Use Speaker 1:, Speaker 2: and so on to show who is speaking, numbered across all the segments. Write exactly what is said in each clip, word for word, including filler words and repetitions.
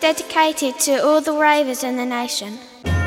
Speaker 1: dedicated to all the ravers in the nation.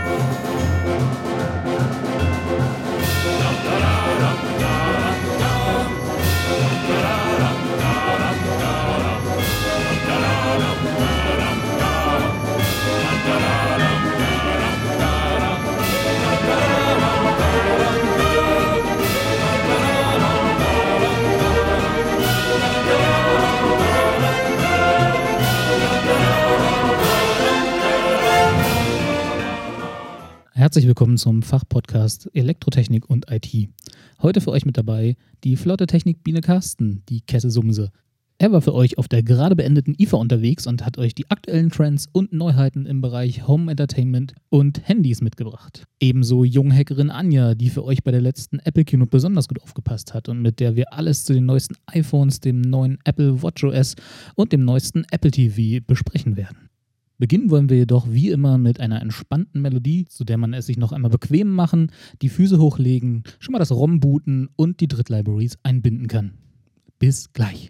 Speaker 2: Herzlich willkommen zum Fachpodcast Elektrotechnik und I T. Heute für euch mit dabei die flotte Technik-Biene Carsten, die Kesselsumse. Er war für euch auf der gerade beendeten I F A unterwegs und hat euch die aktuellen Trends und Neuheiten im Bereich Home Entertainment und Handys mitgebracht. Ebenso Junghackerin Anja, die für euch bei der letzten Apple Keynote besonders gut aufgepasst hat und mit der wir alles zu den neuesten iPhones, dem neuen Apple WatchOS und dem neuesten Apple T V besprechen werden. Beginnen wollen wir jedoch wie immer mit einer entspannten Melodie, zu der man es sich noch einmal bequem machen, die Füße hochlegen, schon mal das ROM booten und die Drittlibraries einbinden kann. Bis gleich.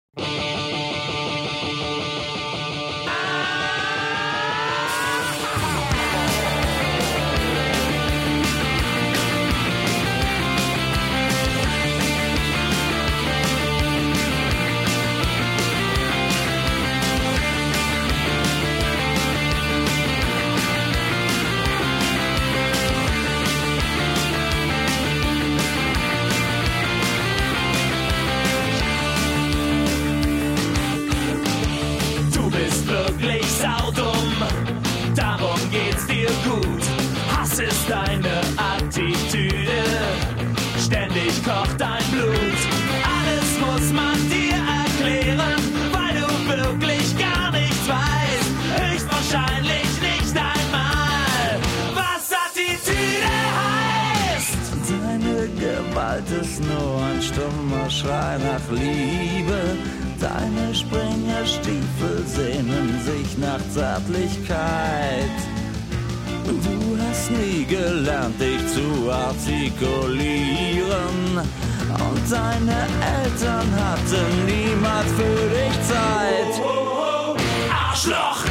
Speaker 3: Deine Attitüde, ständig kocht dein Blut. Alles muss man dir erklären, weil du wirklich gar nichts weißt. Höchstwahrscheinlich nicht einmal, was Attitüde heißt.
Speaker 4: Deine Gewalt ist nur ein stummer Schrei nach Liebe. Deine Springerstiefel sehnen sich nach Zärtlichkeit. Du hast nie gelernt, dich zu artikulieren. Und deine Eltern hatten niemals für dich Zeit.
Speaker 3: Oh, oh, oh. Arschloch!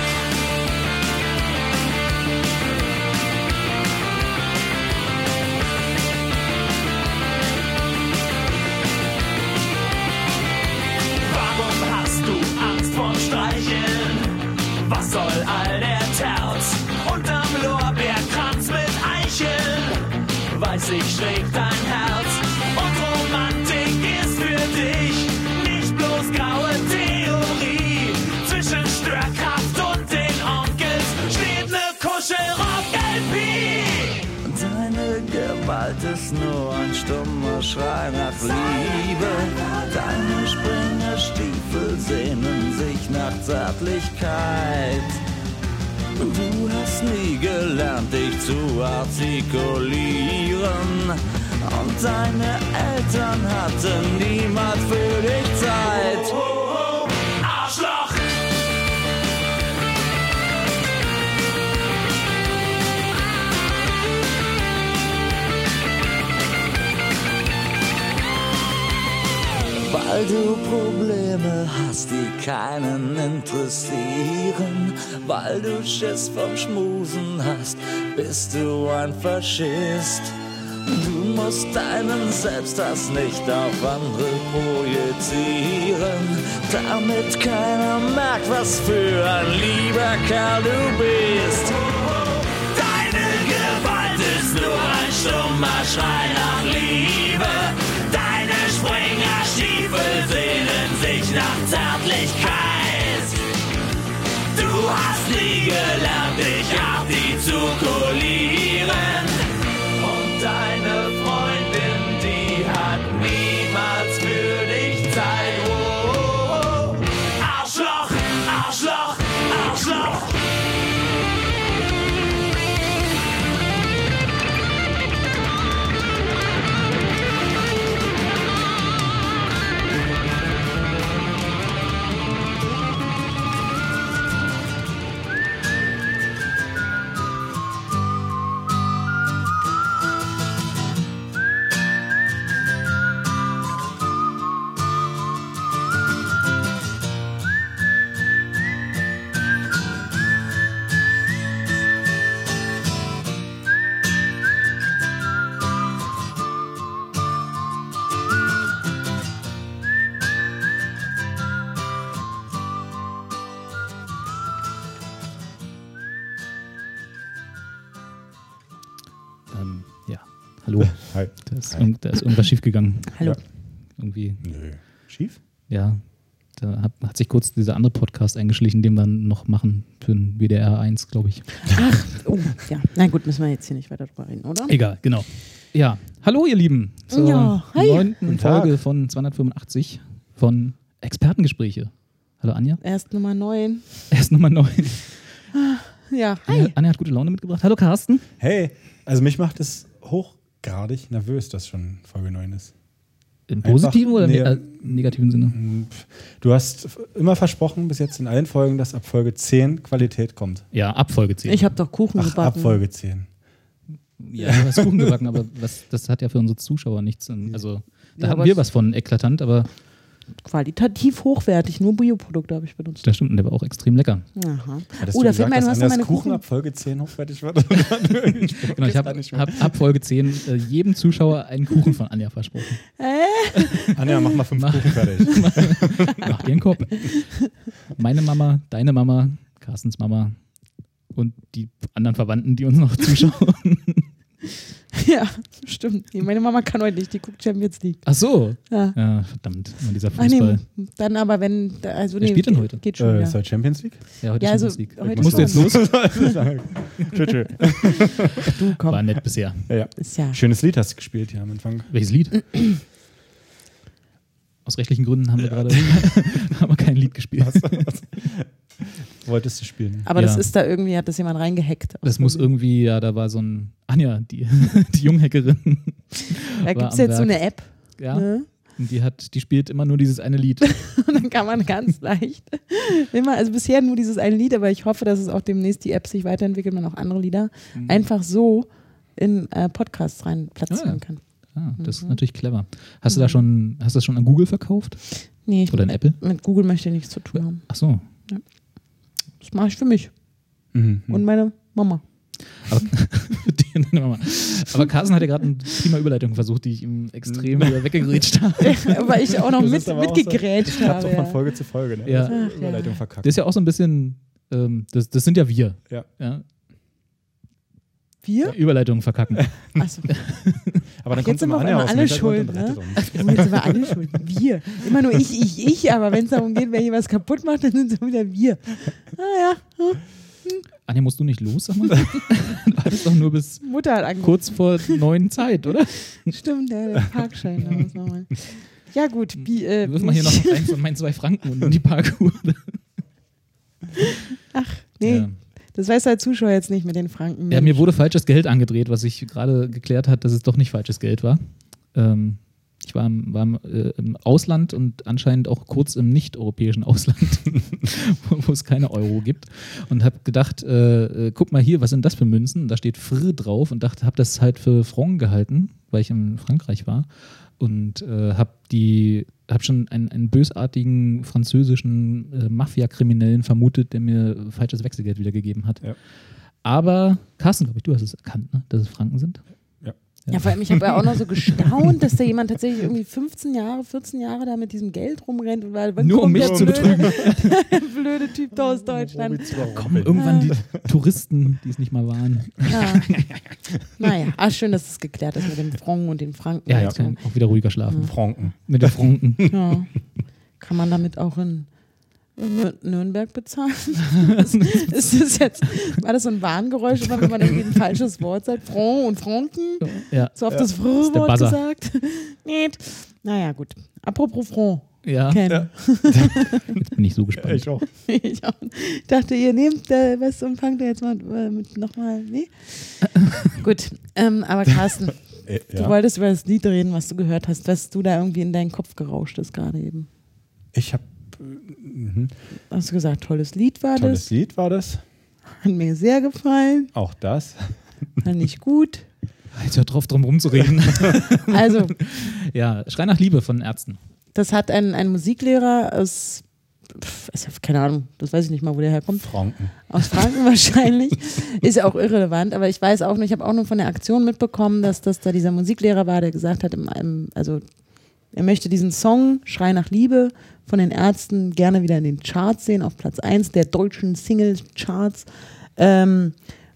Speaker 3: Warum hast du Angst vorm Streicheln? Was soll all der Terz? Unterm Lorbeerkranz mit Eicheln, weiß ich, schlägt dein Herz. Und Romantik ist für dich nicht bloß graue Theorie. Zwischen Störkraft und den Onkels steht ne Kuschelrock-L P.
Speaker 4: Deine Gewalt ist nur ein stummer Schrei nach Liebe. Deine Springerstiefel sehnen sich nach Zärtlichkeit. Du hast nie gelernt, dich zu artikulieren. Und deine Eltern hatten niemals für dich Zeit.
Speaker 3: Oh, oh, oh. Arschloch!
Speaker 4: Weil du Probleme hast, die keinen interessieren. Weil du Schiss vom Schmusen hast, bist du ein Faschist. Du musst deinen Selbsthass nicht auf andere projizieren, damit keiner merkt, was für ein lieber Kerl du bist.
Speaker 3: Deine Gewalt ist nur ein stummer Schrei nach Liebe. Deine Springerstiefel sehnen sich nach Zärtlichkeit. Du hast nie gelernt, dich artikulieren. Und deine Freundin, die hat niemals für dich Zeit. Oh, oh, oh. Arschloch, Arschloch, Arschloch.
Speaker 2: Hallo.
Speaker 5: Hi.
Speaker 2: Da ist,
Speaker 5: Hi.
Speaker 2: irg- da ist irgendwas schiefgegangen.
Speaker 6: Hallo.
Speaker 5: Ja.
Speaker 2: Irgendwie,
Speaker 5: Nö. Schief?
Speaker 2: ja. Da hat, hat sich kurz dieser andere Podcast eingeschlichen, den wir noch machen für den W D R eins, glaube ich.
Speaker 6: Ach, oh, ja. Na gut, müssen wir jetzt hier nicht weiter drüber reden, oder?
Speaker 2: Egal, genau. Ja, hallo ihr Lieben zur
Speaker 6: Ja, hi.
Speaker 2: neunten
Speaker 5: Guten Tag.
Speaker 2: Folge von zweihundertfünfundachtzig von Expertengespräche. Hallo Anja.
Speaker 6: Erst Nummer neun.
Speaker 2: Erst Nummer neun.
Speaker 6: Ja,
Speaker 2: Anja,
Speaker 6: hi.
Speaker 2: Anja hat gute Laune mitgebracht. Hallo Carsten.
Speaker 5: Hey, also mich macht es hochgradig nervös, dass schon Folge neun ist.
Speaker 2: Im
Speaker 5: Einfach,
Speaker 2: positiven oder
Speaker 5: nee,
Speaker 2: im ne äh, negativen Sinne?
Speaker 5: Hm, pf. Du hast f- immer versprochen, bis jetzt in allen Folgen, dass ab Folge zehn Qualität kommt.
Speaker 2: Ja, ab Folge zehn.
Speaker 6: Ich habe doch Kuchen
Speaker 5: Ach,
Speaker 6: gebacken.
Speaker 5: ab Folge zehn.
Speaker 2: Ja, du hast Kuchen gebacken, aber was, das hat ja für unsere Zuschauer nichts. Also, da
Speaker 6: Ja,
Speaker 2: haben
Speaker 6: aber
Speaker 2: wir
Speaker 6: es-
Speaker 2: was von eklatant, aber
Speaker 6: Qualitativ hochwertig, nur Bioprodukte habe ich benutzt.
Speaker 2: das stimmt, und der war auch extrem lecker.
Speaker 6: Aha.
Speaker 5: Hattest
Speaker 6: Oh,
Speaker 5: du
Speaker 6: da
Speaker 5: gesagt,
Speaker 6: fällt mir ein, du
Speaker 5: dass
Speaker 6: hast noch
Speaker 5: Anjas
Speaker 6: meine
Speaker 5: Kuchen
Speaker 6: Kuchen.
Speaker 5: ab Folge zehn hochwertig wird?
Speaker 2: Genau, ich habe ab, ab Folge zehn äh, jedem Zuschauer einen Kuchen von Anja versprochen.
Speaker 5: Anja, mach mal fünf
Speaker 2: Mach.
Speaker 5: Kuchen fertig.
Speaker 2: Mach dir einen Kopf. Meine Mama, deine Mama, Carstens Mama und die anderen Verwandten, die uns noch zuschauen.
Speaker 6: Ja, stimmt. Nee, meine Mama kann heute nicht, die guckt Champions League.
Speaker 2: Ach so.
Speaker 6: Ja.
Speaker 2: Ja, verdammt. Immer dieser
Speaker 6: Ach nee,
Speaker 2: Fußball.
Speaker 6: dann aber wenn, also
Speaker 2: Wer
Speaker 6: nee,
Speaker 2: spielt denn heute?
Speaker 6: Geht schon,
Speaker 5: Äh,
Speaker 6: ja.
Speaker 5: ist heute Champions League?
Speaker 2: Ja, heute
Speaker 6: Ja,
Speaker 2: ist
Speaker 6: also,
Speaker 2: Champions League.
Speaker 6: heute
Speaker 2: Musst du jetzt los?
Speaker 5: Tschö, tschö.
Speaker 6: Du, komm.
Speaker 2: War nett bisher.
Speaker 5: Ja, ja.
Speaker 6: Ist ja.
Speaker 5: Schönes Lied hast du gespielt hier am Anfang.
Speaker 2: Welches Lied? Aus rechtlichen Gründen haben wir gerade haben wir kein Lied gespielt.
Speaker 5: Wolltest du spielen?
Speaker 6: Aber
Speaker 2: Ja.
Speaker 6: das ist da irgendwie, hat das jemand reingehackt.
Speaker 2: Das muss irgendwie, ja, da war so ein, Anja, die, die Junghackerin.
Speaker 6: Da
Speaker 2: war
Speaker 6: gibt es
Speaker 2: am
Speaker 6: jetzt so
Speaker 2: Werk.
Speaker 6: eine App.
Speaker 2: Ja,
Speaker 6: Ne?
Speaker 2: und die hat, die spielt immer nur dieses eine Lied.
Speaker 6: Und dann kann man ganz leicht immer, also bisher nur dieses eine Lied, aber ich hoffe, dass es auch demnächst die App sich weiterentwickelt, man auch andere Lieder einfach so in äh, Podcasts rein platzieren
Speaker 2: Ah, ja.
Speaker 6: kann.
Speaker 2: Ah, das ist
Speaker 6: Mhm.
Speaker 2: natürlich clever. Hast du da schon, hast du das schon an Google verkauft?
Speaker 6: Nee, ich,
Speaker 2: Oder in Apple?
Speaker 6: mit Google möchte ich nichts zu tun haben.
Speaker 2: Ach so.
Speaker 6: Das mache ich für mich
Speaker 5: Mhm.
Speaker 6: und meine Mama.
Speaker 2: Aber, die und deine Mama. Aber Carsten hat ja gerade eine prima Überleitung versucht, die ich ihm extrem wieder weggegrätscht habe.
Speaker 6: Weil ich auch noch
Speaker 5: Das
Speaker 6: mit,
Speaker 5: ist aber auch
Speaker 6: mitgegrätscht
Speaker 5: Ich hab's
Speaker 6: habe.
Speaker 5: auch von
Speaker 6: Ja.
Speaker 5: Folge zu Folge, ne?
Speaker 2: Ja.
Speaker 5: Das ist eine
Speaker 6: Ach, ja.
Speaker 5: Überleitung verkackt.
Speaker 2: Das ist ja auch so ein bisschen, ähm, das, das sind ja wir.
Speaker 5: Ja.
Speaker 2: Ja?
Speaker 6: Wir?
Speaker 2: Überleitungen verkacken.
Speaker 6: Achso.
Speaker 5: Aber dann
Speaker 6: Jetzt
Speaker 5: kommt
Speaker 6: sind
Speaker 5: immer
Speaker 6: wir
Speaker 5: Anja
Speaker 6: auf
Speaker 5: aus dem
Speaker 6: einmal alle
Speaker 5: Hintergrund
Speaker 6: schuld,
Speaker 5: und
Speaker 6: ne?
Speaker 5: rettet uns.
Speaker 6: Oh, jetzt sind wir alle schuld. Wir. Immer nur ich, ich, ich, aber wenn es darum geht, wer hier was kaputt macht, dann sind es wieder wir. Ah ja,
Speaker 2: Anja, musst du nicht los? Sag mal? Du hattest doch nur bis
Speaker 6: Mutter hat angerufen.
Speaker 2: kurz vor neun Zeit, oder?
Speaker 6: Stimmt, der, der Parkschein. Da muss noch mal. Ja gut, wie, äh,
Speaker 2: Wirf mal hier noch einen von meinen zwei Franken und in die Parkuhr.
Speaker 6: Ach, nee,
Speaker 2: Ja.
Speaker 6: das weiß der Zuschauer jetzt nicht mit den Franken.
Speaker 2: Ja, mir wurde falsches Geld angedreht, was sich gerade geklärt hat, dass es doch nicht falsches Geld war. Ähm, ich war, im, war im, äh, im Ausland und anscheinend auch kurz im nicht-europäischen Ausland, wo, wo es keine Euro gibt. Und habe gedacht, äh, äh, guck mal hier, was sind das für Münzen? Und da steht Fr drauf und dachte, habe das halt für Franc gehalten, weil ich in Frankreich war. Und äh, habe die habe schon einen, einen bösartigen französischen äh, Mafia-Kriminellen vermutet, der mir falsches Wechselgeld wiedergegeben hat.
Speaker 5: Ja.
Speaker 2: Aber Carsten, glaube ich, du hast es erkannt, ne? Dass es Franken sind.
Speaker 6: Ja, vor allem, ich habe ja auch noch so gestaunt, dass da jemand tatsächlich irgendwie fünfzehn Jahre, vierzehn Jahre da mit diesem Geld rumrennt. Und weil, wann
Speaker 2: Nur um
Speaker 6: kommt
Speaker 2: mich
Speaker 6: der
Speaker 2: zu
Speaker 6: blöde, der blöde Typ da aus Deutschland.
Speaker 2: Kommen irgendwann die Touristen, die es nicht mal waren.
Speaker 6: Ja. Naja, ah, schön, dass es geklärt ist mit dem Franc und den Franken.
Speaker 2: Ja,
Speaker 6: und
Speaker 2: jetzt
Speaker 6: so.
Speaker 2: kann ich auch wieder ruhiger schlafen.
Speaker 5: Franken.
Speaker 2: Mit den Franken.
Speaker 6: Ja. Kann man damit auch in Nür- Nürnberg bezahlen? ist, ist das jetzt, war das so ein Warngeräusch, immer wenn man irgendwie ein falsches Wort sagt? Franc und Franken?
Speaker 2: Ja,
Speaker 6: So auf
Speaker 5: Ja.
Speaker 6: das
Speaker 2: ist der
Speaker 6: Fr-Wort
Speaker 2: Buzzer.
Speaker 6: gesagt? Nicht. Naja, gut. Apropos Franc.
Speaker 2: ja.
Speaker 6: Ken.
Speaker 5: Ja.
Speaker 2: Jetzt bin ich so gespannt.
Speaker 5: Ich auch.
Speaker 6: Ich auch. dachte, ihr nehmt äh, was und fangt ihr jetzt mal äh, mit nochmal. Nee? Gut. Ähm, aber Carsten,
Speaker 5: Äh,
Speaker 6: du
Speaker 5: ja.
Speaker 6: wolltest über das Lied reden, was du gehört hast, was du da irgendwie in deinen Kopf gerauscht ist gerade eben.
Speaker 5: Ich habe mhm.
Speaker 6: Hast du gesagt, tolles Lied war
Speaker 5: tolles
Speaker 6: das?
Speaker 5: Lied war das.
Speaker 6: Hat mir sehr gefallen.
Speaker 5: Auch das.
Speaker 6: Fand ich gut.
Speaker 2: Jetzt hört drauf, drum rumzureden.
Speaker 6: Also,
Speaker 2: Ja, Schrei nach Liebe von Ärzten.
Speaker 6: das hat ein, ein Musiklehrer aus, pf, ich hab keine Ahnung, das weiß ich nicht mal, wo der herkommt.
Speaker 5: Franken.
Speaker 6: Aus Franken wahrscheinlich. Ist ja auch irrelevant, aber ich weiß auch nicht, ich habe auch nur von der Aktion mitbekommen, dass das da dieser Musiklehrer war, der gesagt hat, im, im, also er möchte diesen Song Schrei nach Liebe von den Ärzten gerne wieder in den Charts sehen, auf Platz eins der deutschen Single-Charts, ähm,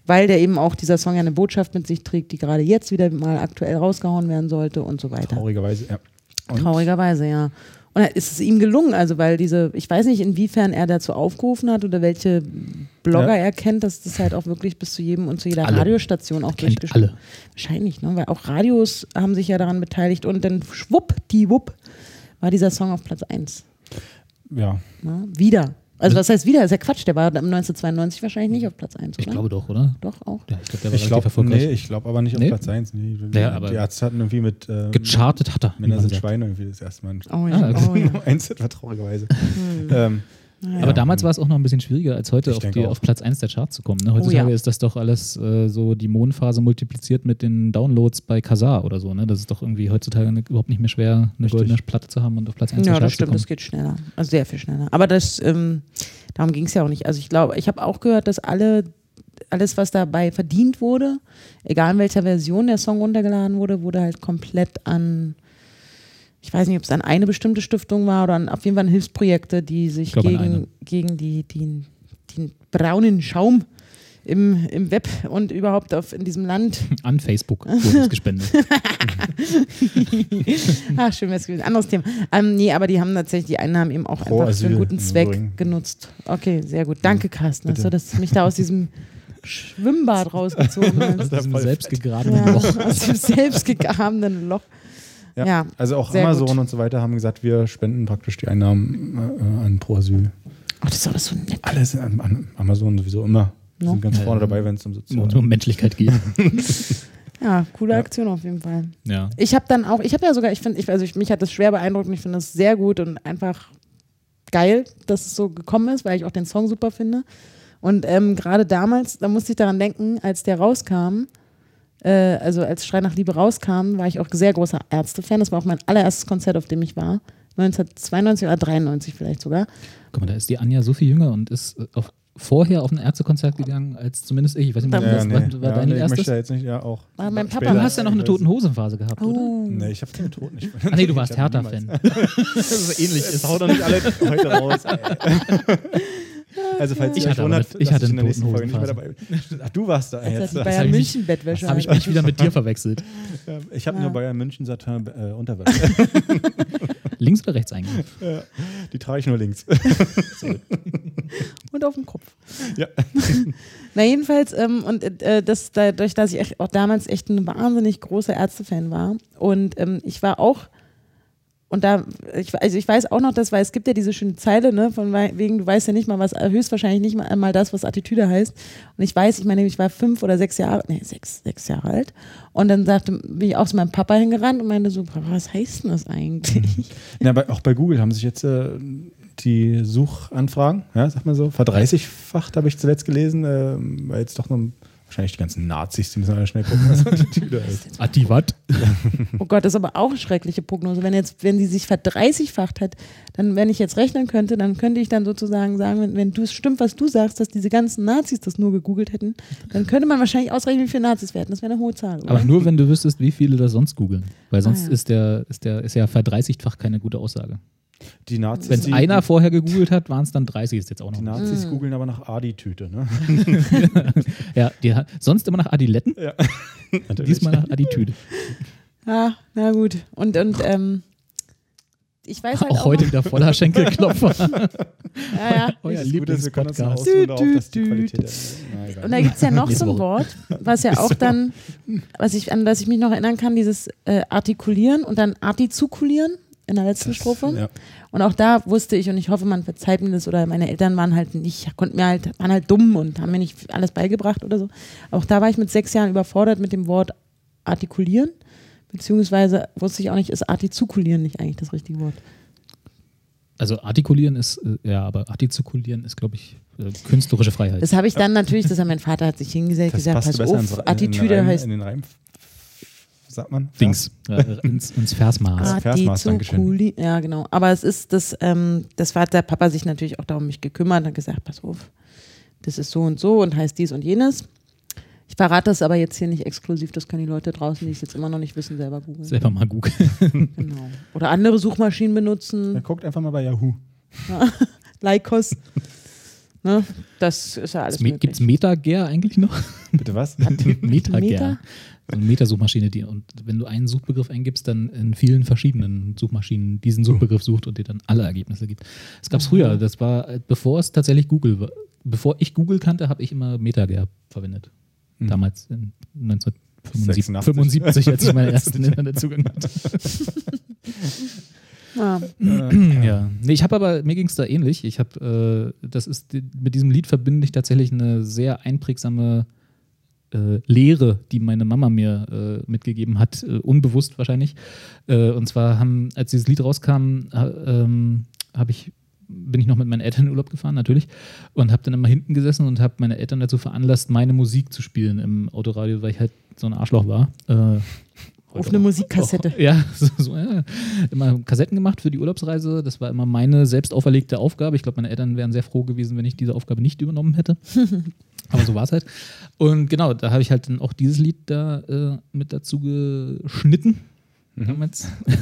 Speaker 6: weil der eben auch dieser Song ja eine Botschaft mit sich trägt, die gerade jetzt wieder mal aktuell rausgehauen werden sollte und so weiter.
Speaker 5: Traurigerweise, ja. Und?
Speaker 6: Traurigerweise, ja. Und dann ist es ihm gelungen, also weil diese, ich weiß nicht, inwiefern er dazu aufgerufen hat oder welche Blogger
Speaker 5: Ja.
Speaker 6: er kennt, dass das halt auch wirklich bis zu jedem und zu jeder
Speaker 2: Alle.
Speaker 6: Radiostation auch
Speaker 2: Kennt
Speaker 6: durchgespielt.
Speaker 2: alle.
Speaker 6: Wahrscheinlich, ne? Weil auch Radios haben sich ja daran beteiligt und dann schwuppdiwupp war dieser Song auf Platz eins.
Speaker 5: Ja.
Speaker 6: Ne? Wieder. Also was heißt wieder? Das ist ja Quatsch, der war neunzehnhundertzweiundneunzig wahrscheinlich nicht auf Platz eins, oder?
Speaker 2: Ich glaube doch, oder?
Speaker 6: Doch, auch.
Speaker 2: Ja, ich glaube, der war
Speaker 5: Ich
Speaker 2: relativ
Speaker 5: glaube
Speaker 2: erfolgreich.
Speaker 5: nee, ich glaub aber nicht auf
Speaker 2: Nee?
Speaker 5: Platz eins. Nee.
Speaker 2: Ja, aber
Speaker 5: die Ärzte hatten irgendwie mit ähm,
Speaker 2: Gechartet hat er. wie
Speaker 5: Männer
Speaker 2: man
Speaker 5: sind
Speaker 2: sagt.
Speaker 5: Schweine irgendwie das erste Mal.
Speaker 6: Oh ja,
Speaker 2: Ah, okay.
Speaker 6: oh ja.
Speaker 5: Eins war traurigerweise.
Speaker 6: Hm.
Speaker 5: Ähm,
Speaker 6: Ja.
Speaker 2: Aber damals war es auch noch ein bisschen schwieriger, als heute
Speaker 5: Ich
Speaker 2: auf,
Speaker 5: denke
Speaker 2: die,
Speaker 5: auch.
Speaker 2: auf Platz eins der Charts zu kommen. Ne? Heutzutage
Speaker 6: Oh ja.
Speaker 2: ist das doch alles äh, so die Mondphase multipliziert mit den Downloads bei Kazaa oder so. Ne? Das ist doch irgendwie heutzutage ne, überhaupt nicht mehr schwer, eine
Speaker 5: Richtig.
Speaker 2: goldene Platte zu haben und auf Platz eins der
Speaker 6: Ja,
Speaker 2: Charts
Speaker 6: das stimmt,
Speaker 2: zu
Speaker 6: das
Speaker 2: kommen.
Speaker 6: geht schneller. Also sehr viel schneller. Aber das, ähm, darum ging es ja auch nicht. Also ich glaube, ich habe auch gehört, dass alle, alles, was dabei verdient wurde, egal in welcher Version der Song runtergeladen wurde, wurde halt komplett an, ich weiß nicht, ob es an eine bestimmte Stiftung war oder an auf jeden Fall an Hilfsprojekte, die sich
Speaker 2: Ich glaube, an eine.
Speaker 6: gegen, gegen die, die, den braunen Schaum im, im Web und überhaupt auf, in diesem Land.
Speaker 2: An Facebook wurde es gespendet.
Speaker 6: Ach, schön wär's gewesen. Anderes Thema. Ähm, nee, aber die haben tatsächlich die Einnahmen eben auch
Speaker 5: Pro
Speaker 6: einfach für einen
Speaker 5: Asyl
Speaker 6: guten
Speaker 5: im
Speaker 6: Zweck
Speaker 5: Übrigen.
Speaker 6: genutzt. Okay, sehr gut. Danke, Carsten,
Speaker 5: Bitte.
Speaker 6: also, dass du mich da aus diesem Schwimmbad rausgezogen hast.
Speaker 2: Aus diesem
Speaker 5: voll
Speaker 2: selbstgegrabenen
Speaker 6: Ja,
Speaker 2: Loch.
Speaker 6: aus dem selbstgegrabenen Loch.
Speaker 5: ja.
Speaker 6: Ja,
Speaker 5: Also auch
Speaker 6: sehr
Speaker 5: Amazon
Speaker 6: gut.
Speaker 5: und so weiter haben gesagt, wir spenden praktisch die Einnahmen äh, an Pro Asyl.
Speaker 6: Oh, das ist auch so nett.
Speaker 5: Alles an, an Amazon sowieso immer. Die
Speaker 6: Ja.
Speaker 5: sind ganz
Speaker 2: Ja,
Speaker 5: vorne
Speaker 2: ja.
Speaker 5: dabei, wenn es um
Speaker 2: Nur
Speaker 5: soziale...
Speaker 2: um Menschlichkeit geht.
Speaker 6: Ja, coole
Speaker 5: Ja.
Speaker 6: Aktion auf jeden Fall.
Speaker 2: Ja.
Speaker 6: Ich habe dann auch, ich habe ja sogar, ich finde, ich, also ich, mich hat das schwer beeindruckt und ich finde das sehr gut und einfach geil, dass es so gekommen ist, weil ich auch den Song super finde. Und ähm, gerade damals, da musste ich daran denken, als der rauskam, äh, also als Schrei nach Liebe rauskam, war ich auch sehr großer Ärzte-Fan. Das war auch mein allererstes Konzert, auf dem ich war. neunzehnhundertzweiundneunzig oder dreiundneunzig vielleicht sogar.
Speaker 2: Guck mal, da ist die Anja so viel jünger und ist äh, auf, vorher auf ein Ärztekonzert gegangen, als zumindest ich. Ich weiß nicht,
Speaker 6: Da
Speaker 2: was
Speaker 5: Ja,
Speaker 2: das
Speaker 5: nee.
Speaker 2: war, war
Speaker 5: ja,
Speaker 2: dein
Speaker 5: nee, ich
Speaker 2: erstes?
Speaker 5: möchte jetzt nicht, ja auch.
Speaker 6: War mein Papa.
Speaker 5: später-
Speaker 2: Du hast ja noch eine
Speaker 5: ich weiß-
Speaker 2: Toten-Hosen-Phase gehabt, oder?
Speaker 6: Oh.
Speaker 5: Nee, ich habe keine Toten. Ich,
Speaker 2: Ah nee, du warst
Speaker 5: ich hab
Speaker 2: Hertha-Fan.
Speaker 5: niemals-
Speaker 2: so ähnlich
Speaker 5: Das haut doch nicht alle heute raus. Ey. Also falls
Speaker 2: Ich
Speaker 5: ihr euch
Speaker 2: hatte aber
Speaker 5: wundert,
Speaker 2: eine- ich
Speaker 5: dass
Speaker 2: hatte
Speaker 5: in der
Speaker 2: eine
Speaker 5: nächsten Folge nicht mehr dabei
Speaker 2: Totenhosenphase.
Speaker 5: bin. Ach, du warst da
Speaker 6: Als er
Speaker 5: jetzt.
Speaker 6: die
Speaker 2: hab
Speaker 6: Bayern
Speaker 2: ich mich-
Speaker 6: München Bettwäsche
Speaker 2: Habe ich
Speaker 6: hatte.
Speaker 2: mich wieder mit dir verwechselt.
Speaker 5: Ich habe
Speaker 6: Ja.
Speaker 5: nur Bayern München Saturn äh, Unterwäsche.
Speaker 2: Links oder rechts eingehen?
Speaker 5: Die trage ich nur links.
Speaker 6: Und auf dem Kopf.
Speaker 5: Ja.
Speaker 6: Na jedenfalls, ähm, und äh, das, dadurch, dass ich echt, auch damals echt ein wahnsinnig großer Ärzte-Fan war und ähm, ich war auch, und da, ich, also ich weiß auch noch, dass, weil es gibt ja diese schöne Zeile, ne, von wegen, du weißt ja nicht mal, was, höchstwahrscheinlich nicht mal, mal das, was Attitüde heißt. Und ich weiß, ich meine, ich war fünf oder sechs Jahre, nee, sechs, sechs Jahre alt. Und dann sagte, bin ich auch zu meinem Papa hingerannt und meinte so, Papa, was heißt denn das eigentlich?
Speaker 5: Ja, aber auch bei Google haben sich jetzt äh, die Suchanfragen, ja, sag mal so, verdreißigfacht, habe ich zuletzt gelesen, äh, weil jetzt doch noch wahrscheinlich die ganzen Nazis, die müssen alle schnell gucken, was Attitüde heißt.
Speaker 2: Atti, was?
Speaker 6: Oh Gott, das ist aber auch eine schreckliche Prognose. Wenn jetzt, wenn die sich verdreißigfacht hat, dann, wenn ich jetzt rechnen könnte, dann könnte ich dann sozusagen sagen, wenn, wenn du es stimmt, was du sagst, dass diese ganzen Nazis das nur gegoogelt hätten, dann könnte man wahrscheinlich ausrechnen, wie viele Nazis wir hätten. Das wäre eine hohe Zahl, oder?
Speaker 2: Aber nur, wenn du wüsstest, wie viele das sonst googeln. Weil sonst
Speaker 6: Ah, ja.
Speaker 2: ist, der, ist, der, ist ja verdreißigfach keine gute Aussage.
Speaker 5: Die Nazis,
Speaker 2: Wenn es
Speaker 5: die,
Speaker 2: einer vorher gegoogelt hat, waren es dann dreißig, ist jetzt auch noch.
Speaker 5: die
Speaker 2: nicht.
Speaker 5: Nazis
Speaker 6: Mm.
Speaker 5: googeln aber nach Adi-Tüte, ne?
Speaker 2: Ja, die hat sonst immer nach Adiletten,
Speaker 5: Ja.
Speaker 2: diesmal nach Aditüde.
Speaker 6: Ja, na gut. Und, und ähm, ich weiß halt
Speaker 2: Auch
Speaker 6: auch,
Speaker 2: heute
Speaker 6: noch,
Speaker 2: wieder voller Schenkelklopfer.
Speaker 6: ja, ja.
Speaker 2: Euer
Speaker 5: Das Gute ist, wir können uns noch
Speaker 2: Lieblingspodcast.
Speaker 5: ausruhen darauf, dass die
Speaker 6: Düt,
Speaker 5: Qualität...
Speaker 6: düt.
Speaker 5: Na, egal.
Speaker 6: Und da gibt es ja noch
Speaker 2: Nächste
Speaker 6: so ein
Speaker 2: Woche.
Speaker 6: Wort, was ja auch dann, was ich, an das ich mich noch erinnern kann, dieses äh, Artikulieren und dann Artikulieren in der letzten Strophe.
Speaker 5: Ja.
Speaker 6: Und auch da wusste ich, und ich hoffe, man verzeiht mir das, oder meine Eltern waren halt nicht, konnten mir halt, waren halt dumm und haben mir nicht alles beigebracht oder so. Auch da war ich mit sechs Jahren überfordert mit dem Wort artikulieren, beziehungsweise wusste ich auch nicht, ist artikulieren nicht eigentlich das richtige Wort.
Speaker 2: Also artikulieren ist, äh, ja, aber artikulieren ist, glaube ich, äh, künstlerische Freiheit.
Speaker 6: Das habe ich dann natürlich, das hat mein Vater hat sich hingesetzt,
Speaker 5: Das
Speaker 6: gesagt,
Speaker 5: passt
Speaker 6: pass
Speaker 5: besser ins,
Speaker 6: auf,
Speaker 5: in den
Speaker 6: Attitüde
Speaker 5: Reim,
Speaker 6: heißt
Speaker 5: in den Reim, sagt man?
Speaker 2: Dings, äh, ins, ins Versmaß.
Speaker 5: Versmaß, Dankeschön.
Speaker 6: Artikuli- Ja, genau. Aber es ist das, ähm, das war der Papa sich natürlich auch da um mich gekümmert und hat gesagt, pass auf, das ist so und so und heißt dies und jenes. Ich verrate das aber jetzt hier nicht exklusiv, das können die Leute draußen, die es jetzt immer noch nicht wissen, selber googeln.
Speaker 2: Selber mal googeln.
Speaker 6: Genau. Oder andere Suchmaschinen
Speaker 5: Dann
Speaker 6: benutzen.
Speaker 5: guckt einfach mal bei Yahoo.
Speaker 6: Lycos. Ne? Das ist ja alles
Speaker 2: Gibt es Metager eigentlich noch?
Speaker 5: Bitte was?
Speaker 2: Metager.
Speaker 6: Meta?
Speaker 2: So eine Metasuchmaschine, die, und wenn du einen Suchbegriff eingibst, dann in vielen verschiedenen Suchmaschinen diesen Suchbegriff sucht und dir dann alle Ergebnisse gibt. Das gab es früher, das war, bevor es tatsächlich Google war. Bevor ich Google kannte, habe ich immer Metager verwendet.
Speaker 5: Hm.
Speaker 2: Damals in neunzehnhundertfünfundsiebzig,
Speaker 5: sechsundachtzig.
Speaker 2: als ich meinen ersten Internetzugang hatte.
Speaker 6: Ja.
Speaker 2: Ja, nee, ich habe aber, mir ging es da ähnlich. Ich habe, äh, das ist, mit diesem Lied verbinde ich tatsächlich eine sehr einprägsame äh, Lehre, die meine Mama mir äh, mitgegeben hat, äh, unbewusst wahrscheinlich. Äh, und zwar haben, als dieses Lied rauskam, äh, ähm, habe ich bin ich noch mit meinen Eltern in Urlaub gefahren, natürlich, und habe dann immer hinten gesessen und habe meine Eltern dazu veranlasst, meine Musik zu spielen im Autoradio, weil ich halt so ein Arschloch war. Äh,
Speaker 6: Auf eine Musikkassette.
Speaker 2: Auch, ja, so, so, ja, immer Kassetten gemacht für die Urlaubsreise. Das war immer meine selbst auferlegte Aufgabe. Ich glaube, meine Eltern wären sehr froh gewesen, wenn ich diese Aufgabe nicht übernommen hätte. Aber so war es halt. Und genau, da habe ich halt dann auch dieses Lied da äh, mit dazu geschnitten. Damals.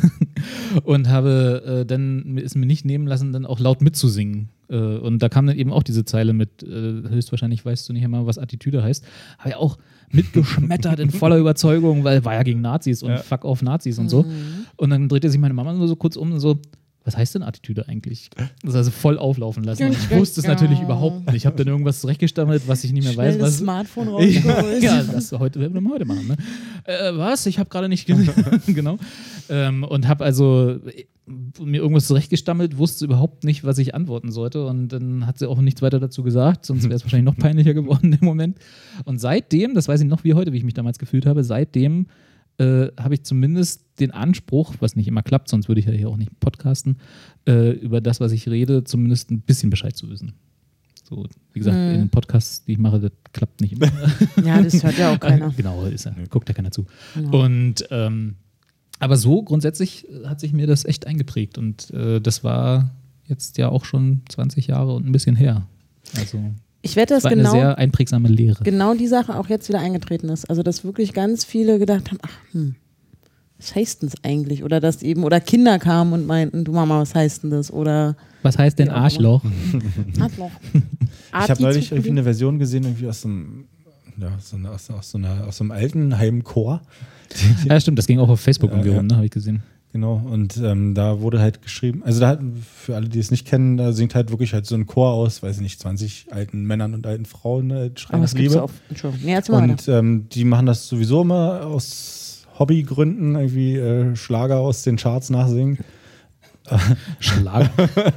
Speaker 2: Und habe äh, dann es mir nicht nehmen lassen, dann auch laut mitzusingen. Äh, und da kam dann eben auch diese Zeile mit, äh, höchstwahrscheinlich weißt du nicht einmal, was Attitüde heißt. Habe ich auch mitgeschmettert in voller Überzeugung, weil war ja gegen Nazis und ja. Fuck auf Nazis und so. Mhm. Und dann drehte sich meine Mama nur so kurz um und so, was heißt denn Attitüde eigentlich? Das also voll auflaufen lassen. Und ich wusste es natürlich überhaupt nicht. Ich habe dann irgendwas zurechtgestammelt, was ich nicht mehr
Speaker 6: Schnell
Speaker 2: weiß. Was
Speaker 6: das Smartphone rausgeholt.
Speaker 2: Ja, das heute werden wir heute machen. Ne? Äh, was? Ich habe gerade nicht genau. Ähm, und habe also mir irgendwas zurechtgestammelt, wusste überhaupt nicht, was ich antworten sollte. Und dann hat sie auch nichts weiter dazu gesagt, sonst wäre es wahrscheinlich noch peinlicher geworden im Moment. Und seitdem, das weiß ich noch wie heute, wie ich mich damals gefühlt habe, seitdem Äh, habe ich zumindest den Anspruch, was nicht immer klappt, sonst würde ich ja hier auch nicht podcasten, äh, über das, was ich rede, zumindest ein bisschen Bescheid zu wissen. So, wie gesagt,
Speaker 6: hm.
Speaker 2: in den Podcasts, die ich mache, das klappt nicht immer.
Speaker 6: Ja, das hört ja auch keiner.
Speaker 2: Genau, ist ja, guckt ja keiner zu.
Speaker 6: Genau.
Speaker 2: Und ähm, aber so grundsätzlich hat sich mir das echt eingeprägt und äh, das war jetzt ja auch schon zwanzig Jahre und ein bisschen her. Also
Speaker 6: Ich wette, dass
Speaker 2: war
Speaker 6: genau,
Speaker 2: eine sehr einprägsame Lehre.
Speaker 6: genau die Sache auch jetzt wieder eingetreten ist. Also, dass wirklich ganz viele gedacht haben, ach, hm, was heißt denn das eigentlich? Oder dass eben, oder Kinder kamen und meinten, du Mama, was heißt denn das? Oder
Speaker 2: was heißt denn Arschloch?
Speaker 6: Arschloch.
Speaker 5: Ich habe neulich irgendwie eine Version gesehen, irgendwie aus so einem, ja, so eine, aus, aus, so einer, aus so einem Altenheimchor.
Speaker 2: Ja, stimmt, das ging auch auf Facebook irgendwie
Speaker 5: ja,
Speaker 2: rum, ne, habe ich gesehen.
Speaker 5: Genau, und ähm, da wurde halt geschrieben, also da hat, für alle, die es nicht kennen, da singt halt wirklich halt so ein Chor aus, weiß ich nicht, zwanzig alten Männern und alten Frauen, ne, schreien nach Liebe.
Speaker 6: Auf, Entschuldigung. Nee, erzähl mal
Speaker 5: und ähm, die machen das sowieso immer aus Hobbygründen, irgendwie äh, Schlager aus den Charts nachsingen.
Speaker 2: Schlager.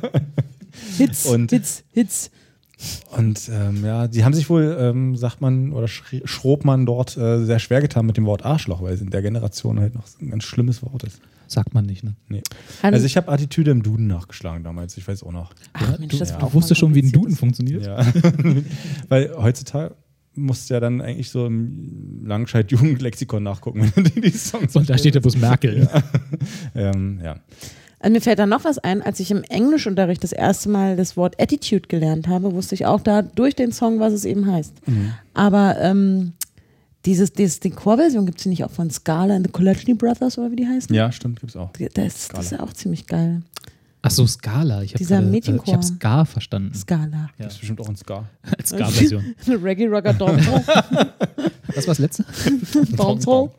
Speaker 6: Hits,
Speaker 5: und,
Speaker 6: Hits, Hits.
Speaker 5: Und ähm, ja, die haben sich wohl, ähm, sagt man, oder schrob man dort äh, sehr schwer getan mit dem Wort Arschloch, weil es in der Generation halt noch ein ganz schlimmes Wort ist.
Speaker 2: Sagt man nicht, ne?
Speaker 5: Nee. Also ich habe Attitüde im Duden nachgeschlagen damals, ich weiß auch noch.
Speaker 6: Ach, Mensch, das
Speaker 2: du
Speaker 6: war
Speaker 2: du
Speaker 6: auch
Speaker 2: wusstest
Speaker 6: mal
Speaker 2: schon, wie ein Duden
Speaker 6: kompliziert.
Speaker 2: funktioniert?
Speaker 5: Ja. Weil heutzutage musst du ja dann eigentlich so im Langscheid-Jugendlexikon nachgucken, wenn du die, die Songs
Speaker 2: Und da steht ja bloß Merkel.
Speaker 5: Ja. ähm, ja.
Speaker 6: Also mir fällt da noch was ein, als ich im Englischunterricht das erste Mal das Wort Attitude gelernt habe, wusste ich auch da durch den Song, was es eben heißt.
Speaker 5: Mhm.
Speaker 6: Aber ähm, dieses, dieses, die Chorversion gibt es nicht auch von Scala and the Collagny Brothers oder wie die heißen?
Speaker 5: Ja, stimmt, gibt's auch.
Speaker 6: Das, das ist ja auch ziemlich geil.
Speaker 2: Ach so, Scala. Ich habe
Speaker 6: Dieser
Speaker 2: äh,
Speaker 6: Mädchenchor.
Speaker 2: ich habe Ska verstanden.
Speaker 6: Scala.
Speaker 2: Ja.
Speaker 5: Das ist bestimmt auch ein Ska.
Speaker 2: Als Ska-Version.
Speaker 6: Eine Reggae-Rocker Dancehall.
Speaker 2: Was war das letzte?
Speaker 6: Dancehall.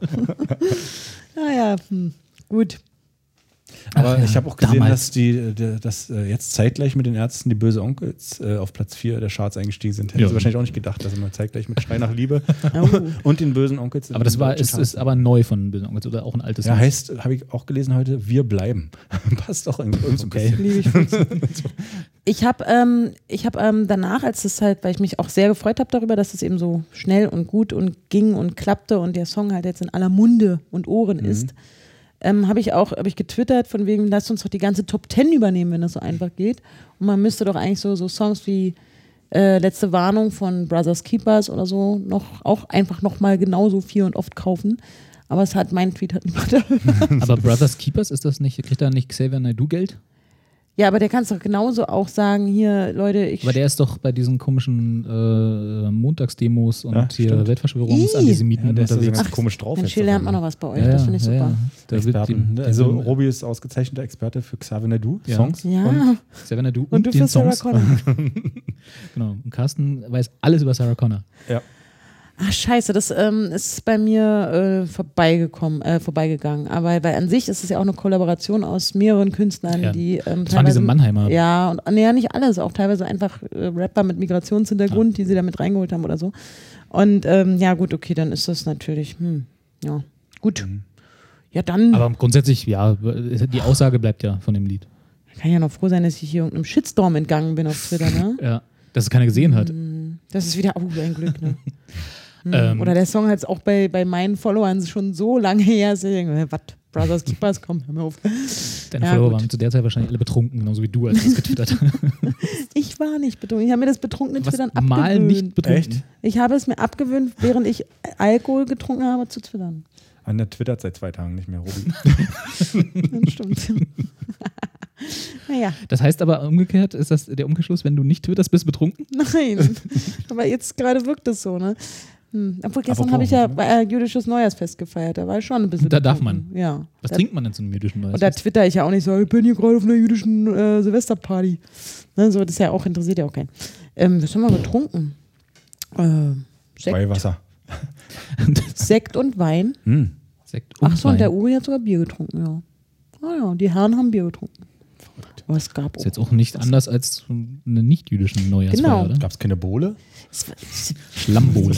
Speaker 6: Naja, hm, gut.
Speaker 5: Aber
Speaker 2: ja,
Speaker 5: ich habe auch gesehen,
Speaker 2: damals.
Speaker 5: dass die, die dass äh, jetzt zeitgleich mit den Ärzten die Böse Onkels äh, auf Platz vier der Charts eingestiegen sind. Hätten
Speaker 2: Ja.
Speaker 5: sie wahrscheinlich auch nicht gedacht, dass sie mal zeitgleich mit Schrei nach Liebe
Speaker 6: Oh.
Speaker 5: und den Bösen Onkels.
Speaker 2: Aber das war,
Speaker 5: ist,
Speaker 2: ist, ist aber neu von Bösen Onkels oder auch ein altes
Speaker 5: Ja,
Speaker 2: Lied?
Speaker 5: heißt, habe ich auch gelesen heute, wir bleiben. Passt auch irgendwie so ein
Speaker 2: Okay.
Speaker 5: bisschen.
Speaker 6: Ich habe ähm, ich hab, ähm, danach, als es halt, weil ich mich auch sehr gefreut habe darüber, dass es eben so schnell und gut und ging und klappte und der Song halt jetzt in aller Munde und Ohren
Speaker 5: Mhm.
Speaker 6: ist, ähm, habe ich auch hab ich getwittert, von wegen, lasst uns doch die ganze Top Ten übernehmen, wenn das so einfach geht. Und man müsste doch eigentlich so, so Songs wie äh, Letzte Warnung von Brothers Keepers oder so noch auch einfach nochmal genauso viel und oft kaufen. Aber es hat, mein Tweet hat niemand erhört.
Speaker 2: Aber Brothers Keepers, ist das nicht, kriegt da nicht Xavier Naidoo Geld?
Speaker 6: Ja, aber der kannst doch genauso auch sagen, hier, Leute, ich...
Speaker 2: Aber der ist doch bei diesen komischen äh, Montagsdemos und
Speaker 5: Ja,
Speaker 2: hier
Speaker 5: stimmt.
Speaker 2: Weltverschwörungsantisemiten
Speaker 5: Ja, der ist so
Speaker 2: unterwegs.
Speaker 5: ganz komisch drauf.
Speaker 6: Mensch,
Speaker 5: jetzt
Speaker 6: hier
Speaker 5: auf
Speaker 6: lernt man
Speaker 5: einmal.
Speaker 6: noch was bei euch, das finde ich super.
Speaker 2: Ja. Da wird die,
Speaker 5: Experten, ne?
Speaker 2: die,
Speaker 5: Also
Speaker 2: die,
Speaker 5: Robi ist ausgezeichneter Experte für Xavier Naidoo,
Speaker 2: Ja.
Speaker 5: Songs.
Speaker 6: Ja,
Speaker 5: Und
Speaker 2: Sarah Nadu und,
Speaker 6: und du
Speaker 2: den
Speaker 6: für Sarah
Speaker 2: Songs.
Speaker 6: Connor.
Speaker 2: Genau. Und Carsten weiß alles über Sarah Connor.
Speaker 5: ja.
Speaker 6: Ach scheiße, das ähm, ist bei mir äh, vorbeigekommen, äh, vorbeigegangen. Aber weil an sich ist es ja auch eine Kollaboration aus mehreren Künstlern,
Speaker 2: Ja.
Speaker 6: die ähm,
Speaker 2: Das waren diese Mannheimer.
Speaker 6: Ja, und nee, ja, nicht alles, auch teilweise einfach äh, Rapper mit Migrationshintergrund, die sie da mit reingeholt haben oder so. Und ähm, ja gut, okay, dann ist das natürlich, hm, ja, gut. Ja, dann
Speaker 2: Aber grundsätzlich, ja, die Aussage bleibt ja von dem Lied.
Speaker 6: kann ich ja noch froh sein, dass ich hier irgendeinem Shitstorm entgangen bin auf Twitter, ne?
Speaker 2: Ja. Dass es keiner gesehen hat.
Speaker 6: Das ist wieder, oh, ein Glück, ne? Hm.
Speaker 2: Ähm,
Speaker 6: Oder der Song hat es auch bei, bei meinen Followern schon so lange her. dass ich denke, was? Brothers Keepers, komm, hör mir auf.
Speaker 2: Deine
Speaker 6: Ja,
Speaker 2: Follower
Speaker 6: gut.
Speaker 2: waren zu der Zeit wahrscheinlich alle betrunken, genauso wie du, als du es getwittert hast.
Speaker 6: Ich war nicht betrunken. Ich habe mir das betrunkene
Speaker 2: Was
Speaker 6: Twittern
Speaker 2: mal
Speaker 6: abgewöhnt.
Speaker 2: nicht betrunken.
Speaker 5: Echt?
Speaker 6: Ich habe es mir abgewöhnt, während ich Alkohol getrunken habe, zu twittern.
Speaker 5: Anna twittert seit zwei Tagen nicht mehr, Robi.
Speaker 6: Das stimmt. Naja,
Speaker 2: Das heißt aber umgekehrt, ist das der Umkehrschluss, wenn du nicht twitterst, bist du betrunken?
Speaker 6: nein. Aber jetzt gerade wirkt es so, ne? Hm. Obwohl gestern
Speaker 5: Apropos,
Speaker 6: habe ich ja
Speaker 5: ne?
Speaker 6: äh, jüdisches Neujahrsfest gefeiert. Da war ich schon ein bisschen
Speaker 2: Da darf
Speaker 6: betrunken. Ja.
Speaker 2: Was
Speaker 6: da,
Speaker 2: trinkt man denn zu einem jüdischen
Speaker 6: Und da
Speaker 2: Neujahrsfest?
Speaker 6: twitter ich ja auch nicht so, ich bin hier gerade auf einer jüdischen äh, Silvesterparty. Ne, so, das ist ja auch, interessiert ja auch keinen. Ähm, was haben wir getrunken? Äh, Sekt,
Speaker 5: Weihwasser.
Speaker 6: Sekt und Wein.
Speaker 5: Hm.
Speaker 2: Sekt und
Speaker 6: Ach so, und
Speaker 2: Wein.
Speaker 6: der Uri hat sogar Bier getrunken, ja. Ah ja, die Herren haben Bier getrunken. Aber es gab
Speaker 2: Ist jetzt auch nicht anders als zu einer nicht-jüdischen Neujahrsfeier,
Speaker 6: Genau.
Speaker 2: oder?
Speaker 5: Gab es keine Bohle?
Speaker 6: Es war,
Speaker 2: Schlammbohle.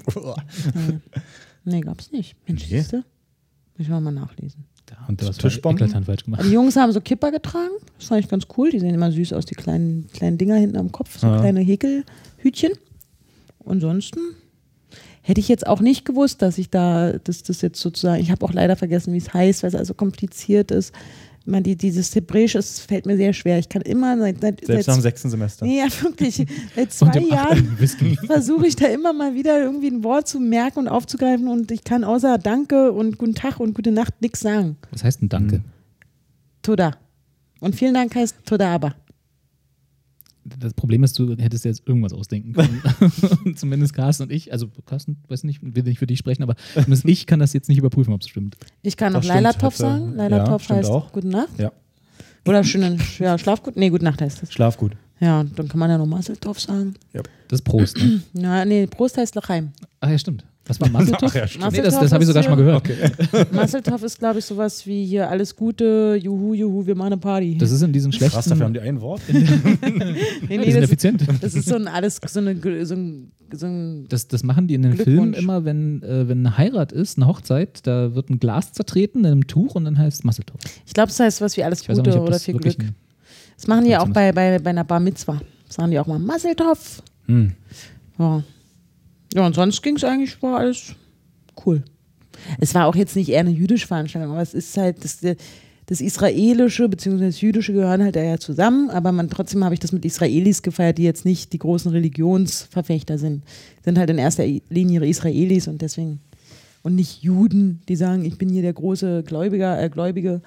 Speaker 6: nee, gab's nicht. Mensch,
Speaker 5: Nee.
Speaker 6: siehste? Müssen wir mal nachlesen.
Speaker 5: Und
Speaker 2: Das
Speaker 5: Tischbomben?
Speaker 2: eklatant falsch gemacht.
Speaker 6: Die Jungs haben so Kipper getragen. Das fand ich ganz cool. Die sehen immer süß aus, die kleinen, kleinen Dinger hinten am Kopf. So
Speaker 5: Ja.
Speaker 6: kleine Häkelhütchen. Ansonsten hätte ich jetzt auch nicht gewusst, dass ich da, dass das jetzt sozusagen, ich habe auch leider vergessen, wie es heißt, weil es also kompliziert ist. Ich meine, die, dieses Hebräisch, es fällt mir sehr schwer. Ich kann immer seit, seit,
Speaker 5: Selbst
Speaker 6: seit
Speaker 5: nach dem sechsten Semester.
Speaker 6: Nee, ja, wirklich. Seit
Speaker 2: Und
Speaker 6: zwei
Speaker 2: dem
Speaker 6: Jahren
Speaker 2: achten Whisky.
Speaker 6: versuche ich da immer mal wieder irgendwie ein Wort zu merken und aufzugreifen und ich kann außer Danke und Guten Tag und Gute Nacht nichts sagen.
Speaker 2: Was heißt denn Danke?
Speaker 6: Toda. Und vielen Dank heißt Toda aber.
Speaker 2: Das Problem ist, du hättest jetzt irgendwas ausdenken können. Zumindest Carsten und ich, also Carsten, weiß nicht, will nicht für dich sprechen, aber zumindest ich kann das jetzt nicht überprüfen, ob es stimmt.
Speaker 6: Ich kann noch
Speaker 5: Das stimmt,
Speaker 6: Lailatov
Speaker 5: hatte-
Speaker 6: sagen. Lailatov
Speaker 5: ja, stimmt
Speaker 6: heißt
Speaker 5: auch.
Speaker 6: Gute Nacht.
Speaker 5: Ja.
Speaker 6: Oder schönen, ja, Schlaf gut. Nee, Gute Nacht heißt das.
Speaker 5: Schlaf gut.
Speaker 6: Ja, dann kann man ja noch Maseltov sagen.
Speaker 2: Das ist Prost, ne?
Speaker 6: Ja, nee, Prost heißt Lachaim.
Speaker 2: Ach ja, stimmt. Das war Maseltov?
Speaker 5: Ach ja, stimmt.
Speaker 2: Nee, das, das habe ich sogar schon mal gehört.
Speaker 6: Maseltov ist, glaube ich, sowas wie hier alles Gute, juhu, juhu, wir machen eine Party.
Speaker 2: Das ist in diesen schlechten...
Speaker 5: Krass, dafür haben die ein Wort.
Speaker 6: nee,
Speaker 2: die
Speaker 6: nee,
Speaker 2: sind
Speaker 6: das,
Speaker 2: effizient.
Speaker 6: das ist so ein alles, so, eine, so ein, so ein
Speaker 2: Das, das machen die in den Filmen
Speaker 6: Glückwunsch.
Speaker 2: immer, wenn, äh, wenn eine Heirat ist, eine Hochzeit, da wird ein Glas zertreten in einem Tuch und dann heißt es Maseltov.
Speaker 6: Ich glaube, das heißt was wie alles
Speaker 2: Ich weiß auch
Speaker 6: Gute
Speaker 2: nicht, ob
Speaker 6: oder
Speaker 2: das
Speaker 6: viel
Speaker 2: wirklich
Speaker 6: Glück.
Speaker 2: ein-
Speaker 6: Das machen die ja auch
Speaker 2: Tradition
Speaker 6: bei, bei, bei einer Bar Mitzwa. Das sagen die auch mal Maseltov.
Speaker 5: Hm.
Speaker 6: Ja. Ja, und sonst ging es eigentlich, war alles cool. Es war auch jetzt nicht eher eine jüdische Veranstaltung, aber es ist halt, das, das Israelische bzw. das Jüdische gehören halt ja zusammen, aber man, trotzdem habe ich das mit Israelis gefeiert, die jetzt nicht die großen Religionsverfechter sind. Sind halt in erster Linie Israelis und deswegen und nicht Juden, die sagen, ich bin hier der große Gläubiger, äh, Gläubige.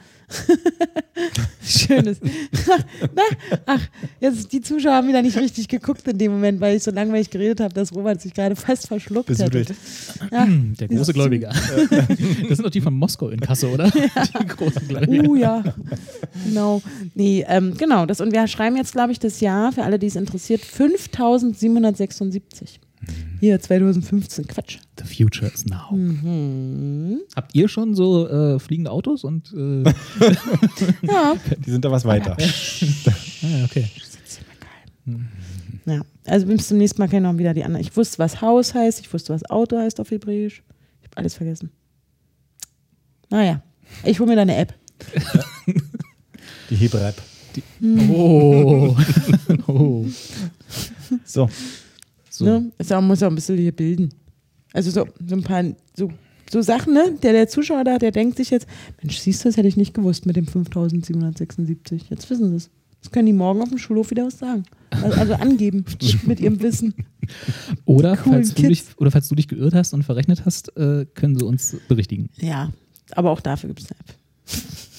Speaker 6: Schönes. Na, ach, jetzt die Zuschauer haben wieder nicht richtig geguckt in dem Moment, weil ich so langweilig geredet habe, dass Robert sich gerade fast verschluckt
Speaker 5: Besudelt.
Speaker 6: hätte. Ja,
Speaker 2: Der große Gläubiger. Das sind doch die von Moskau in Kasse, oder? Die großen Gläubiger.
Speaker 6: uh, ja. Genau. Nee, ähm, genau. Das, und wir schreiben jetzt, glaube ich, das Jahr, für alle, die es interessiert, fünftausendsiebenhundertsechsundsiebzig. Hier, zweitausendfünfzehn. Quatsch.
Speaker 2: The future is now.
Speaker 6: Mhm.
Speaker 2: Habt ihr schon so äh, fliegende Autos und äh,
Speaker 6: Ja.
Speaker 5: Die sind da was weiter.
Speaker 2: ah, okay.
Speaker 6: Ja, also bis zum nächsten Mal kann ich noch wieder die anderen. Ich wusste, was Haus heißt, ich wusste, was Auto heißt auf Hebräisch. Ich habe alles vergessen. Naja, ich hole mir da eine App.
Speaker 5: Die Hebrep.
Speaker 2: Oh. oh.
Speaker 5: So.
Speaker 2: So.
Speaker 6: Ne? Also man muss ja ein bisschen hier bilden. Also so, so ein paar so, so Sachen, ne? Der, der Zuschauer da, der denkt sich jetzt, Mensch, siehst du, das hätte ich nicht gewusst mit dem fünftausendsiebenhundertsechsundsiebzig. Jetzt wissen sie es. Das können die morgen auf dem Schulhof wieder was sagen. Also, also angeben mit ihrem Wissen.
Speaker 2: Oder,
Speaker 6: Coolen
Speaker 2: falls du dich,
Speaker 6: Kids.
Speaker 2: oder falls du dich geirrt hast und verrechnet hast, äh, können sie uns berichtigen.
Speaker 6: Ja, aber auch dafür gibt es eine App.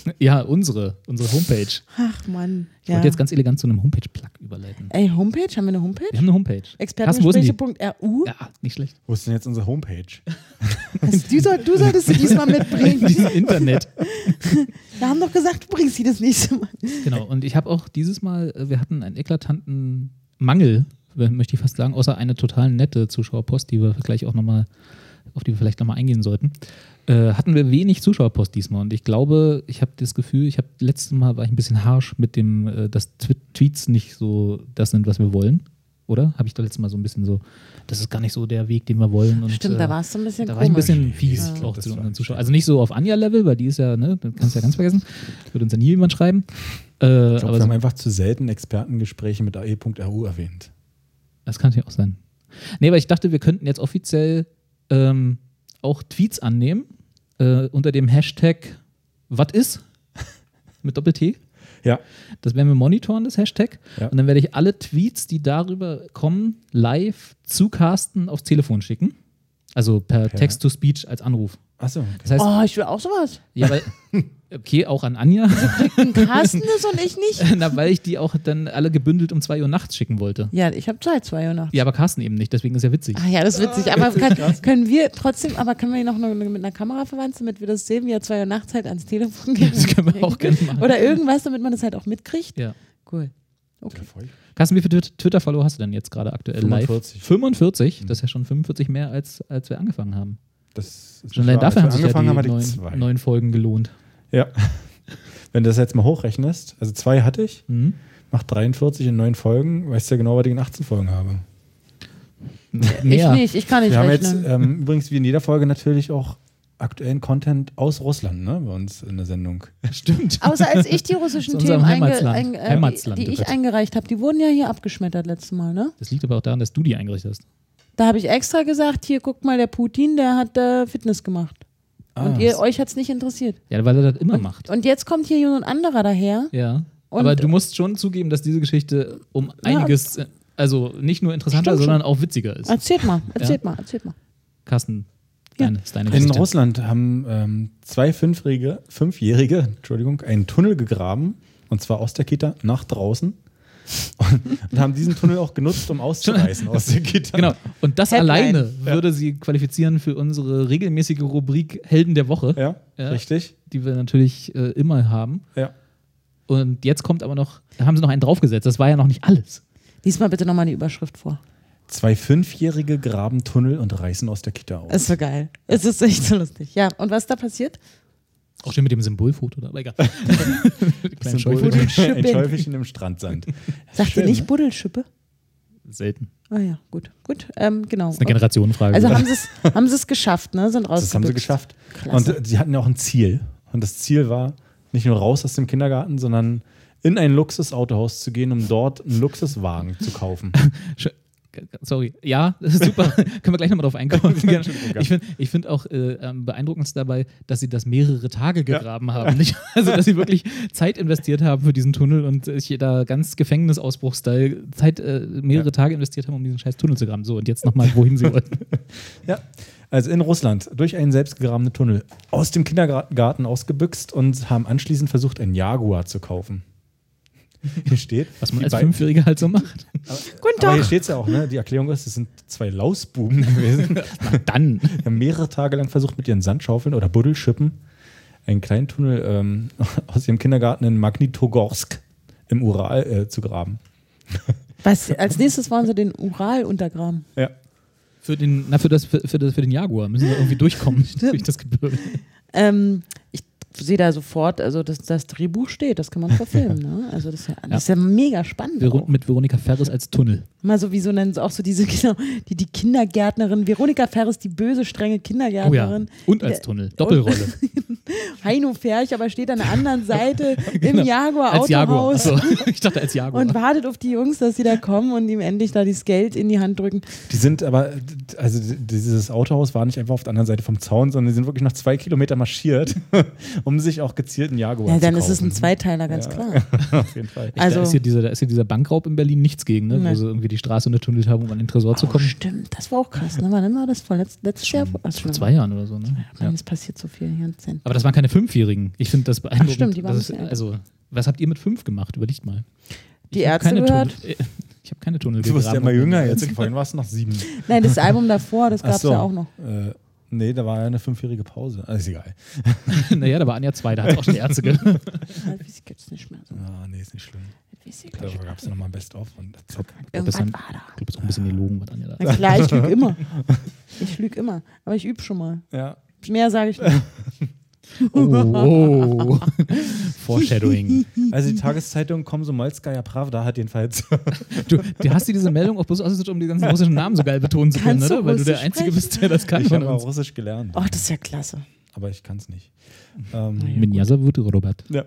Speaker 2: Ja, unsere, unsere Homepage.
Speaker 6: Ach Mann.
Speaker 2: Ich
Speaker 6: Ja.
Speaker 2: wollte jetzt ganz elegant zu einem Homepage-Plug überleiten.
Speaker 6: Ey, Homepage? Haben wir eine Homepage?
Speaker 2: Wir haben eine Homepage. Carsten, wo ist denn
Speaker 6: Expertengespräche
Speaker 2: die?
Speaker 6: Punkt R U.
Speaker 2: Ja, nicht schlecht.
Speaker 5: Wo ist denn jetzt unsere Homepage?
Speaker 6: Du, soll, du solltest sie diesmal mitbringen.
Speaker 2: Dieses Internet.
Speaker 6: Wir haben doch gesagt, du bringst sie das nächste Mal.
Speaker 2: Genau, und ich habe auch dieses Mal, äh, wir hatten einen eklatanten Mangel, äh, möchte ich fast sagen, außer eine total nette Zuschauerpost, die wir gleich auch nochmal, auf die wir vielleicht nochmal eingehen sollten. Äh, hatten wir wenig Zuschauerpost diesmal und ich glaube, ich habe das Gefühl, ich habe letztes Mal war ich ein bisschen harsh mit dem, äh, dass Twi- Tweets nicht so das sind, was wir wollen, oder? Habe ich da letztes Mal so ein bisschen so, das ist gar nicht so der Weg, den wir wollen. Und,
Speaker 6: Stimmt,
Speaker 2: äh,
Speaker 6: da warst du ein bisschen
Speaker 2: Da war ich ein
Speaker 6: komisch.
Speaker 2: bisschen fies
Speaker 5: Ja.
Speaker 2: auch
Speaker 5: Das
Speaker 2: zu
Speaker 5: war-
Speaker 2: unseren Zuschauern. Also nicht so auf Anja-Level, weil die ist ja, ne, das kannst du ja ganz vergessen. Wird uns ja nie jemand schreiben. Äh,
Speaker 5: Ich glaube,
Speaker 2: aber
Speaker 5: wir
Speaker 2: so,
Speaker 5: haben einfach zu selten Expertengespräche mit A E Punkt R U erwähnt.
Speaker 2: das kann natürlich auch sein. Nee, aber ich dachte, wir könnten jetzt offiziell ähm, auch Tweets annehmen äh, unter dem Hashtag Was ist? Mit Doppel-T.
Speaker 5: Ja.
Speaker 2: Das werden wir monitoren, das Hashtag.
Speaker 5: Ja.
Speaker 2: Und dann werde ich alle Tweets, die darüber kommen, live zu Carsten aufs Telefon schicken. Also per
Speaker 5: Per-
Speaker 2: Text-to-Speech als Anruf.
Speaker 5: Achso, okay.
Speaker 2: Das heißt,
Speaker 6: Oh, ich will auch sowas.
Speaker 2: ja, weil, okay, auch an Anja.
Speaker 6: Carsten ist und ich nicht.
Speaker 2: Na, weil ich die auch dann alle gebündelt um zwei Uhr nachts schicken wollte.
Speaker 6: Ja, ich habe Zeit, zwei Uhr nachts.
Speaker 2: Ja, aber Carsten eben nicht, deswegen ist ja witzig.
Speaker 6: Ah ja, das ist witzig. Aber kann, können wir trotzdem, aber können wir ihn noch eine, mit einer Kamera verwandt, damit wir das sehen, wie er zwei Uhr nachts halt ans Telefon geht?
Speaker 2: Das können wir auch gerne machen.
Speaker 6: Oder irgendwas, damit man das halt auch mitkriegt?
Speaker 2: Ja.
Speaker 6: Cool. Okay.
Speaker 2: Carsten, wie viele Twi- Twitter-Follower hast du denn jetzt gerade aktuell
Speaker 5: fünfundvierzig.
Speaker 2: live? fünfundvierzig? Das ist ja schon fünfundvierzig mehr, als, als wir angefangen haben.
Speaker 5: Das ist
Speaker 2: Schon
Speaker 5: nicht
Speaker 2: allein
Speaker 5: wahr.
Speaker 2: dafür haben
Speaker 5: Als
Speaker 2: sich
Speaker 5: wir
Speaker 2: ja
Speaker 5: angefangen
Speaker 2: die
Speaker 5: haben, hatte
Speaker 2: neun,
Speaker 5: ich zwei.
Speaker 2: neun Folgen gelohnt.
Speaker 5: Ja. Wenn du das jetzt mal hochrechnest, also zwei hatte ich,
Speaker 2: Mhm.
Speaker 5: macht dreiundvierzig in neun Folgen, weißt du ja genau, was ich in achtzehn Folgen habe.
Speaker 2: Mehr.
Speaker 6: Ich nicht, ich kann nicht
Speaker 5: Wir haben jetzt
Speaker 6: rechnen.
Speaker 5: ähm, übrigens wie in jeder Folge natürlich auch aktuellen Content aus Russland, ne, bei uns in der Sendung.
Speaker 2: Stimmt.
Speaker 6: Außer als ich die russischen
Speaker 2: Das ist unser
Speaker 6: Themen einge,
Speaker 2: Heimatsland.
Speaker 6: ein, äh,
Speaker 2: Heimatsland,
Speaker 6: die, die ich
Speaker 2: bitte.
Speaker 6: eingereicht habe, die wurden ja hier abgeschmettert letztes Mal, ne?
Speaker 2: Das liegt aber auch daran, dass du die eingerichtet hast.
Speaker 6: Da habe ich extra gesagt, hier guckt mal, der Putin, der hat äh, Fitness gemacht. Und
Speaker 5: Ah,
Speaker 6: ihr, euch hat es nicht interessiert.
Speaker 2: Ja, weil er das immer macht.
Speaker 6: Und jetzt kommt hier ein anderer daher.
Speaker 2: Ja.
Speaker 6: Und-
Speaker 2: aber du musst schon zugeben, dass diese Geschichte um einiges, äh, also nicht nur interessanter,
Speaker 6: Stimmt schon.
Speaker 2: sondern auch witziger ist.
Speaker 6: Erzählt mal, erzählt
Speaker 2: Ja.
Speaker 6: mal, erzählt mal.
Speaker 2: Carsten,
Speaker 6: Ja.
Speaker 2: deine, ist deine
Speaker 5: In
Speaker 2: Geschichte.
Speaker 5: Russland haben ähm, zwei Fünfjährige, Fünfjährige Entschuldigung, einen Tunnel gegraben, und zwar aus der Kita nach draußen. Und, und haben diesen Tunnel auch genutzt, um auszureißen aus der Kita.
Speaker 2: Genau. Und das
Speaker 6: Headline.
Speaker 2: alleine würde sie qualifizieren für unsere regelmäßige Rubrik Helden der Woche,
Speaker 5: Ja,
Speaker 2: Ja.
Speaker 5: richtig.
Speaker 2: die wir natürlich äh, immer haben.
Speaker 5: Ja.
Speaker 2: Und jetzt kommt aber noch, da haben sie noch einen draufgesetzt. Das war ja noch nicht alles.
Speaker 6: Lies mal bitte nochmal die Überschrift vor.
Speaker 5: Zwei Fünfjährige graben Tunnel und reißen aus der Kita aus.
Speaker 6: Ist so geil. Es ist echt so lustig. Ja, und was ist da passiert?
Speaker 2: Auch schön mit dem Symbolfoto, oder? Aber egal. Kleinen
Speaker 5: Symbol-
Speaker 2: Schäufelchen.
Speaker 5: ein Schäufelchen im Strandsand.
Speaker 6: Sagt ihr
Speaker 5: Schön,
Speaker 6: nicht
Speaker 5: ne?
Speaker 6: Buddelschippe?
Speaker 2: Selten.
Speaker 6: Ah ja, gut. Gut, ähm, genau.
Speaker 2: Das ist eine Generationenfrage.
Speaker 6: Also haben sie es haben sie es geschafft, ne? Sind rausgebüxt.
Speaker 5: Das haben sie geschafft.
Speaker 6: Klasse.
Speaker 5: Und äh, sie hatten ja auch ein Ziel. Und das Ziel war, nicht nur raus aus dem Kindergarten, sondern in ein Luxusautohaus zu gehen, um dort einen Luxuswagen zu kaufen.
Speaker 2: Sch- Sorry. Ja, das ist super. Können wir gleich nochmal drauf einkommen. Ich finde ich find auch äh, am beeindruckendsten dabei, dass sie das mehrere Tage gegraben haben. Nicht? Also, dass sie wirklich Zeit investiert haben für diesen Tunnel und sich da ganz Gefängnisausbruchstyle Zeit, äh, mehrere
Speaker 5: Ja.
Speaker 2: Tage investiert haben, um diesen scheiß Tunnel zu graben. So, und jetzt nochmal, wohin sie wollten.
Speaker 5: Ja, also in Russland durch einen selbstgegrabenen Tunnel aus dem Kindergarten ausgebüxt und haben anschließend versucht, einen Jaguar zu kaufen. Hier steht,
Speaker 2: Was man
Speaker 5: die
Speaker 2: als
Speaker 5: beiden-
Speaker 2: Fünfjähriger halt so macht.
Speaker 6: Guten
Speaker 5: Aber hier
Speaker 6: Tag.
Speaker 5: steht es ja auch, ne? Die Erklärung ist, es sind zwei Lausbuben gewesen.
Speaker 2: Na dann.
Speaker 5: Die haben mehrere Tage lang versucht, mit ihren Sandschaufeln oder Buddelschippen einen kleinen Tunnel ähm, aus ihrem Kindergarten in Magnitogorsk im Ural äh, zu graben.
Speaker 6: Was, als nächstes wollen sie den Ural untergraben.
Speaker 5: Ja.
Speaker 2: Für den, na, für, das, für, für, das, für den Jaguar müssen wir irgendwie durchkommen durch das Gebirge.
Speaker 6: Ähm, ich sehe da sofort, also das, das Drehbuch steht, das kann man verfilmen. Ne? Also das ist ja, das ist ja mega spannend.
Speaker 2: Vero
Speaker 6: Auch.
Speaker 2: mit Veronika Ferres als Tunnel.
Speaker 6: Mal so wie so nennen sie auch so diese, genau, die, die Kindergärtnerin, Veronika Ferres, die böse, strenge
Speaker 2: Oh ja.
Speaker 6: Kindergärtnerin.
Speaker 2: Und als
Speaker 6: Der-
Speaker 2: Tunnel. Doppelrolle.
Speaker 6: Heino Ferch, aber steht an der anderen Seite
Speaker 2: Genau.
Speaker 6: im Jaguar
Speaker 2: Als Jaguar.
Speaker 6: Autohaus
Speaker 2: Achso, ich dachte als Jaguar.
Speaker 6: und wartet auf die Jungs, dass sie da kommen und ihm endlich da das Geld in die Hand drücken.
Speaker 5: Die sind aber, also dieses Autohaus war nicht einfach auf der anderen Seite vom Zaun, sondern die sind wirklich noch zwei Kilometer marschiert um sich auch gezielt einen Jaguar
Speaker 6: Ja,
Speaker 5: zu
Speaker 6: dann
Speaker 5: kaufen.
Speaker 6: ist es ein Zweiteiler, ganz
Speaker 5: Ja.
Speaker 6: klar.
Speaker 5: Auf jeden Fall.
Speaker 6: Also-
Speaker 2: da, ist hier dieser, da ist hier dieser Bankraub in Berlin nichts gegen, ne?
Speaker 6: Nee.
Speaker 2: Wo sie irgendwie die Straße untertunnelt haben, um an den Tresor zu
Speaker 6: Oh,
Speaker 2: kommen.
Speaker 6: stimmt, das war auch krass. Ne? Wann war das? Vor letzt, letztes Jahr? Also
Speaker 2: Vor zwei Jahren oder so, ne? Ja.
Speaker 6: Es passiert so viel hier in Zen.
Speaker 2: Aber das waren keine Fünfjährigen. Ich finde das beeindruckend.
Speaker 6: stimmt, die waren
Speaker 2: das
Speaker 6: ein
Speaker 2: ist,
Speaker 6: bisschen
Speaker 2: also, was habt ihr mit fünf gemacht? Überlegt mal.
Speaker 6: Die
Speaker 2: Ich hab
Speaker 6: Ärzte
Speaker 2: keine
Speaker 6: gehört?
Speaker 2: Tunnel, äh, ich habe keine Tunnel
Speaker 5: Du bist ja
Speaker 2: gegraben.
Speaker 5: immer jünger jetzt. Vorhin warst du noch sieben.
Speaker 6: Nein, das Album davor, das
Speaker 5: Ach
Speaker 6: gab es
Speaker 5: so.
Speaker 6: ja auch noch.
Speaker 5: Äh, nee, da war ja eine fünfjährige Pause. Also ist egal.
Speaker 2: Naja, da war Anja zwei, da hat auch schon Ärzte gehört.
Speaker 6: Das weiß ich jetzt nicht mehr so.
Speaker 5: Ah, nee, ist nicht schlimm.
Speaker 6: Das weiß ich
Speaker 5: Da
Speaker 6: nicht.
Speaker 5: gab es ja nochmal ein Best-of und zack.
Speaker 6: Irgendwas
Speaker 2: das
Speaker 6: war da.
Speaker 2: Ich glaube, es ist auch ein bisschen gelogen, was Anja da
Speaker 6: Na klar, ich lüge immer. Ich lüge immer. Aber ich übe schon mal.
Speaker 5: Ja.
Speaker 6: Mehr sage ich nicht.
Speaker 2: Oh, oh. Foreshadowing.
Speaker 5: Also die Tageszeitungen Komsomolskaja Pravda hat jedenfalls.
Speaker 2: Du, du hast dir diese Meldung auch bloß ausgesucht, um die ganzen russischen Namen so geil betonen zu können,
Speaker 6: Kannst du
Speaker 2: oder? Weil du der
Speaker 6: Russisch
Speaker 2: Einzige
Speaker 6: sprechen?
Speaker 2: bist, der das kann
Speaker 5: Ich
Speaker 2: von
Speaker 5: habe auch
Speaker 2: uns.
Speaker 5: Russisch gelernt.
Speaker 6: Oh, das ist ja klasse.
Speaker 5: Aber ich kann es nicht. Ähm,
Speaker 2: Minjasa wird Robert.
Speaker 5: ja.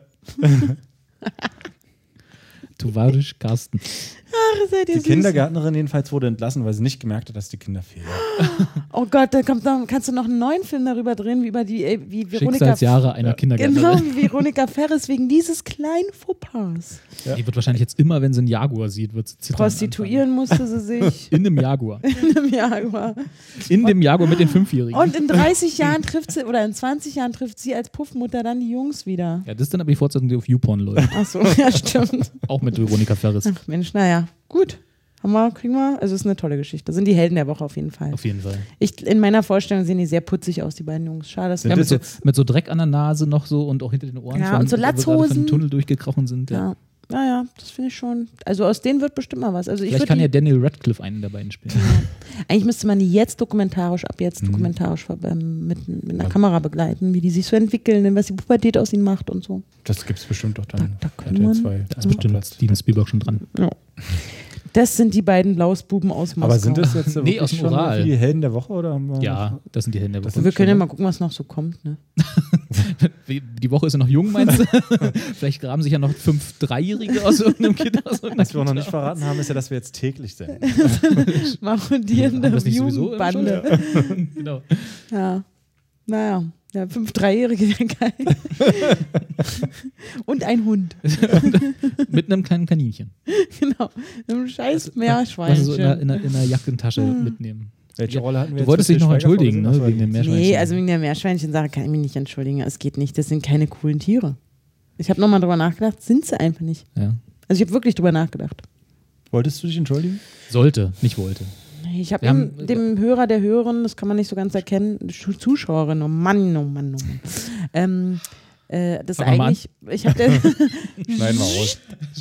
Speaker 2: Tovarisch Carsten.
Speaker 6: Ach, seid ihr
Speaker 5: Die
Speaker 6: süß.
Speaker 5: Kindergärtnerin jedenfalls wurde entlassen, weil sie nicht gemerkt hat, dass die Kinder fehlen.
Speaker 6: Oh Gott, da kommt noch, kannst du noch einen neuen Film darüber drehen, wie über die, äh, wie Veronika.
Speaker 2: Schicksalsjahre einer
Speaker 6: Genau,
Speaker 2: Kindergärtnerin.
Speaker 6: wie Veronika Ferris wegen dieses kleinen Fauxpas.
Speaker 2: Die wird wahrscheinlich jetzt immer, wenn sie einen Jaguar sieht, wird sie zittern.
Speaker 6: Prostituieren musste sie sich
Speaker 2: anfangen. In dem Jaguar.
Speaker 6: in einem Jaguar.
Speaker 2: In dem Jaguar mit den Fünfjährigen.
Speaker 6: Und in dreißig Jahren trifft sie, oder in zwanzig Jahren trifft sie als Puffmutter dann die Jungs wieder.
Speaker 2: Ja, das ist dann aber die Fortsetzung, die auf YouPorn läuft.
Speaker 6: Achso, ja, stimmt.
Speaker 2: Auch mit Veronika Ferris.
Speaker 6: Ach Mensch, naja, gut. Haben wir, kriegen wir. Also, es ist eine tolle Geschichte. Das sind die Helden der Woche auf jeden Fall.
Speaker 2: Auf jeden Fall.
Speaker 6: Ich, in meiner Vorstellung sehen die sehr putzig aus, die beiden Jungs. Schade, dass
Speaker 5: Sind
Speaker 2: Ja,
Speaker 6: wir
Speaker 2: mit, so,
Speaker 5: jetzt-
Speaker 2: mit so Dreck an der Nase noch so und auch hinter den Ohren.
Speaker 6: Ja,
Speaker 2: von,
Speaker 6: und so
Speaker 2: wo wir gerade
Speaker 6: Latzhosen.
Speaker 2: von dem Tunnel durchgekrochen sind. Ja.
Speaker 6: Ja, naja, das finde ich schon. Also aus denen wird bestimmt mal was. Also ich
Speaker 2: Vielleicht
Speaker 6: würd
Speaker 2: kann
Speaker 6: die,
Speaker 2: ja Daniel Radcliffe einen der beiden spielen.
Speaker 6: Eigentlich müsste man die jetzt dokumentarisch, ab
Speaker 2: Mhm.
Speaker 6: jetzt dokumentarisch ähm, mit, mit einer Kamera begleiten, wie die sich so entwickeln, was die Pubertät aus ihnen macht und so.
Speaker 5: Das gibt es bestimmt doch dann.
Speaker 6: Da- da kann
Speaker 5: R T L
Speaker 6: man-
Speaker 5: zwei.
Speaker 2: Da ist bestimmt Steven Spielberg schon dran.
Speaker 6: Ja. Das sind die beiden Lausbuben aus Moskau.
Speaker 5: Aber sind das jetzt
Speaker 2: Nee,
Speaker 5: wirklich
Speaker 2: aus dem
Speaker 5: schon
Speaker 2: Oral.
Speaker 5: die Helden der Woche? Oder haben wir
Speaker 2: Ja, das sind die Hände der
Speaker 5: Das
Speaker 2: Woche.
Speaker 6: Wir können ja mal gucken, was noch so kommt. Ne?
Speaker 2: Wie- Die Woche ist ja noch jung, meinst du? Vielleicht graben sich ja noch fünf Dreijährige aus irgendeinem Kind aus.
Speaker 5: Was wir auch noch nicht verraten haben, ist ja, dass wir jetzt täglich senden.
Speaker 6: Marodierende
Speaker 2: Haben wir das nicht sowieso im
Speaker 6: Jugendbande.
Speaker 2: Genau.
Speaker 6: Ja. Naja. Ja, fünf Dreijährige wäre geil. Und ein Hund.
Speaker 2: Mit einem kleinen Kaninchen.
Speaker 6: Genau. Einem scheiß
Speaker 2: Was
Speaker 6: Meerschweinchen.
Speaker 2: sie so in der, in der, in der Jackentasche mitnehmen.
Speaker 5: Welche Rolle hatten wir
Speaker 2: Du
Speaker 5: jetzt
Speaker 2: wolltest
Speaker 5: für
Speaker 2: dich noch
Speaker 5: Til Schweiger
Speaker 2: entschuldigen,
Speaker 5: vorgesehen?
Speaker 2: ne, wegen dem Meerschweinchen.
Speaker 6: Nee, also wegen der Meerschweinchen-Sache kann ich mich nicht entschuldigen. Es geht nicht. Das sind keine coolen Tiere. Ich habe nochmal drüber nachgedacht. Sind sie einfach nicht.
Speaker 2: Ja.
Speaker 6: Also ich habe wirklich drüber nachgedacht.
Speaker 5: Wolltest du dich entschuldigen?
Speaker 2: Sollte, nicht wollte.
Speaker 6: Ich habe
Speaker 2: Wir haben-
Speaker 6: dem Hörer, der Hörerin, das kann man nicht so ganz erkennen, Sch- Zuschauerin, oh Mann, oh Mann, oh Mann. ähm, äh, das
Speaker 2: Fang mal
Speaker 6: eigentlich, ich habe der
Speaker 5: Schneiden wir aus.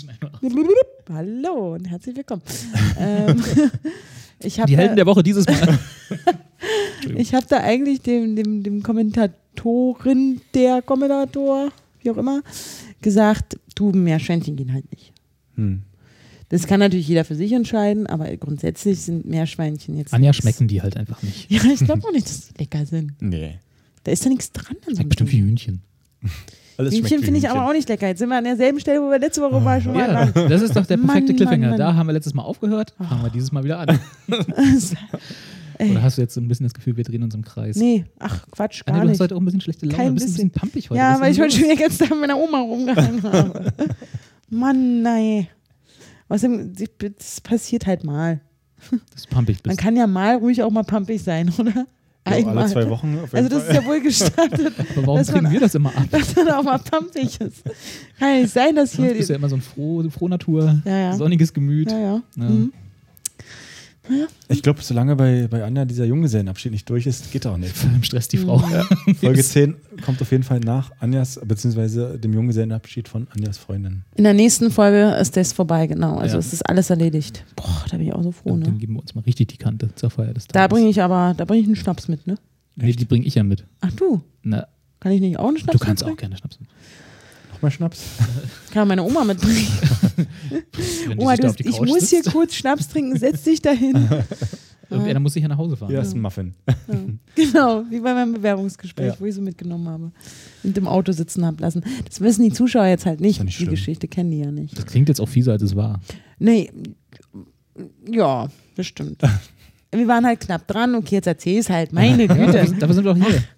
Speaker 6: Hallo und herzlich willkommen. ähm, ich habe
Speaker 2: Die Helden
Speaker 6: da,
Speaker 2: der Woche dieses Mal.
Speaker 6: ich hab da eigentlich dem, dem, dem Kommentatorin, der Kommentator, wie auch immer, gesagt, du, Meerschweinchen gehen halt nicht.
Speaker 5: Hm.
Speaker 6: Das kann natürlich jeder für sich entscheiden, aber grundsätzlich sind Meerschweinchen jetzt
Speaker 2: Anja
Speaker 6: nichts.
Speaker 2: schmecken die halt einfach nicht.
Speaker 6: Ja, ich glaube auch nicht, dass die lecker sind.
Speaker 5: Nee.
Speaker 6: Da ist ja nichts dran. An so
Speaker 2: Schmeckt
Speaker 6: einem
Speaker 2: bestimmt wie
Speaker 6: Ding.
Speaker 2: Hühnchen.
Speaker 5: Alles schmeckt
Speaker 6: Hühnchen
Speaker 5: wie
Speaker 6: finde ich
Speaker 5: Hühnchen.
Speaker 6: aber auch nicht lecker. Jetzt sind wir an derselben Stelle, wo wir letzte Woche waren, schon mal
Speaker 2: Ja,
Speaker 6: dran.
Speaker 2: das ist doch der perfekte
Speaker 6: Mann,
Speaker 2: Cliffhanger.
Speaker 6: Mann,
Speaker 2: Da
Speaker 6: Mann.
Speaker 2: haben wir letztes Mal aufgehört, fangen wir dieses Mal wieder an.
Speaker 6: Ey.
Speaker 2: Oder hast du jetzt so ein bisschen das Gefühl, wir drehen uns im Kreis?
Speaker 6: Nee, ach Quatsch,
Speaker 2: Anja,
Speaker 6: gar
Speaker 2: du
Speaker 6: nicht.
Speaker 2: hast heute auch ein bisschen schlechte Laune,
Speaker 6: Kein
Speaker 2: ein bisschen,
Speaker 6: bisschen.
Speaker 2: bisschen pampig heute.
Speaker 6: Ja,
Speaker 2: Was
Speaker 6: weil
Speaker 2: ist
Speaker 6: ich
Speaker 2: denn
Speaker 6: heute schon
Speaker 2: los?
Speaker 6: den ganzen Tag mit meiner Oma rumgehangen habe. Mann, nein. Außerdem, das passiert halt mal.
Speaker 2: Dass du pampig
Speaker 6: Man
Speaker 2: bist.
Speaker 6: kann ja mal ruhig auch mal pampig sein, oder?
Speaker 5: Ja, alle zwei Wochen auf jeden
Speaker 6: Also das
Speaker 5: Fall.
Speaker 6: ist ja wohl gestattet,
Speaker 2: Aber warum
Speaker 6: dass man-
Speaker 2: kriegen wir das immer ab?
Speaker 6: dass man auch mal pampig ist. Kann ja nicht sein, dass
Speaker 2: Du
Speaker 6: hier...
Speaker 2: bist ja immer so ein froh, Frohnatur,
Speaker 6: Ja, ja.
Speaker 2: sonniges Gemüt.
Speaker 6: Ja, ja.
Speaker 2: Ja.
Speaker 6: Mhm.
Speaker 5: Ich glaube, solange bei, bei Anja dieser Junggesellenabschied nicht durch ist, geht auch nicht.
Speaker 2: Im Stress die Frau.
Speaker 5: Folge zehn kommt auf jeden Fall nach Anjas, beziehungsweise dem Junggesellenabschied von Anjas Freundin.
Speaker 6: In der nächsten Folge ist das vorbei, genau. Also
Speaker 2: Ja.
Speaker 6: es ist alles erledigt. Boah, da bin ich auch so froh,
Speaker 2: Und dann
Speaker 6: ne?
Speaker 2: geben wir uns mal richtig die Kante zur Feier des Tages.
Speaker 6: Da bringe ich aber, da bringe ich einen Schnaps mit, ne?
Speaker 2: Nee, die bringe ich ja mit.
Speaker 6: Ach du,
Speaker 2: Na,
Speaker 6: kann ich nicht auch einen Schnaps
Speaker 2: du kannst auch
Speaker 6: mitbringen?
Speaker 2: gerne Schnaps mit.
Speaker 5: Nochmal Schnaps?
Speaker 6: Kann meine Oma mitbringen.
Speaker 2: Wenn die
Speaker 6: Oma,
Speaker 2: sich da
Speaker 6: du,
Speaker 2: auf die
Speaker 6: ich
Speaker 2: Couch
Speaker 6: muss hier
Speaker 2: sitzt.
Speaker 6: kurz Schnaps trinken, setz dich dahin.
Speaker 2: Irgendeiner muss sich ja nach Hause fahren.
Speaker 5: Hier ist ein Muffin.
Speaker 6: Ja. Genau, wie bei meinem Bewerbungsgespräch,
Speaker 5: Ja.
Speaker 6: wo ich so mitgenommen habe und im Auto sitzen habe lassen. Das wissen die Zuschauer jetzt halt nicht.
Speaker 5: Ist ja nicht
Speaker 6: die
Speaker 5: schlimm.
Speaker 6: Geschichte kennen die ja nicht.
Speaker 2: Das klingt jetzt auch fieser, als es war.
Speaker 6: Nee, ja, das stimmt. Wir waren halt knapp dran. Okay, jetzt erzähl es halt. Meine
Speaker 2: Ja,
Speaker 6: Güte.
Speaker 2: dafür, dafür sind wir doch hier.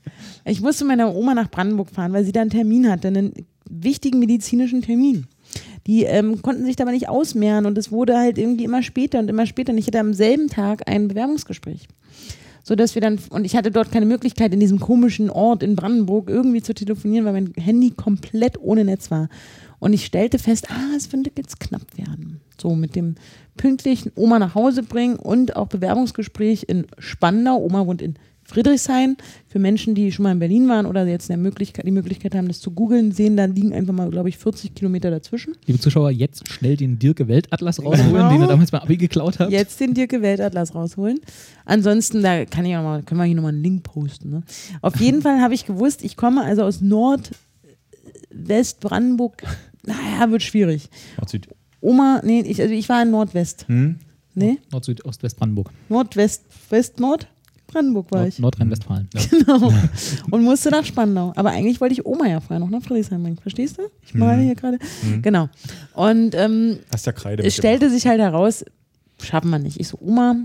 Speaker 6: Ich musste mit meiner Oma nach Brandenburg fahren, weil sie da einen Termin hatte, einen wichtigen medizinischen Termin. Die ähm, konnten sich dabei nicht ausmehren und es wurde halt irgendwie immer später und immer später. Und ich hatte am selben Tag ein Bewerbungsgespräch. So dass wir dann, und ich hatte dort keine Möglichkeit, in diesem komischen Ort in Brandenburg irgendwie zu telefonieren, weil mein Handy komplett ohne Netz war. Und ich stellte fest, ah, es könnte jetzt knapp werden. So mit dem pünktlichen Oma nach Hause bringen und auch Bewerbungsgespräch in Spandau. Oma wohnt in Friedrichshain. Für Menschen, die schon mal in Berlin waren oder jetzt eine Möglichkeit, die Möglichkeit haben, das zu googeln, sehen, da liegen einfach mal, glaube ich, vierzig Kilometer dazwischen.
Speaker 2: Liebe Zuschauer, jetzt schnell den Dirke-Weltatlas rausholen,
Speaker 6: Genau.
Speaker 2: den ihr damals beim Abi geklaut habt.
Speaker 6: Jetzt den Dirke-Weltatlas rausholen. Ansonsten, da kann ich auch mal, können wir hier nochmal einen Link posten. Ne? Auf jeden Fall habe ich gewusst, ich komme also aus Nordwest-Brandenburg. Naja, wird schwierig.
Speaker 5: Nord-Süd.
Speaker 6: Oma, nee, ich, also ich war in Nordwest.
Speaker 5: Hm?
Speaker 6: Nee?
Speaker 2: Nord, Süd, Ost, West, Brandenburg.
Speaker 6: Nordwest, West, Nord? Brandenburg war
Speaker 2: Nord,
Speaker 6: ich.
Speaker 2: Nordrhein-Westfalen. Ja.
Speaker 6: Genau. Und musste nach Spandau. Aber eigentlich wollte ich Oma ja vorher noch nach Friedrichshain bringen. Verstehst du? Ich meine hier gerade.
Speaker 5: Mhm.
Speaker 6: Genau. Und ähm,
Speaker 5: Hast ja Kreide
Speaker 6: es stellte sich halt heraus, schaffen wir nicht. Ich so, Oma,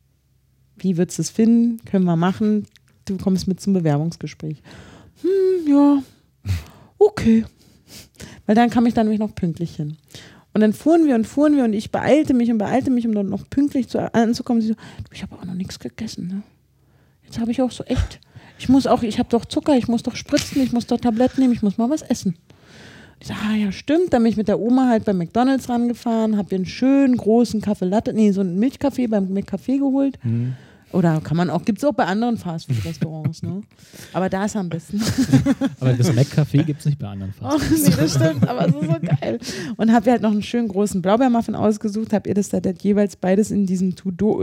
Speaker 6: wie würdest du es finden? Können wir machen? Du kommst mit zum Bewerbungsgespräch. Hm, ja, okay. Weil dann kam ich dann nämlich noch pünktlich hin. Und dann fuhren wir und fuhren wir und ich beeilte mich und beeilte mich, um dann noch pünktlich zu, anzukommen. Sie so, ich habe auch noch nichts gegessen, ne? Jetzt habe ich auch so echt, ich muss auch, ich habe doch Zucker, ich muss doch spritzen, ich muss doch Tabletten nehmen, ich muss mal was essen. Ich sage, ah ja, stimmt. Dann bin ich mit der Oma halt bei McDonalds rangefahren, habe ihr einen schönen großen Kaffee Latte, nee, so einen Milchkaffee beim McCafé geholt. Mhm. Oder kann man auch, gibt es auch bei anderen Fastfood-Restaurants, ne? Aber da ist am besten.
Speaker 2: Aber das McCafé gibt es nicht bei anderen
Speaker 6: Oh,
Speaker 2: Fastfood.
Speaker 6: nee, das stimmt, aber es ist so geil. Und habe ihr halt noch einen schönen großen Blaubeermuffin ausgesucht, habe ihr das da jeweils beides in diesen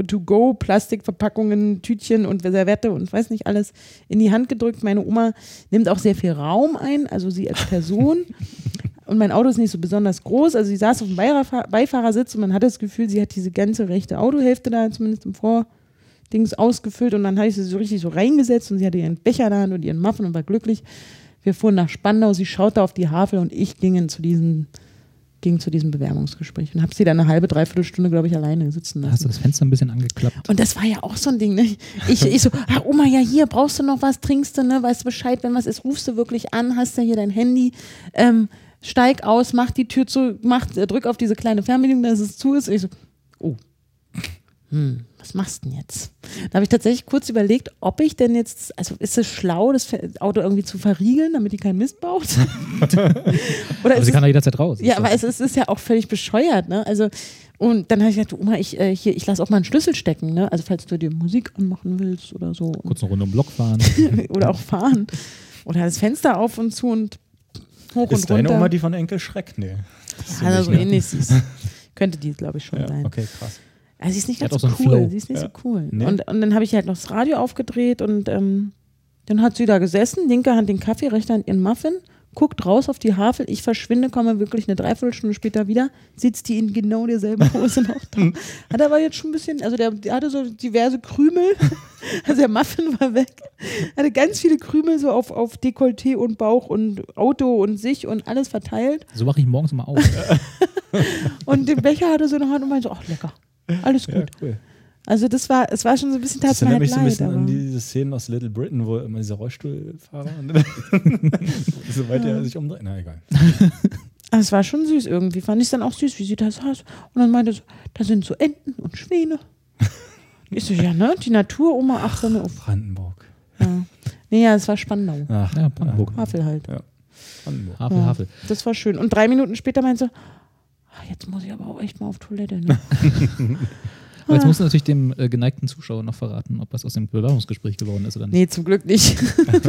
Speaker 6: To-Go-Plastikverpackungen, Tütchen und Servette und weiß nicht alles in die Hand gedrückt. Meine Oma nimmt auch sehr viel Raum ein, also sie als Person. Und mein Auto ist nicht so besonders groß, also sie saß auf dem Beifahr- Beifahrersitz und man hatte das Gefühl, sie hat diese ganze rechte Autohälfte da zumindest im Vor Dings ausgefüllt und dann habe ich sie so richtig so reingesetzt und sie hatte ihren Becher in der Hand und ihren Muffin und war glücklich. Wir fuhren nach Spandau, sie schaute auf die Havel und ich ging zu diesem, ging zu diesem Bewerbungsgespräch und habe sie dann eine halbe, dreiviertel Stunde, glaube ich, alleine sitzen lassen.
Speaker 2: Hast du das Fenster ein bisschen angeklappt?
Speaker 6: Und das war ja auch so ein Ding, ne? Ich, ich so, ah, Oma, ja hier, brauchst du noch was, trinkst du, ne? Weißt du Bescheid, wenn was ist, rufst du wirklich an, hast ja hier dein Handy, ähm, steig aus, mach die Tür zu, mach, drück auf diese kleine Fernbedienung, dass es zu ist. Und ich so, oh, hm, was machst du denn jetzt? Da habe ich tatsächlich kurz überlegt, ob ich denn jetzt, also ist es schlau, das Auto irgendwie zu verriegeln, damit die keinen Mist baut? Oder
Speaker 2: Aber sie kann ja jederzeit raus.
Speaker 6: ja, aber es ist, es ist ja auch völlig bescheuert, ne? Also, und dann habe ich gesagt, Oma, ich, äh, hier, ich lasse auch mal einen Schlüssel stecken, ne? Also falls du dir Musik anmachen willst oder so.
Speaker 2: Kurz eine Runde um den Block fahren.
Speaker 6: Oder auch fahren. Oder das Fenster auf und zu und hoch
Speaker 5: Ist
Speaker 6: und runter.
Speaker 5: deine Oma die von Enkel Schreck? Nee.
Speaker 6: Ja, also
Speaker 5: nicht, ne?
Speaker 6: ähnlich süß. Könnte die, glaube ich, schon
Speaker 5: Ja,
Speaker 6: sein.
Speaker 5: okay, krass.
Speaker 6: Also sie ist nicht
Speaker 2: Die hat
Speaker 6: ganz
Speaker 2: auch
Speaker 6: so
Speaker 2: so einen
Speaker 6: cool.
Speaker 2: Flow.
Speaker 6: Sie ist nicht
Speaker 5: Ja.
Speaker 6: so cool.
Speaker 5: Nee.
Speaker 6: Und, und dann habe ich halt noch das Radio aufgedreht und ähm, dann hat sie da gesessen, linke Hand den Kaffee, rechte Hand ihren Muffin, guckt raus auf die Havel, ich verschwinde, komme wirklich eine Dreiviertelstunde später wieder, sitzt die in genau derselben Hose noch da. Hat aber jetzt schon ein bisschen, also der, der hatte so diverse Krümel, also der Muffin war weg, hatte ganz viele Krümel so auf, auf Dekolleté und Bauch und Auto und sich und alles verteilt.
Speaker 2: So wache ich morgens immer auf.
Speaker 6: Und den Becher hatte so in der Hand und meinte so, ach lecker, alles gut.
Speaker 5: Ja, cool.
Speaker 6: Also das war, es war schon so ein bisschen, tat
Speaker 5: Das
Speaker 6: mir
Speaker 5: erinnert
Speaker 6: halt
Speaker 5: mich so ein
Speaker 6: leid.
Speaker 5: bisschen
Speaker 6: Aber
Speaker 5: an diese Szenen aus Little Britain, wo immer dieser Rollstuhlfahrer so weit er sich umdreht. Na egal.
Speaker 6: aber es war schon süß irgendwie, fand ich dann auch süß, wie sie da saß. Und dann meinte sie, da sind so Enten und Schwäne. Ich so, ja ne, die Natur, Oma, achte nur auf.
Speaker 5: Brandenburg.
Speaker 6: Ja. Nee, ja, es war Spandau.
Speaker 5: Ach,
Speaker 2: Ja, Brandenburg.
Speaker 6: Havel halt.
Speaker 5: Ja. Brandenburg.
Speaker 2: Havel,
Speaker 6: Ja.
Speaker 2: Havel.
Speaker 6: Das war schön. Und drei Minuten später meinte sie, ach, jetzt muss ich aber auch echt mal auf Toilette. Ne?
Speaker 2: Aber jetzt musst du natürlich dem äh, geneigten Zuschauer noch verraten, ob was aus dem Bewerbungsgespräch geworden ist oder nicht.
Speaker 6: Nee, zum Glück nicht.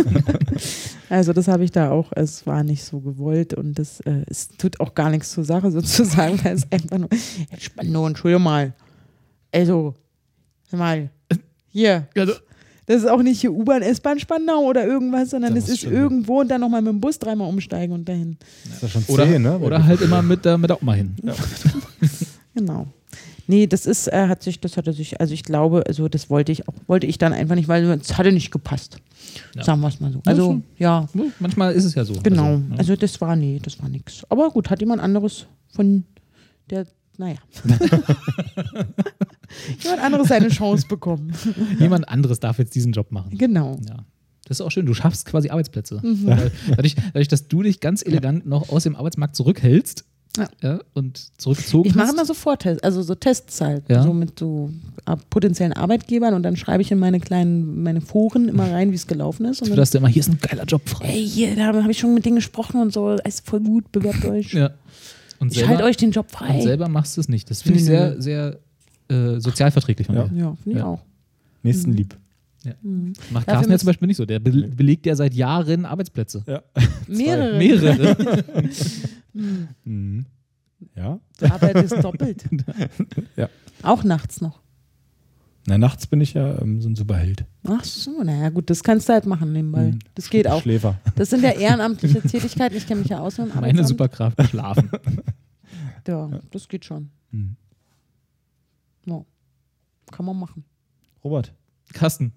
Speaker 6: Also das habe ich da auch, es war nicht so gewollt und das, äh, es tut auch gar nichts zur Sache sozusagen, weil es einfach nur, jetzt Spandau, Entschuldigung mal, also, hör mal, hier,
Speaker 2: Also,
Speaker 6: das ist auch nicht hier U-Bahn, S-Bahn Spandau oder irgendwas, sondern
Speaker 5: Das
Speaker 6: es
Speaker 5: ist
Speaker 6: ist
Speaker 5: schon-
Speaker 6: irgendwo und dann nochmal mit dem Bus dreimal umsteigen und dahin.
Speaker 5: Das ist ja schon
Speaker 2: oder
Speaker 5: zehn, ne?
Speaker 2: oder halt immer mit der, mit der Oma hin.
Speaker 6: Genau. Nee, das ist, äh, hat sich, das hatte sich, also ich glaube, also das wollte ich auch, wollte ich dann einfach nicht, weil es hatte nicht gepasst.
Speaker 2: Ja.
Speaker 6: Sagen wir es mal so. Also, ja,
Speaker 2: Manchmal ist es ja so.
Speaker 6: genau.
Speaker 2: Also, ja.
Speaker 6: Also das war, nee, das war nix. Aber gut, hat jemand anderes von der, naja. Jemand anderes seine Chance bekommen.
Speaker 2: Jemand anderes darf jetzt diesen Job machen.
Speaker 6: Genau.
Speaker 2: Ja. Das ist auch schön, du schaffst quasi Arbeitsplätze.
Speaker 6: Mhm.
Speaker 2: Weil Dadurch, dadurch, dass du dich ganz elegant noch aus dem Arbeitsmarkt zurückhältst
Speaker 6: Ja.
Speaker 2: ja, und zurückgezogen
Speaker 6: Ich mache
Speaker 2: hast.
Speaker 6: immer so Vortests, also so Tests halt,
Speaker 2: Ja.
Speaker 6: so mit so ab- potenziellen Arbeitgebern und dann schreibe ich in meine kleinen, meine Foren immer rein, wie es gelaufen ist. Und
Speaker 2: Du
Speaker 6: dann,
Speaker 2: dachtest immer, hier ist ein geiler Job frei.
Speaker 6: ey, hier, da habe ich schon mit denen gesprochen und so, ist voll gut, bewerbt euch.
Speaker 2: Ja. Und
Speaker 6: Ich halte euch den Job
Speaker 2: und
Speaker 6: frei.
Speaker 2: selber machst du es nicht. Das finde ich
Speaker 6: Nö,
Speaker 2: sehr,
Speaker 6: nö.
Speaker 2: sehr äh, sozialverträglich von
Speaker 5: Ja.
Speaker 2: dir.
Speaker 6: Ja, finde ich
Speaker 2: Ja.
Speaker 6: auch.
Speaker 5: Nächstenlieb.
Speaker 2: Macht
Speaker 6: Dafür
Speaker 2: Carsten ja
Speaker 6: müsst-
Speaker 2: zum Beispiel nicht so. Der be belegt ja seit Jahren Arbeitsplätze.
Speaker 5: Ja.
Speaker 6: Mehrere.
Speaker 2: Mehrere.
Speaker 5: Mhm. Ja.
Speaker 6: Die Arbeit ist doppelt.
Speaker 5: Ja.
Speaker 6: Auch nachts noch.
Speaker 5: Na, nachts bin ich ja ähm, so ein Superheld.
Speaker 6: Ach so, naja gut, das kannst du halt machen nebenbei.
Speaker 5: Mhm.
Speaker 6: Das geht auch.
Speaker 5: Schläfer.
Speaker 6: Das sind ja ehrenamtliche Tätigkeiten. Ich kenne mich ja aus mit dem
Speaker 2: Meine
Speaker 6: Arbeitsamt.
Speaker 2: Superkraft, schlafen.
Speaker 6: Ja, das geht schon.
Speaker 5: Mhm.
Speaker 6: Ja. Kann man machen.
Speaker 5: Robert.
Speaker 2: Carsten.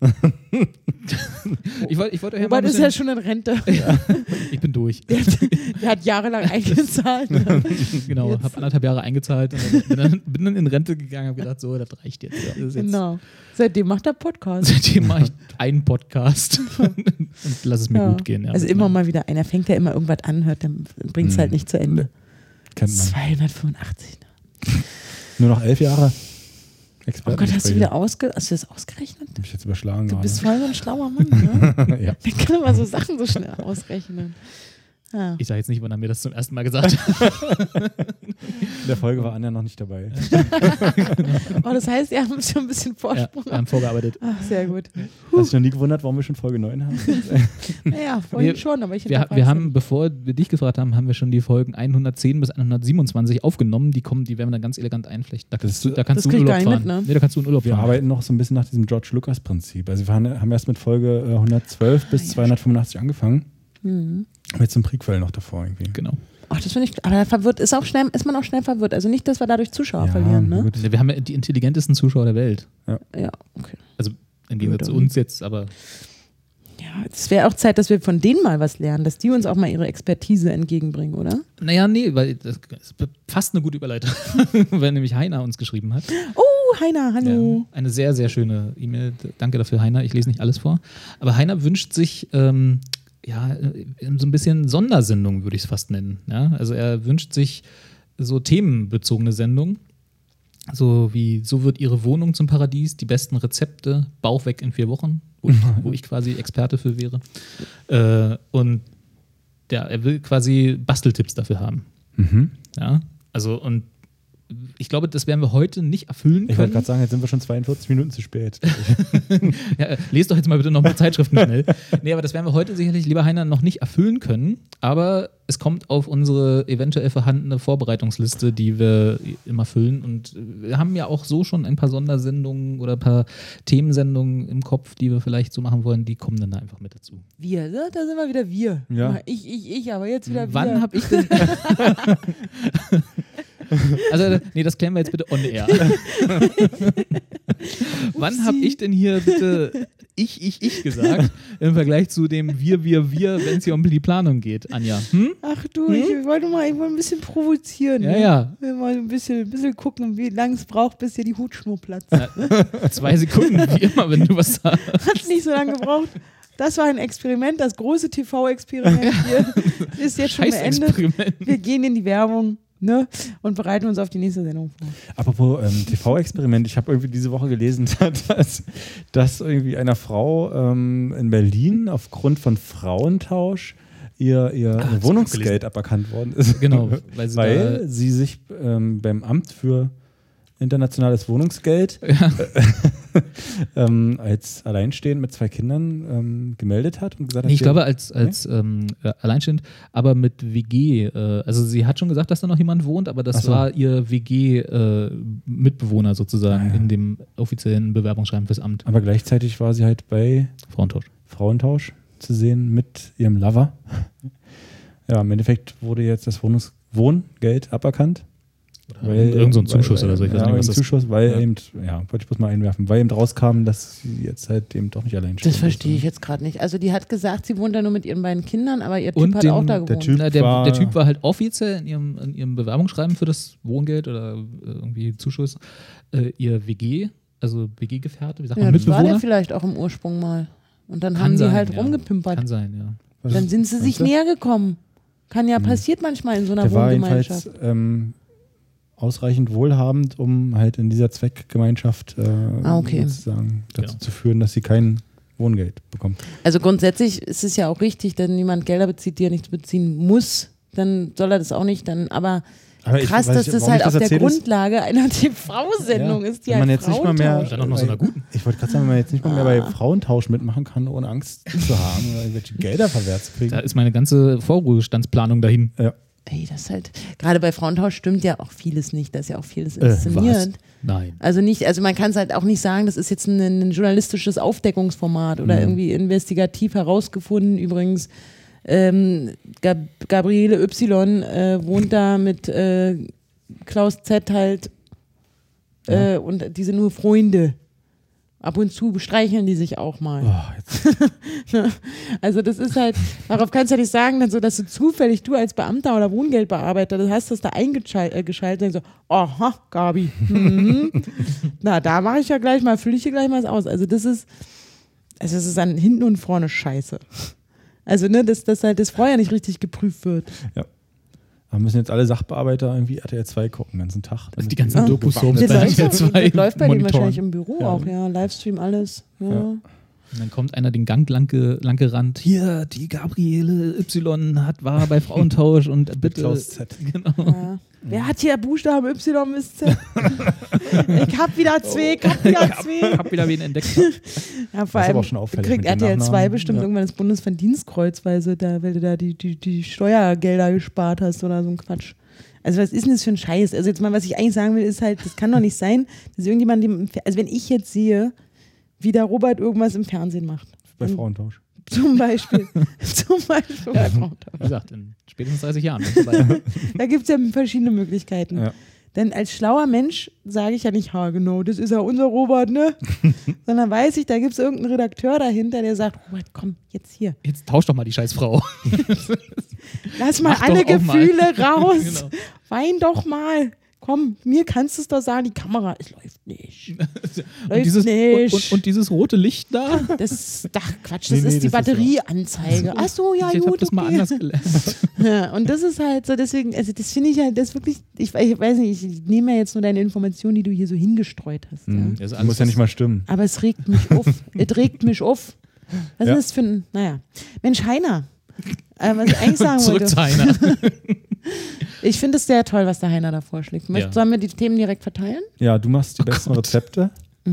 Speaker 2: ich wollte ich wollt euch ja mal ein
Speaker 6: Robert ist
Speaker 2: bisschen,
Speaker 6: ja schon in Rente.
Speaker 2: ich bin durch.
Speaker 6: Der, der hat jahrelang eingezahlt.
Speaker 2: Genau,
Speaker 6: Jetzt.
Speaker 2: habe anderthalb Jahre eingezahlt und bin dann, bin dann in Rente gegangen und habe gedacht, so, das reicht jetzt. Ja, das ist jetzt
Speaker 6: Genau. Seitdem macht er Podcast.
Speaker 2: Seitdem mache ich einen Podcast und lass es mir
Speaker 6: Ja.
Speaker 2: gut gehen. Ja,
Speaker 6: Also immer mal wieder einer fängt ja immer irgendwas an, hört, dann bringt es halt nicht zu Ende.
Speaker 5: Kennt man.
Speaker 6: zweihundertfünfundachtzig.
Speaker 5: Nur noch elf Jahre.
Speaker 6: Oh
Speaker 5: Experten.
Speaker 6: Gott, hast du wieder ausge hast du das ausgerechnet?
Speaker 5: Hab ich jetzt überschlagen
Speaker 6: Du
Speaker 5: gerade.
Speaker 6: bist voll so ein schlauer Mann, ne?
Speaker 5: ja.
Speaker 6: Der kann immer so Sachen so schnell ausrechnen. Ja.
Speaker 2: Ich sage jetzt nicht, wann er mir das zum ersten Mal gesagt hat.
Speaker 5: In der Folge war Anja noch nicht dabei.
Speaker 6: Oh, das heißt, ihr habt schon ein bisschen
Speaker 2: Ja,
Speaker 6: Vorsprung.
Speaker 2: wir haben vorgearbeitet.
Speaker 6: Ach, sehr gut.
Speaker 5: Hast dich noch nie gewundert, warum wir schon Folge neun haben?
Speaker 6: Naja, vorhin
Speaker 2: Wir-
Speaker 6: schon, aber ich
Speaker 2: Wir,
Speaker 6: hinterfrag's
Speaker 2: wir
Speaker 6: ja
Speaker 2: haben,
Speaker 6: nicht.
Speaker 2: bevor wir dich gefragt haben, haben wir schon die Folgen hundertzehn bis hundertsiebenundzwanzig aufgenommen. Die kommen, die werden wir dann ganz elegant einflechten. Da kannst
Speaker 5: Das-
Speaker 2: du, da kannst
Speaker 6: das
Speaker 2: du in
Speaker 6: krieg ich
Speaker 2: Urlaub
Speaker 6: gar
Speaker 2: fahren.
Speaker 6: nicht mit, ne?
Speaker 2: Nee, da kannst du in Urlaub
Speaker 5: Wir
Speaker 2: fahren.
Speaker 5: arbeiten noch so ein bisschen nach diesem George Lucas-Prinzip. Also wir haben haben erst mit Folge äh, hundertzwölf bis zweihundertfünfundachtzig angefangen.
Speaker 6: Mhm.
Speaker 5: Mit zum Prequel noch davor irgendwie.
Speaker 2: Genau.
Speaker 6: Ach, das finde ich, aber da verwirrt, ist, auch schnell, ist man auch schnell verwirrt. Also nicht, dass wir dadurch Zuschauer verlieren, ne?
Speaker 5: gut.
Speaker 2: Wir haben ja die intelligentesten Zuschauer der Welt.
Speaker 6: Ja, okay.
Speaker 2: Also im Gegensatz zu
Speaker 6: Gut,
Speaker 2: uns jetzt, aber
Speaker 6: Ja, es wäre auch Zeit, dass wir von denen mal was lernen, dass die uns auch mal ihre Expertise entgegenbringen, oder?
Speaker 2: naja, nee, weil das ist fast eine gute Überleitung, weil nämlich Heiner uns geschrieben hat.
Speaker 6: Oh, Heiner, hallo.
Speaker 2: Ja, eine sehr, sehr schöne E-Mail. Danke dafür, Heiner. Ich lese nicht alles vor. Aber Heiner wünscht sich ähm, ja, äh, so ein bisschen Sondersendung, würde ich es fast nennen. Ja? Also er wünscht sich so themenbezogene Sendungen. So wie, so wird Ihre Wohnung zum Paradies, die besten Rezepte, Bauch weg in vier Wochen, wo ich, wo ich quasi Experte für wäre. Äh, und ja, er will quasi Basteltipps dafür haben.
Speaker 5: Mhm.
Speaker 2: Ja, also und ich glaube, das werden wir heute nicht erfüllen
Speaker 5: Ich wollte
Speaker 2: können.
Speaker 5: gerade sagen, jetzt sind wir schon zweiundvierzig Minuten zu spät.
Speaker 2: Ja, lest doch jetzt mal bitte noch ein paar Zeitschriften schnell. Nee, aber das werden wir heute sicherlich, lieber Heiner, noch nicht erfüllen können. Aber es kommt auf unsere eventuell vorhandene Vorbereitungsliste, die wir immer füllen. Und wir haben ja auch so schon ein paar Sondersendungen oder ein paar Themensendungen im Kopf, die wir vielleicht so machen wollen. Die kommen dann da einfach mit dazu.
Speaker 6: Wir, ne? Da sind wir wieder wir.
Speaker 5: Ja.
Speaker 6: Ich, ich, ich, aber jetzt wieder wir.
Speaker 2: Wann habe ich denn... Also, nee, das klären wir jetzt bitte on air. Wann habe ich denn hier bitte ich, ich, ich gesagt im Vergleich zu dem wir, wir, wir, wenn es hier um die Planung geht, Anja? Hm?
Speaker 6: Ach du, ich wollte mal ich wollte ein bisschen provozieren.
Speaker 2: Ja,
Speaker 6: ne?
Speaker 2: ja.
Speaker 6: Ich will mal ein bisschen, ein bisschen gucken, wie lange es braucht, bis hier die Hutschnur platzt.
Speaker 2: Zwei Sekunden, wie immer, wenn du was sagst.
Speaker 6: Hat nicht so lange gebraucht. Das war ein Experiment, das große T V-Experiment hier ist jetzt schon beendet.
Speaker 2: Scheiß-Experiment.
Speaker 6: Wir gehen in die Werbung, ne, und bereiten uns auf die nächste Sendung vor.
Speaker 5: Apropos ähm, T V-Experiment, ich habe irgendwie diese Woche gelesen, dass, dass irgendwie einer Frau ähm, in Berlin aufgrund von Frauentausch ihr, ihr
Speaker 2: Ah, das
Speaker 5: Wohnungsgeld aberkannt worden ist.
Speaker 2: Genau, weil sie
Speaker 5: weil
Speaker 2: da-
Speaker 5: sie sich ähm, beim Amt für internationales Wohnungsgeld ähm, als alleinstehend mit zwei Kindern ähm, gemeldet hat und gesagt hat,
Speaker 2: Nee, ich
Speaker 5: sie-
Speaker 2: glaube, als, als ähm, äh, alleinstehend, aber mit W G. Äh, also, sie hat schon gesagt, dass da noch jemand wohnt, aber das
Speaker 5: Ach so.
Speaker 2: war ihr W G-Mitbewohner sozusagen
Speaker 5: Ah, ja.
Speaker 2: in dem offiziellen Bewerbungsschreiben fürs Amt.
Speaker 5: aber gleichzeitig war sie halt bei
Speaker 2: Frauentausch.
Speaker 5: Frauentausch zu sehen mit ihrem Lover. Ja, im Endeffekt wurde jetzt das Wohnungs Wohngeld aberkannt.
Speaker 2: Irgend so ein Zuschuss
Speaker 5: weil,
Speaker 2: oder so. Ich weiß
Speaker 5: ja,
Speaker 2: nicht, was
Speaker 5: ein
Speaker 2: das
Speaker 5: Zuschuss, weil
Speaker 2: ja.
Speaker 5: eben, ja, wollte ich bloß mal einwerfen, weil eben rauskam, dass sie jetzt halt eben doch nicht allein steht.
Speaker 6: Das verstehe ich jetzt gerade nicht. Also die hat gesagt, sie wohnt da nur mit ihren beiden Kindern, aber ihr Typ
Speaker 2: Und
Speaker 6: hat
Speaker 2: dem-
Speaker 6: auch da
Speaker 5: der
Speaker 6: gewohnt.
Speaker 5: Typ
Speaker 2: Na, der,
Speaker 5: war-
Speaker 2: der Typ war halt offiziell in ihrem, in ihrem Bewerbungsschreiben für das Wohngeld oder äh, irgendwie Zuschuss äh, ihr W G, also W G-Gefährte, wie sagt
Speaker 6: Ja,
Speaker 2: man,
Speaker 6: das war der
Speaker 2: Mitbewohner.
Speaker 6: vielleicht auch im Ursprung mal. Und dann
Speaker 2: Kann
Speaker 6: haben die
Speaker 2: sein,
Speaker 6: halt
Speaker 2: ja.
Speaker 6: rumgepimpert.
Speaker 2: Kann sein, ja.
Speaker 5: Was
Speaker 6: Dann
Speaker 5: ist-
Speaker 6: sind sie sich
Speaker 5: meinst du?
Speaker 6: näher gekommen. Kann ja passiert manchmal in so einer
Speaker 5: Der war
Speaker 6: Wohngemeinschaft.
Speaker 5: jedenfalls ähm, ausreichend wohlhabend, um halt in dieser Zweckgemeinschaft äh,
Speaker 6: Ah, okay.
Speaker 5: sozusagen dazu
Speaker 2: Ja.
Speaker 5: zu führen, dass sie kein Wohngeld bekommt.
Speaker 6: Also grundsätzlich ist es ja auch richtig, wenn jemand Gelder bezieht, die er nicht beziehen muss, dann soll er das auch nicht. Dann, aber,
Speaker 5: Aber ich
Speaker 6: krass,
Speaker 5: weiß
Speaker 6: dass
Speaker 5: nicht,
Speaker 6: das
Speaker 5: warum
Speaker 6: halt
Speaker 5: ich
Speaker 6: auf
Speaker 5: das
Speaker 6: der
Speaker 5: erzähle, ist-
Speaker 6: Grundlage einer T V-Sendung
Speaker 5: Ja,
Speaker 6: ist, die
Speaker 5: wenn man
Speaker 6: halt
Speaker 5: jetzt nicht mal mehr,
Speaker 6: Frauentausch.
Speaker 2: Dann auch noch so einer guten.
Speaker 5: Ich wollte gerade sagen, wenn man jetzt nicht mal mehr bei
Speaker 6: Ah.
Speaker 5: Frauentausch mitmachen kann, ohne Angst zu haben, oder irgendwelche Gelder verwehrt zu kriegen.
Speaker 2: Da ist meine ganze Vorruhestandsplanung dahin.
Speaker 5: Ja.
Speaker 6: Ey, das ist halt, gerade bei Frauentausch stimmt ja auch vieles nicht, da ist ja auch vieles
Speaker 5: Äh,
Speaker 6: inszeniert.
Speaker 2: Nein.
Speaker 6: Also nicht, also man kann es halt auch nicht sagen, das ist jetzt ein, ein journalistisches Aufdeckungsformat oder
Speaker 5: Mhm.
Speaker 6: irgendwie investigativ herausgefunden. Übrigens, ähm, Gab Gabriele Y äh, wohnt da mit äh, Klaus Z halt äh, und die sind nur Freunde. Ab und zu streicheln die sich auch mal.
Speaker 5: Oh, jetzt,
Speaker 6: Also das ist halt, darauf kannst du ja nicht sagen, dann so, dass du zufällig, du als Beamter oder Wohngeldbearbeiter, das hast das da eingeschaltet äh, geschaltet und so, aha, Gabi, mhm. Na, da mache ich ja gleich mal, fülle ich hier gleich mal was aus. Also das ist, also das ist an hinten und vorne scheiße. Also ne, dass, dass halt das vorher nicht richtig geprüft wird.
Speaker 5: da müssen jetzt alle Sachbearbeiter irgendwie R T L zwei gucken den ganzen Tag.
Speaker 2: Also die
Speaker 5: damit
Speaker 2: ganzen
Speaker 5: die
Speaker 2: Doku-Soaps
Speaker 6: Das
Speaker 2: bei
Speaker 6: läuft,
Speaker 2: R T L zwei
Speaker 6: das läuft bei denen
Speaker 2: monitoren.
Speaker 6: wahrscheinlich im Büro
Speaker 5: Ja.
Speaker 6: auch, ja, Livestream, alles. Ja.
Speaker 5: Ja.
Speaker 2: Und dann kommt einer den Gang lang, ge, lang gerannt. Hier, die Gabriele Y hat, war bei Frauentausch und bitte.
Speaker 5: Klaus Z.
Speaker 2: Genau.
Speaker 6: Ja. Wer hat hier Buchstaben Y bis Z? Ich hab wieder zwei, ich hab wieder zwei.
Speaker 2: Ich hab wieder wen entdeckt.
Speaker 6: Ja, vor
Speaker 5: ist aber
Speaker 6: allem
Speaker 5: auch schon auffällig
Speaker 6: kriegt
Speaker 5: mit den
Speaker 6: R T L zwei
Speaker 5: Nachnamen.
Speaker 6: bestimmt
Speaker 5: Ja.
Speaker 6: irgendwann das Bundesverdienstkreuz, weil, sie da, weil du da die, die, die Steuergelder gespart hast oder so ein Quatsch. Also was ist denn das für ein Scheiß? Also jetzt mal, was ich eigentlich sagen will, ist halt, das kann doch nicht sein, dass irgendjemand, dem, also wenn ich jetzt sehe, wie der Robert irgendwas im Fernsehen macht.
Speaker 5: Bei
Speaker 6: Und
Speaker 5: Frauentausch.
Speaker 6: Zum Beispiel. zum Beispiel bei Frauentausch.
Speaker 2: Wie gesagt, in spätestens dreißig Jahren. bin ich dabei.
Speaker 6: Da gibt es ja verschiedene Möglichkeiten.
Speaker 5: Ja.
Speaker 6: Denn als schlauer Mensch sage ich ja nicht, ha genau, das ist ja unser Robert, ne? Sondern weiß ich, da gibt es irgendeinen Redakteur dahinter, der sagt, Robert, komm, jetzt hier.
Speaker 2: Jetzt tausch doch mal die Scheißfrau.
Speaker 6: Lass mal
Speaker 2: Mach
Speaker 6: alle
Speaker 2: doch auch mal.
Speaker 6: Gefühle raus.
Speaker 2: Genau.
Speaker 6: Wein doch mal. Komm, mir kannst du es doch sagen, die Kamera, es läuft nicht.
Speaker 2: Und
Speaker 6: Läuft
Speaker 2: dieses,
Speaker 6: nicht.
Speaker 2: und, und, und dieses rote Licht da.
Speaker 6: Das ist, ach Quatsch, das
Speaker 5: Nee, nee,
Speaker 6: ist die
Speaker 5: das ist ja-
Speaker 6: Batterieanzeige. Ach so, ja
Speaker 2: ich
Speaker 6: gut,
Speaker 2: hab das mal
Speaker 6: okay.
Speaker 2: anders gelernt.
Speaker 6: Ja, und das ist halt so, deswegen, also das finde ich halt, das wirklich, ich, ich weiß nicht, ich nehme ja jetzt nur deine Informationen, die du hier so hingestreut hast.
Speaker 5: Mhm.
Speaker 6: Ja.
Speaker 2: Also
Speaker 5: Das muss ja nicht mal stimmen.
Speaker 6: Aber es regt mich auf. Es regt mich auf. Was
Speaker 5: Ja.
Speaker 6: ist das für ein, naja. Mensch, Heiner. Äh, was ich eigentlich sagen
Speaker 2: Zurück
Speaker 6: wollte.
Speaker 2: zu Heiner.
Speaker 6: Ich finde es sehr toll, was der Heiner da vorschlägt. Möcht,
Speaker 2: Ja.
Speaker 6: Sollen wir die Themen direkt verteilen?
Speaker 5: Ja, du machst die besten Rezepte.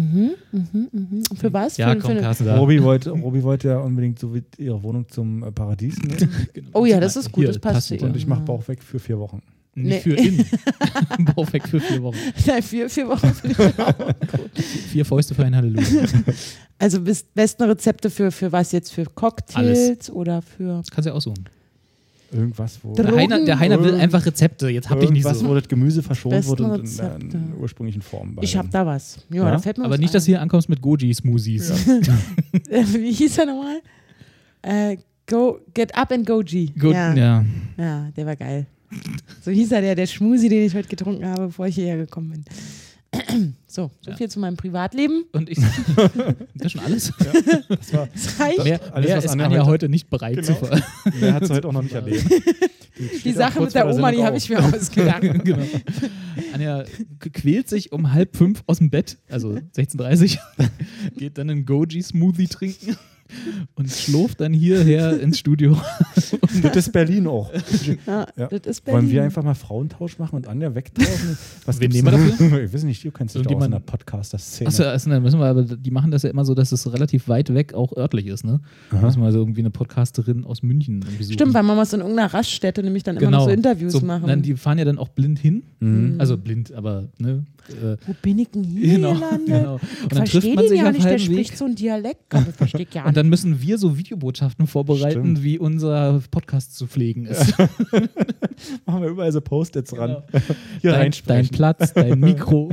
Speaker 6: Für was?
Speaker 2: Ja,
Speaker 6: für,
Speaker 2: komm,
Speaker 6: für,
Speaker 2: Carsten, da.
Speaker 5: Robi wollte, Robi wollte ja unbedingt so wie ihre Wohnung zum äh, Paradies nehmen.
Speaker 2: Genau.
Speaker 6: Oh ja, das ist gut,
Speaker 2: Hier,
Speaker 6: das passt zu
Speaker 2: Tasten.
Speaker 6: ihr.
Speaker 5: Und ich mache Bauch weg für vier Wochen.
Speaker 2: Nicht
Speaker 6: Nee.
Speaker 2: für in. Bauch weg für vier Wochen.
Speaker 6: Nein, vier, vier Wochen. finde ich auch gut.
Speaker 2: Vier Fäuste für ein Halleluja.
Speaker 6: Also best, besten Rezepte für, für was jetzt? Für Cocktails
Speaker 2: Alles.
Speaker 6: oder für
Speaker 2: Das kannst du ja aussuchen.
Speaker 5: Irgendwas, wo,
Speaker 6: Dr-
Speaker 2: Der Heiner, der Heiner will
Speaker 5: Irgend-
Speaker 2: einfach Rezepte. Jetzt hab ich nicht
Speaker 5: irgendwas,
Speaker 2: so.
Speaker 5: wo das Gemüse verschont
Speaker 6: Besten
Speaker 5: wurde und in der
Speaker 6: Rezepte.
Speaker 5: in ursprünglichen Form.
Speaker 6: Ich habe da was. Ja,
Speaker 5: Ja?
Speaker 6: da fällt mir
Speaker 2: Aber
Speaker 6: was
Speaker 2: nicht, dass du
Speaker 6: ein.
Speaker 2: hier ankommst mit Goji-Smoothies.
Speaker 6: Äh, Wie hieß er nochmal? Äh, go, get up and go G.
Speaker 2: Gut,
Speaker 6: ja.
Speaker 2: ja.
Speaker 6: Ja, der war geil. So hieß er, der, der Schmusi, den ich heute getrunken habe, bevor ich hierher gekommen bin. So, so
Speaker 2: Ja.
Speaker 6: viel zu meinem Privatleben.
Speaker 2: Und ich. Ist das schon alles?
Speaker 5: Das war,
Speaker 6: Das reicht.
Speaker 2: Mehr,
Speaker 5: alles,
Speaker 2: mehr
Speaker 5: was
Speaker 2: ist
Speaker 5: Anja
Speaker 2: Anja
Speaker 5: heute-
Speaker 2: heute nicht bereit
Speaker 5: Genau.
Speaker 2: zu ver.
Speaker 5: mehr hat sie heute auch noch nicht erlebt.
Speaker 6: Die Sache mit der Oma, die habe ich mir ausgedacht.
Speaker 2: genau. Anja k- quält sich um halb fünf aus dem Bett, also sechzehn Uhr dreißig, geht dann einen Goji-Smoothie trinken und schlurft dann hierher ins Studio.
Speaker 5: Das ist Berlin auch.
Speaker 6: Ja,
Speaker 5: Ja.
Speaker 6: das ist Berlin.
Speaker 5: Wollen wir einfach mal Frauentausch machen und Anja wegtauschen? Was
Speaker 2: Wen
Speaker 5: gibt's
Speaker 2: nehmen wir
Speaker 5: denn? Ich weiß nicht, du kennst dich doch aus
Speaker 2: Irgendjemand-
Speaker 5: einer Podcaster-Szene.
Speaker 2: Achso, also, dann müssen wir aber, die machen das ja immer so, dass es relativ weit weg auch örtlich ist, ne? Da müssen wir also irgendwie eine Podcasterin aus München irgendwie suchen.
Speaker 6: Stimmt, weil man muss in irgendeiner Raststätte nämlich dann immer
Speaker 2: genau.
Speaker 6: noch so Interviews
Speaker 2: so,
Speaker 6: machen.
Speaker 2: Dann, die fahren ja dann auch blind hin.
Speaker 5: Mhm.
Speaker 2: Also blind, aber, ne? Äh,
Speaker 6: Wo bin ich denn hier
Speaker 2: genau,
Speaker 6: gelandet?
Speaker 2: genau.
Speaker 6: Ich
Speaker 2: Und dann trifft
Speaker 6: verstehe
Speaker 2: man
Speaker 6: den
Speaker 2: sich
Speaker 6: ja
Speaker 2: auf
Speaker 6: nicht, der
Speaker 2: halbem
Speaker 6: spricht
Speaker 2: Weg.
Speaker 6: so ein Dialekt. Aber das verstehe ich ja
Speaker 2: Und
Speaker 6: nicht.
Speaker 2: dann müssen wir so Videobotschaften vorbereiten,
Speaker 5: Stimmt.
Speaker 2: wie unser Podcast zu pflegen ist.
Speaker 5: Machen wir überall so Post-its ran.
Speaker 2: Genau.
Speaker 5: Hier
Speaker 2: Dein, dein
Speaker 5: reinsprechen.
Speaker 2: Platz, dein Mikro.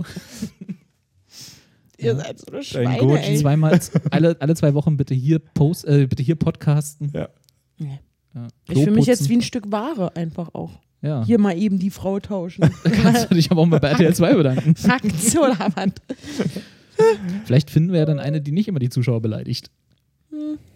Speaker 6: Ihr seid so eine
Speaker 5: Dein
Speaker 6: Schweine,
Speaker 5: Goji.
Speaker 6: ey.
Speaker 2: Zweimal, alle, alle zwei Wochen bitte hier Post, äh, bitte hier podcasten.
Speaker 5: Ja.
Speaker 6: Nee.
Speaker 2: Ja.
Speaker 6: Ich fühle mich jetzt
Speaker 2: Klo
Speaker 6: wie ein Stück Ware einfach auch.
Speaker 2: ja.
Speaker 6: Hier mal eben die Frau tauschen.
Speaker 2: Kannst du dich aber auch mal bei R T L zwei bedanken.
Speaker 6: Fakt oder was?
Speaker 2: Vielleicht finden wir ja dann eine, die nicht immer die Zuschauer beleidigt.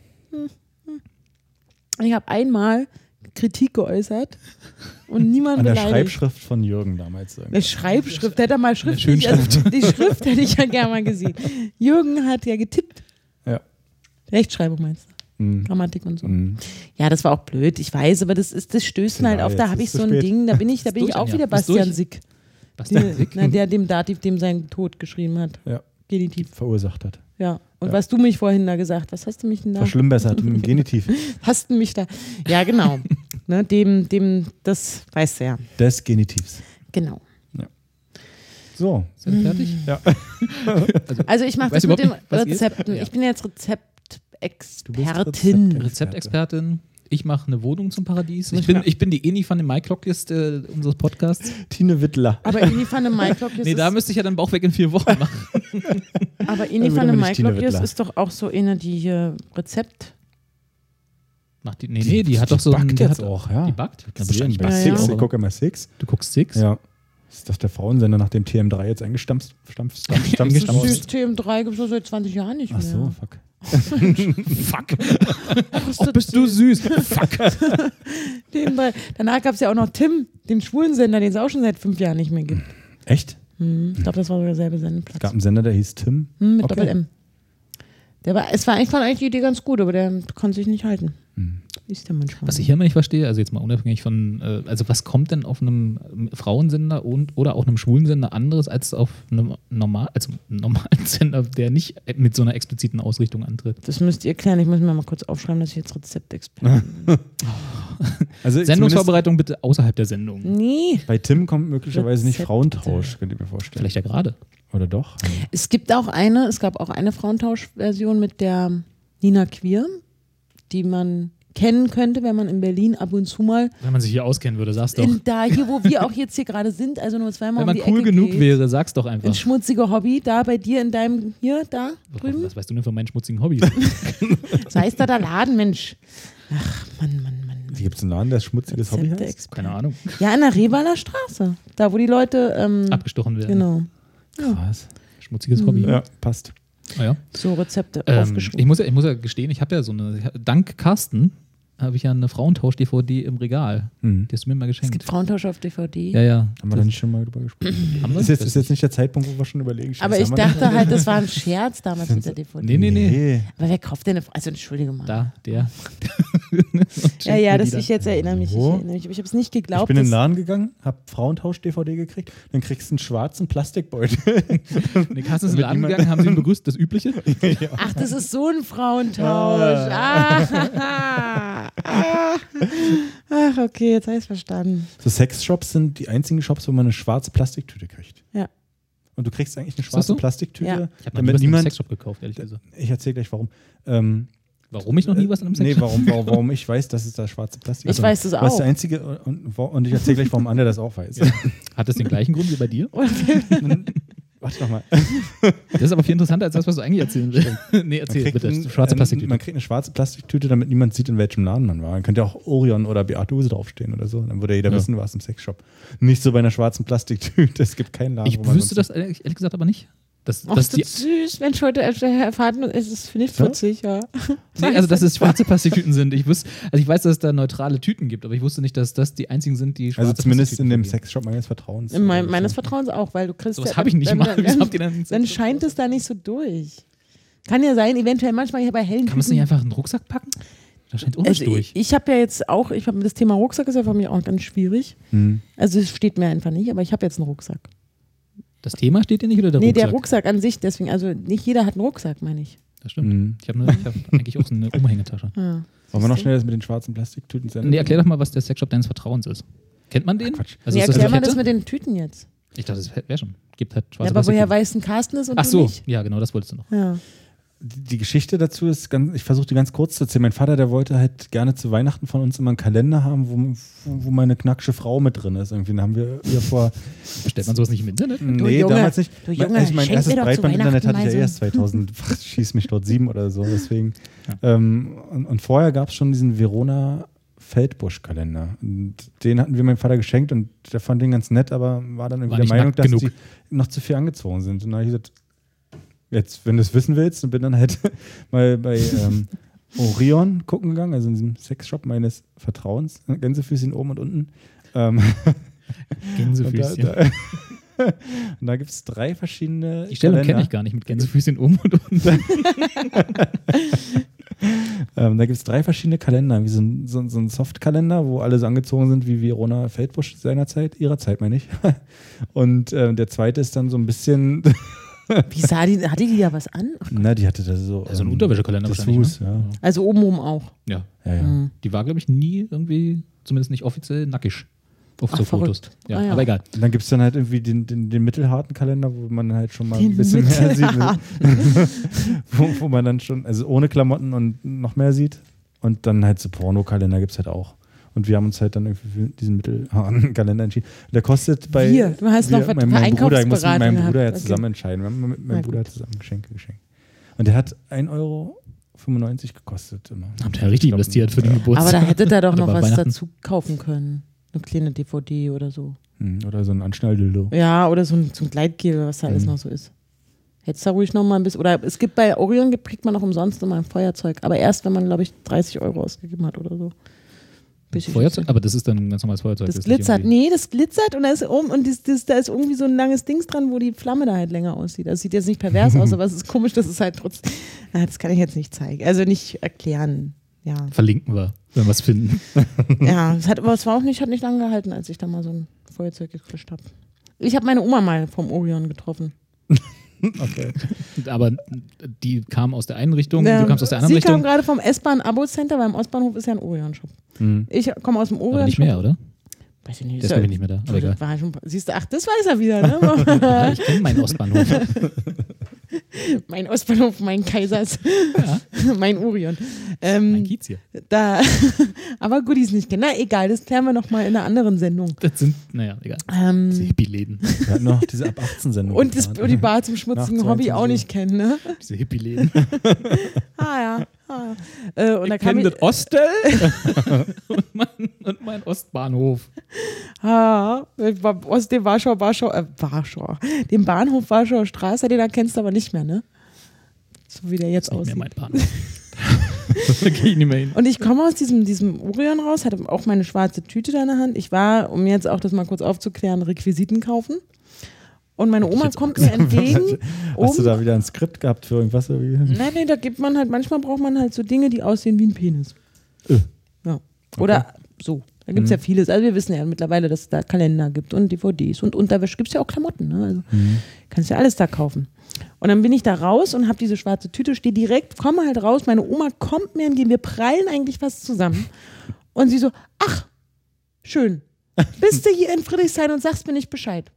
Speaker 6: Ich habe einmal Kritik geäußert und niemand
Speaker 5: An der
Speaker 6: beleidigt.
Speaker 5: Schreibschrift von Jürgen damals. Irgendwie.
Speaker 6: Eine Schreibschrift, hätte er mal schriftlich, also die Schrift hätte ich ja gerne mal gesehen. Jürgen hat ja getippt.
Speaker 5: Ja.
Speaker 6: Rechtschreibung meinst du?
Speaker 5: Mhm.
Speaker 6: Grammatik und so.
Speaker 5: Mhm.
Speaker 6: Ja, das war auch blöd, ich weiß, aber das, ist, das stößt mir halt
Speaker 5: Ja,
Speaker 6: auf, da
Speaker 5: jetzt
Speaker 6: habe
Speaker 5: ist
Speaker 6: ich
Speaker 5: zu
Speaker 6: so ein
Speaker 5: spät.
Speaker 6: Ding, da bin ich, da bin ich
Speaker 2: durch,
Speaker 6: auch
Speaker 2: Anja.
Speaker 6: wieder
Speaker 2: Bist
Speaker 6: Bastian
Speaker 2: durch.
Speaker 6: Sick.
Speaker 2: Bastian Sick?
Speaker 6: Na, der dem Dativ, dem seinen Tod geschrieben hat.
Speaker 5: Ja.
Speaker 6: Genitiv.
Speaker 5: Verursacht hat.
Speaker 6: Ja. Und
Speaker 5: Ja.
Speaker 6: was du mich vorhin da gesagt, was hast du mich denn da?
Speaker 5: Verschlimmbessert im Genitiv.
Speaker 6: Hast du mich da? Ja, genau. ne, dem, dem, das weißt du ja.
Speaker 5: Des Genitivs.
Speaker 6: Genau.
Speaker 5: So.
Speaker 2: Sind wir fertig?
Speaker 5: Ja.
Speaker 6: Also ich mache
Speaker 2: Weiß
Speaker 6: das mit den
Speaker 2: überhaupt nicht, was geht.
Speaker 6: Rezepten.
Speaker 2: Ja.
Speaker 6: Ich bin jetzt
Speaker 5: Du bist
Speaker 6: Rezeptexpertin.
Speaker 5: Rezeptexpertin.
Speaker 2: Rezeptexpertin. Ich mache eine Wohnung zum Paradies.
Speaker 6: Muss
Speaker 2: Ich
Speaker 6: ich
Speaker 2: bin,
Speaker 6: mal-
Speaker 2: ich bin die Eni von dem Maiklocklist äh, unseres Podcasts.
Speaker 5: Tine Wittler.
Speaker 6: Aber Ini van de Maiklokjes
Speaker 2: Nee, da
Speaker 6: ist,
Speaker 2: müsste ich ja dann Bauch weg in vier Wochen machen.
Speaker 6: aber
Speaker 5: Ja,
Speaker 6: Ini
Speaker 5: gut,
Speaker 6: van de
Speaker 5: aber nicht Tine
Speaker 6: Maiklokjes
Speaker 5: Wittler.
Speaker 6: ist doch auch so eine, die hier Rezept.
Speaker 2: Macht die, nee, nee, die hat doch so
Speaker 5: backt
Speaker 2: die
Speaker 5: jetzt
Speaker 2: hat,
Speaker 5: auch, ja.
Speaker 2: Die backt? Na,
Speaker 5: Gesehen,
Speaker 2: wahrscheinlich
Speaker 5: bei
Speaker 6: Ja,
Speaker 2: backt
Speaker 5: Six.
Speaker 2: sie
Speaker 6: ja.
Speaker 5: Ich
Speaker 2: auch.
Speaker 5: gucke immer Six.
Speaker 2: Du guckst Six?
Speaker 5: Ja. Ist das der Frauensender, nachdem T M drei jetzt eingestampft stampft, stampft, stampft,
Speaker 2: Eingestampft.
Speaker 6: Das T M drei gibt es seit zwanzig Jahren nicht
Speaker 5: Ach
Speaker 6: mehr.
Speaker 5: so, fuck.
Speaker 2: Fuck.
Speaker 6: Ist
Speaker 2: Oh,
Speaker 6: das
Speaker 2: bist du süß. Fuck.
Speaker 6: T M drei. Danach gab es ja auch noch Tim, den schwulen Sender, den es auch schon seit fünf Jahren nicht mehr gibt.
Speaker 5: Echt?
Speaker 6: Hm, ich glaube, das war sogar derselbe
Speaker 5: Es
Speaker 6: Sendeplatz.
Speaker 5: gab einen Sender, der hieß Tim.
Speaker 6: Hm, mit
Speaker 5: Okay.
Speaker 6: Doppel-M. Der war, es war eigentlich, fand eigentlich die Idee ganz gut, aber der konnte sich nicht halten.
Speaker 5: Hm.
Speaker 6: Ist der manchmal.
Speaker 2: Was ich hier immer nicht verstehe, also jetzt mal unabhängig von, äh, also was kommt denn auf einem ähm, Frauensender und oder auch einem schwulen Sender anderes als auf einem normal, also einem normalen Sender, der nicht mit so einer expliziten Ausrichtung antritt?
Speaker 6: Das müsst ihr erklären. Ich muss mir mal kurz aufschreiben, dass ich jetzt Rezeptexpertin bin.
Speaker 5: Also zumindest
Speaker 2: Sendungsvorbereitung bitte außerhalb der Sendung.
Speaker 6: Nee.
Speaker 5: bei Tim kommt möglicherweise nicht
Speaker 6: Rezepte.
Speaker 5: Frauentausch, könnt ihr mir vorstellen.
Speaker 2: Vielleicht ja gerade.
Speaker 5: Oder doch?
Speaker 6: Es gibt auch eine, es gab auch eine Frauentausch-Version mit der Nina Queer, die man kennen könnte, wenn man in Berlin ab und zu mal
Speaker 2: Wenn man sich hier auskennen würde, sag's doch.
Speaker 6: in da hier, wo wir auch jetzt hier gerade sind, also nur zweimal
Speaker 2: Wenn
Speaker 6: um
Speaker 2: man
Speaker 6: die
Speaker 2: cool
Speaker 6: Ecke
Speaker 2: genug
Speaker 6: geht,
Speaker 2: wäre, sag's doch einfach.
Speaker 6: ein schmutziger Hobby, da bei dir in deinem, hier, da drüben.
Speaker 2: Was weißt du denn von meinen schmutzigen Hobbys?
Speaker 6: Das heißt da der Laden, Mensch. Ach, Mann, Mann, Mann.
Speaker 5: Wie gibt es einen Laden, der schmutziges Hobby heißt?
Speaker 6: Rezepte-Experte.
Speaker 2: Keine Ahnung.
Speaker 6: Ja, an der Revaler Straße. Da, wo die Leute, ähm,
Speaker 2: Abgestochen werden.
Speaker 6: genau,
Speaker 5: Krass.
Speaker 2: Schmutziges Hobby.
Speaker 5: Ja, passt.
Speaker 2: Ah, ja.
Speaker 6: so Rezepte
Speaker 2: Ähm,
Speaker 6: aufgeschrieben.
Speaker 2: ich, muss ja, ich muss ja gestehen, ich habe ja so eine, dank Carsten habe ich ja eine Frauentausch-D V D im Regal.
Speaker 5: Mhm.
Speaker 2: Die hast du mir mal
Speaker 6: Es
Speaker 2: geschenkt.
Speaker 6: gibt Frauentausch auf D V D.
Speaker 2: Ja, ja.
Speaker 5: Haben wir da nicht schon mal drüber gesprochen?
Speaker 2: Haben wir?
Speaker 5: Ist jetzt, ist jetzt nicht der Zeitpunkt, wo wir schon überlegen.
Speaker 6: Aber
Speaker 5: Scheiße,
Speaker 6: ich
Speaker 5: haben wir
Speaker 6: dachte halt, das war ein Scherz damals mit der D V D.
Speaker 2: Nee, nee, nee.
Speaker 5: Nee.
Speaker 6: Aber wer kauft denn eine, also entschuldige mal.
Speaker 2: Da, der.
Speaker 6: Ja, ja,
Speaker 2: das
Speaker 6: das ich jetzt erinnere mich. Ich,
Speaker 5: Wo?
Speaker 6: erinnere mich. Ich habe es nicht
Speaker 5: Ich
Speaker 6: geglaubt.
Speaker 5: bin in den
Speaker 6: dass-
Speaker 5: Laden gegangen, hab Frauentausch-D V D gekriegt, dann kriegst du einen schwarzen Plastikbeutel.
Speaker 2: Nee, Carsten ist in den
Speaker 5: Damit
Speaker 2: Laden
Speaker 5: niemand-
Speaker 2: gegangen, haben sie ihn begrüßt, das Übliche.
Speaker 6: Ach, das ist so ein Frauentausch. Ah. Ah. Ach, okay, jetzt habe ich es verstanden.
Speaker 5: So Sexshops sind die einzigen Shops, wo man eine schwarze Plastiktüte kriegt.
Speaker 6: Ja.
Speaker 5: Und du kriegst eigentlich eine
Speaker 2: das
Speaker 5: schwarze
Speaker 2: so?
Speaker 5: Plastiktüte,
Speaker 6: Ja.
Speaker 2: Ich habe noch nie
Speaker 5: damit
Speaker 2: was in einem
Speaker 5: niemand.
Speaker 2: Sexshop gekauft, ehrlich gesagt.
Speaker 5: Ich erzähle gleich warum. Ähm,
Speaker 2: Warum ich noch nie was in einem
Speaker 5: nee,
Speaker 2: Sexshop?
Speaker 5: warum, warum, warum ich weiß, dass es da schwarze Plastik
Speaker 6: Ich
Speaker 5: ist.
Speaker 6: weiß das
Speaker 5: Das ist
Speaker 6: auch.
Speaker 5: der einzige und, und ich erzähle gleich, warum Anja das auch weiß.
Speaker 2: Hat das den gleichen Grund wie bei dir?
Speaker 5: Warte doch mal.
Speaker 2: Das ist aber viel interessanter als das, was du eigentlich erzählen willst. Nee, erzähl
Speaker 5: kriegt
Speaker 2: bitte.
Speaker 5: ein-
Speaker 2: Schwarze
Speaker 5: ein-
Speaker 2: Plastiktüte.
Speaker 5: Man kriegt eine schwarze Plastiktüte, damit niemand sieht, in welchem Laden man war. Man könnte ja auch Orion oder Beate Huse draufstehen oder so. Dann würde jeder
Speaker 2: Ja.
Speaker 5: wissen, was im Sexshop. Nicht so bei einer schwarzen Plastiktüte. Es gibt keinen Laden,
Speaker 2: Ich
Speaker 5: wo man
Speaker 2: wüsste
Speaker 5: sonst-
Speaker 2: das ehrlich ehrlich gesagt aber nicht. Das,
Speaker 6: Ach,
Speaker 2: das
Speaker 6: ist
Speaker 2: die,
Speaker 6: das süß. Mensch, heute erfahren wir, es ist, finde ich,
Speaker 5: So?
Speaker 6: putzig, ja.
Speaker 2: nee, also dass es schwarze Plastiktüten sind. Ich wusste, also ich weiß, dass es da neutrale Tüten gibt, aber ich wusste nicht, dass das die einzigen sind, die schwarze
Speaker 5: Also zumindest in
Speaker 2: Plastiktüten
Speaker 5: dem
Speaker 2: vergeben.
Speaker 5: Sexshop meines Vertrauens.
Speaker 6: In mein,
Speaker 5: Oder
Speaker 6: meines
Speaker 5: so.
Speaker 6: Vertrauens auch, weil du kriegst
Speaker 2: So was
Speaker 6: ja-
Speaker 2: habe ich nicht
Speaker 6: dann,
Speaker 2: mal.
Speaker 6: Dann,
Speaker 2: Wieso habt ihr denn einen
Speaker 6: dann
Speaker 2: Sexshop?
Speaker 6: scheint es da nicht so durch. Kann ja sein, eventuell manchmal hier bei hellen
Speaker 2: Kann man es nicht
Speaker 6: Tüten-
Speaker 2: einfach in den Rucksack packen? Da scheint auch nicht
Speaker 6: Also
Speaker 2: durch.
Speaker 6: ich, ich habe ja jetzt auch, ich habe das Thema Rucksack ist ja für mich auch ganz schwierig.
Speaker 5: Hm.
Speaker 6: Also es steht mir einfach nicht, aber ich habe jetzt einen Rucksack.
Speaker 2: Das Thema steht dir nicht oder der
Speaker 6: nee,
Speaker 2: Rucksack?
Speaker 6: der Rucksack an sich, deswegen, also nicht jeder hat einen Rucksack, meine ich.
Speaker 2: Das stimmt.
Speaker 5: Mhm.
Speaker 2: Ich habe hab eigentlich auch so eine Umhängetasche.
Speaker 6: Ja.
Speaker 5: Wollen wir noch schnell das mit den schwarzen Plastiktüten senden?
Speaker 2: Nee, erklär doch mal, was der Sexshop deines Vertrauens ist. Kennt man den?
Speaker 5: Quatsch.
Speaker 2: Also
Speaker 6: nee,
Speaker 2: ist das
Speaker 6: erklär
Speaker 2: eine
Speaker 6: mal
Speaker 2: Kette?
Speaker 6: das mit den Tüten jetzt.
Speaker 2: Ich dachte, das wäre schon. Gibt halt
Speaker 6: Ja,
Speaker 2: schwarze
Speaker 6: aber woher
Speaker 2: Plastiktüten.
Speaker 6: weiß ein Carsten ist und
Speaker 2: Ach
Speaker 6: du
Speaker 2: so,
Speaker 6: nicht?
Speaker 2: ja, genau, das wolltest du noch.
Speaker 6: Ja.
Speaker 5: Die die Geschichte dazu ist ganz, ich versuche die ganz kurz zu erzählen. Mein Vater, der wollte halt gerne zu Weihnachten von uns immer einen Kalender haben, wo, wo wo meine knacksche Frau mit drin ist. Irgendwie den haben wir ihr vor.
Speaker 2: Bestellt man sowas nicht im Internet?
Speaker 5: Nee,
Speaker 6: Junge,
Speaker 5: damals nicht.
Speaker 6: du
Speaker 5: Mein-
Speaker 6: Junge,
Speaker 5: also mein
Speaker 6: schenk
Speaker 5: erstes
Speaker 6: mir doch zu
Speaker 5: Breitband-Internet hatte ich ja
Speaker 6: Weihnachten
Speaker 5: erst zweitausend, schieß mich dort sieben oder so. Deswegen.
Speaker 2: Ja.
Speaker 5: Ähm, und, und vorher gab es schon diesen Verona Feldbusch-Kalender. Und den hatten wir meinem Vater geschenkt und der fand den ganz nett, aber war dann irgendwie
Speaker 2: War
Speaker 5: der
Speaker 2: nicht
Speaker 5: Meinung,
Speaker 2: nackt
Speaker 5: dass
Speaker 2: genug.
Speaker 5: die noch zu viel angezogen sind. Und dann habe ich gesagt, jetzt, wenn du es wissen willst, und bin dann halt mal bei ähm, Orion gucken gegangen, also in diesem Sexshop meines Vertrauens. Gänsefüßchen oben und unten. Ähm,
Speaker 2: Gänsefüßchen.
Speaker 5: Und da, da, und da gibt es drei verschiedene
Speaker 2: Die Stellung
Speaker 5: Kalender.
Speaker 2: kenne ich gar nicht mit Gänsefüßchen oben und unten.
Speaker 5: ähm, da gibt es drei verschiedene Kalender, wie so ein, so, so ein Softkalender, wo alle so angezogen sind wie Verona Feldbusch seinerzeit, ihrer Zeit meine ich. Und äh, der zweite ist dann so ein bisschen...
Speaker 6: Wie sah die, hatte die da was an?
Speaker 5: Na, die hatte da so...
Speaker 2: Also ein
Speaker 5: ähm,
Speaker 2: Unterwäschekalender
Speaker 5: Dessous,
Speaker 2: wahrscheinlich, ne?
Speaker 5: ja.
Speaker 6: Also obenrum auch.
Speaker 2: Ja.
Speaker 5: Ja, ja.
Speaker 6: Mhm.
Speaker 2: Die war, glaube ich, nie irgendwie, zumindest nicht offiziell, nackig auf
Speaker 6: Ach,
Speaker 2: so Fotos.
Speaker 6: verrückt.
Speaker 2: Ja,
Speaker 6: Ah, ja.
Speaker 2: aber egal.
Speaker 5: Und dann gibt es dann halt irgendwie den, den, den mittelharten Kalender, wo man halt schon mal
Speaker 6: Den
Speaker 5: ein bisschen mehr sieht.
Speaker 6: mittelharten.
Speaker 5: wo, wo man dann schon, also ohne Klamotten und noch mehr sieht. Und dann halt so Pornokalender gibt es halt auch. Und wir haben uns halt dann irgendwie für diesen mittelharten Kalender entschieden. Der kostet bei.
Speaker 6: Wir? Du hast noch
Speaker 5: wir,
Speaker 6: was
Speaker 5: mein,
Speaker 6: für
Speaker 5: mein Bruder, ich muss mit
Speaker 6: Einkaufsberatung
Speaker 5: meinem Bruder ja
Speaker 6: gehabt.
Speaker 5: zusammen
Speaker 6: Okay.
Speaker 5: entscheiden. Wir haben mit
Speaker 6: Na
Speaker 5: meinem Bruder
Speaker 6: gut.
Speaker 5: zusammen Geschenke geschenkt. Und der hat ein Euro fünfundneunzig gekostet immer.
Speaker 2: Habt ihr ja richtig
Speaker 5: Ich glaub,
Speaker 2: investiert für den
Speaker 5: ja.
Speaker 2: Geburtstag.
Speaker 6: Aber da hättet ihr doch
Speaker 2: Oder
Speaker 6: noch
Speaker 2: bei
Speaker 6: was
Speaker 2: Weihnachten.
Speaker 6: dazu kaufen können. Eine kleine D V D oder so.
Speaker 5: Hm, Oder so ein Anschnalldildo.
Speaker 6: Ja, oder so ein, so ein Gleitgel, was da alles
Speaker 5: Mhm.
Speaker 6: noch so ist. Hättest du da ruhig noch mal ein bisschen. Oder es gibt bei Orion, kriegt man noch umsonst immer ein Feuerzeug. Aber erst, wenn man, glaube ich, dreißig Euro ausgegeben hat oder so. Bisschen
Speaker 2: Feuerzeug? Aber das ist dann ein ganz normales Feuerzeug.
Speaker 6: Das
Speaker 2: ist nicht
Speaker 6: glitzert,
Speaker 2: irgendwie-
Speaker 6: nee, das glitzert und da ist oben und das, das, da ist irgendwie so ein langes Dings dran, wo die Flamme da halt länger aussieht. Das sieht jetzt nicht pervers aus, aber es ist komisch, das ist halt trotzdem. Ah, das kann ich jetzt nicht zeigen. Also nicht erklären. Ja.
Speaker 2: Verlinken wir, wenn wir es finden.
Speaker 6: Ja, es hat aber es war auch nicht, hat nicht lange gehalten, als ich da mal so ein Feuerzeug gekriegt habe. Ich habe meine Oma mal vom Orion getroffen.
Speaker 5: Okay.
Speaker 2: Aber die kam aus der einen Richtung,
Speaker 6: Ja,
Speaker 2: du kamst aus der anderen
Speaker 6: sie kam
Speaker 2: Richtung.
Speaker 6: gerade vom S-Bahn-Abo-Center, weil im Ostbahnhof ist ja ein Orion-Shop.
Speaker 2: Mhm.
Speaker 6: Ich komme aus dem
Speaker 2: Aber
Speaker 6: Orion-Shop.
Speaker 2: nicht mehr, oder?
Speaker 6: Weiß ich nicht.
Speaker 2: Der ist, glaube ich, nicht mehr da. Aber egal.
Speaker 6: War schon, siehst du, ach, das weiß er wieder, ne?
Speaker 2: Ja, ich kenne meinen Ostbahnhof.
Speaker 6: Mein Ostbahnhof, mein Kaisers,
Speaker 2: Ja.
Speaker 6: mein Orion. Ähm,
Speaker 2: Mein Kiez hier.
Speaker 6: da, aber gut, ist nicht. Na, egal, das klären wir nochmal in einer anderen Sendung.
Speaker 2: Das sind, naja, egal.
Speaker 6: Ähm,
Speaker 2: Diese Hippie-Läden.
Speaker 5: Wir hatten noch diese ab achtzehn Sendung.
Speaker 6: und das, und die Bar zum schmutzigen
Speaker 5: Nach
Speaker 6: Hobby auch
Speaker 5: zweiundzwanzig
Speaker 6: nicht kennen, ne?
Speaker 2: Diese Hippie-Läden.
Speaker 6: Ah ja. Ah, ja. Äh, und da
Speaker 2: Ich
Speaker 6: kam
Speaker 2: kenne
Speaker 6: ich,
Speaker 2: das Ostel und, mein, und mein Ostbahnhof.
Speaker 6: ah, ich war aus dem Warschau, Warschau, äh, Warschau, dem Bahnhof Warschauer Straße, den erkennst du aber nicht mehr, ne? So wie der jetzt
Speaker 2: Das ist nicht mehr
Speaker 6: aussieht.
Speaker 2: mein Bahnhof. Da gehe ich nicht mehr hin.
Speaker 6: Und ich komme aus diesem, diesem Orion raus, hatte auch meine schwarze Tüte da in der Hand. Ich war, um jetzt auch das mal kurz aufzuklären, Requisiten kaufen. Und meine
Speaker 2: Hätte ich
Speaker 6: Oma
Speaker 2: jetzt auch
Speaker 6: kommt mir entgegen.
Speaker 5: Hast du
Speaker 6: um,
Speaker 5: da wieder ein Skript gehabt für irgendwas? Oder wie?
Speaker 6: Nein, nein, da gibt man halt, manchmal braucht man halt so Dinge, die aussehen wie ein Penis.
Speaker 5: Äh.
Speaker 6: Ja. Oder so. Da gibt es
Speaker 5: Mhm.
Speaker 6: ja vieles. Also wir wissen ja mittlerweile, dass es da Kalender gibt und D V Ds und Unterwäsche. Gibt es ja auch Klamotten. Ne? Also
Speaker 5: Mhm.
Speaker 6: kannst ja alles da kaufen. Und dann bin ich da raus und habe diese schwarze Tüte, stehe direkt, komme halt raus. Meine Oma kommt mir entgegen. Wir prallen eigentlich fast zusammen. Und sie so, ach, schön. Bist du hier in Friedrichshain und sagst mir nicht Bescheid.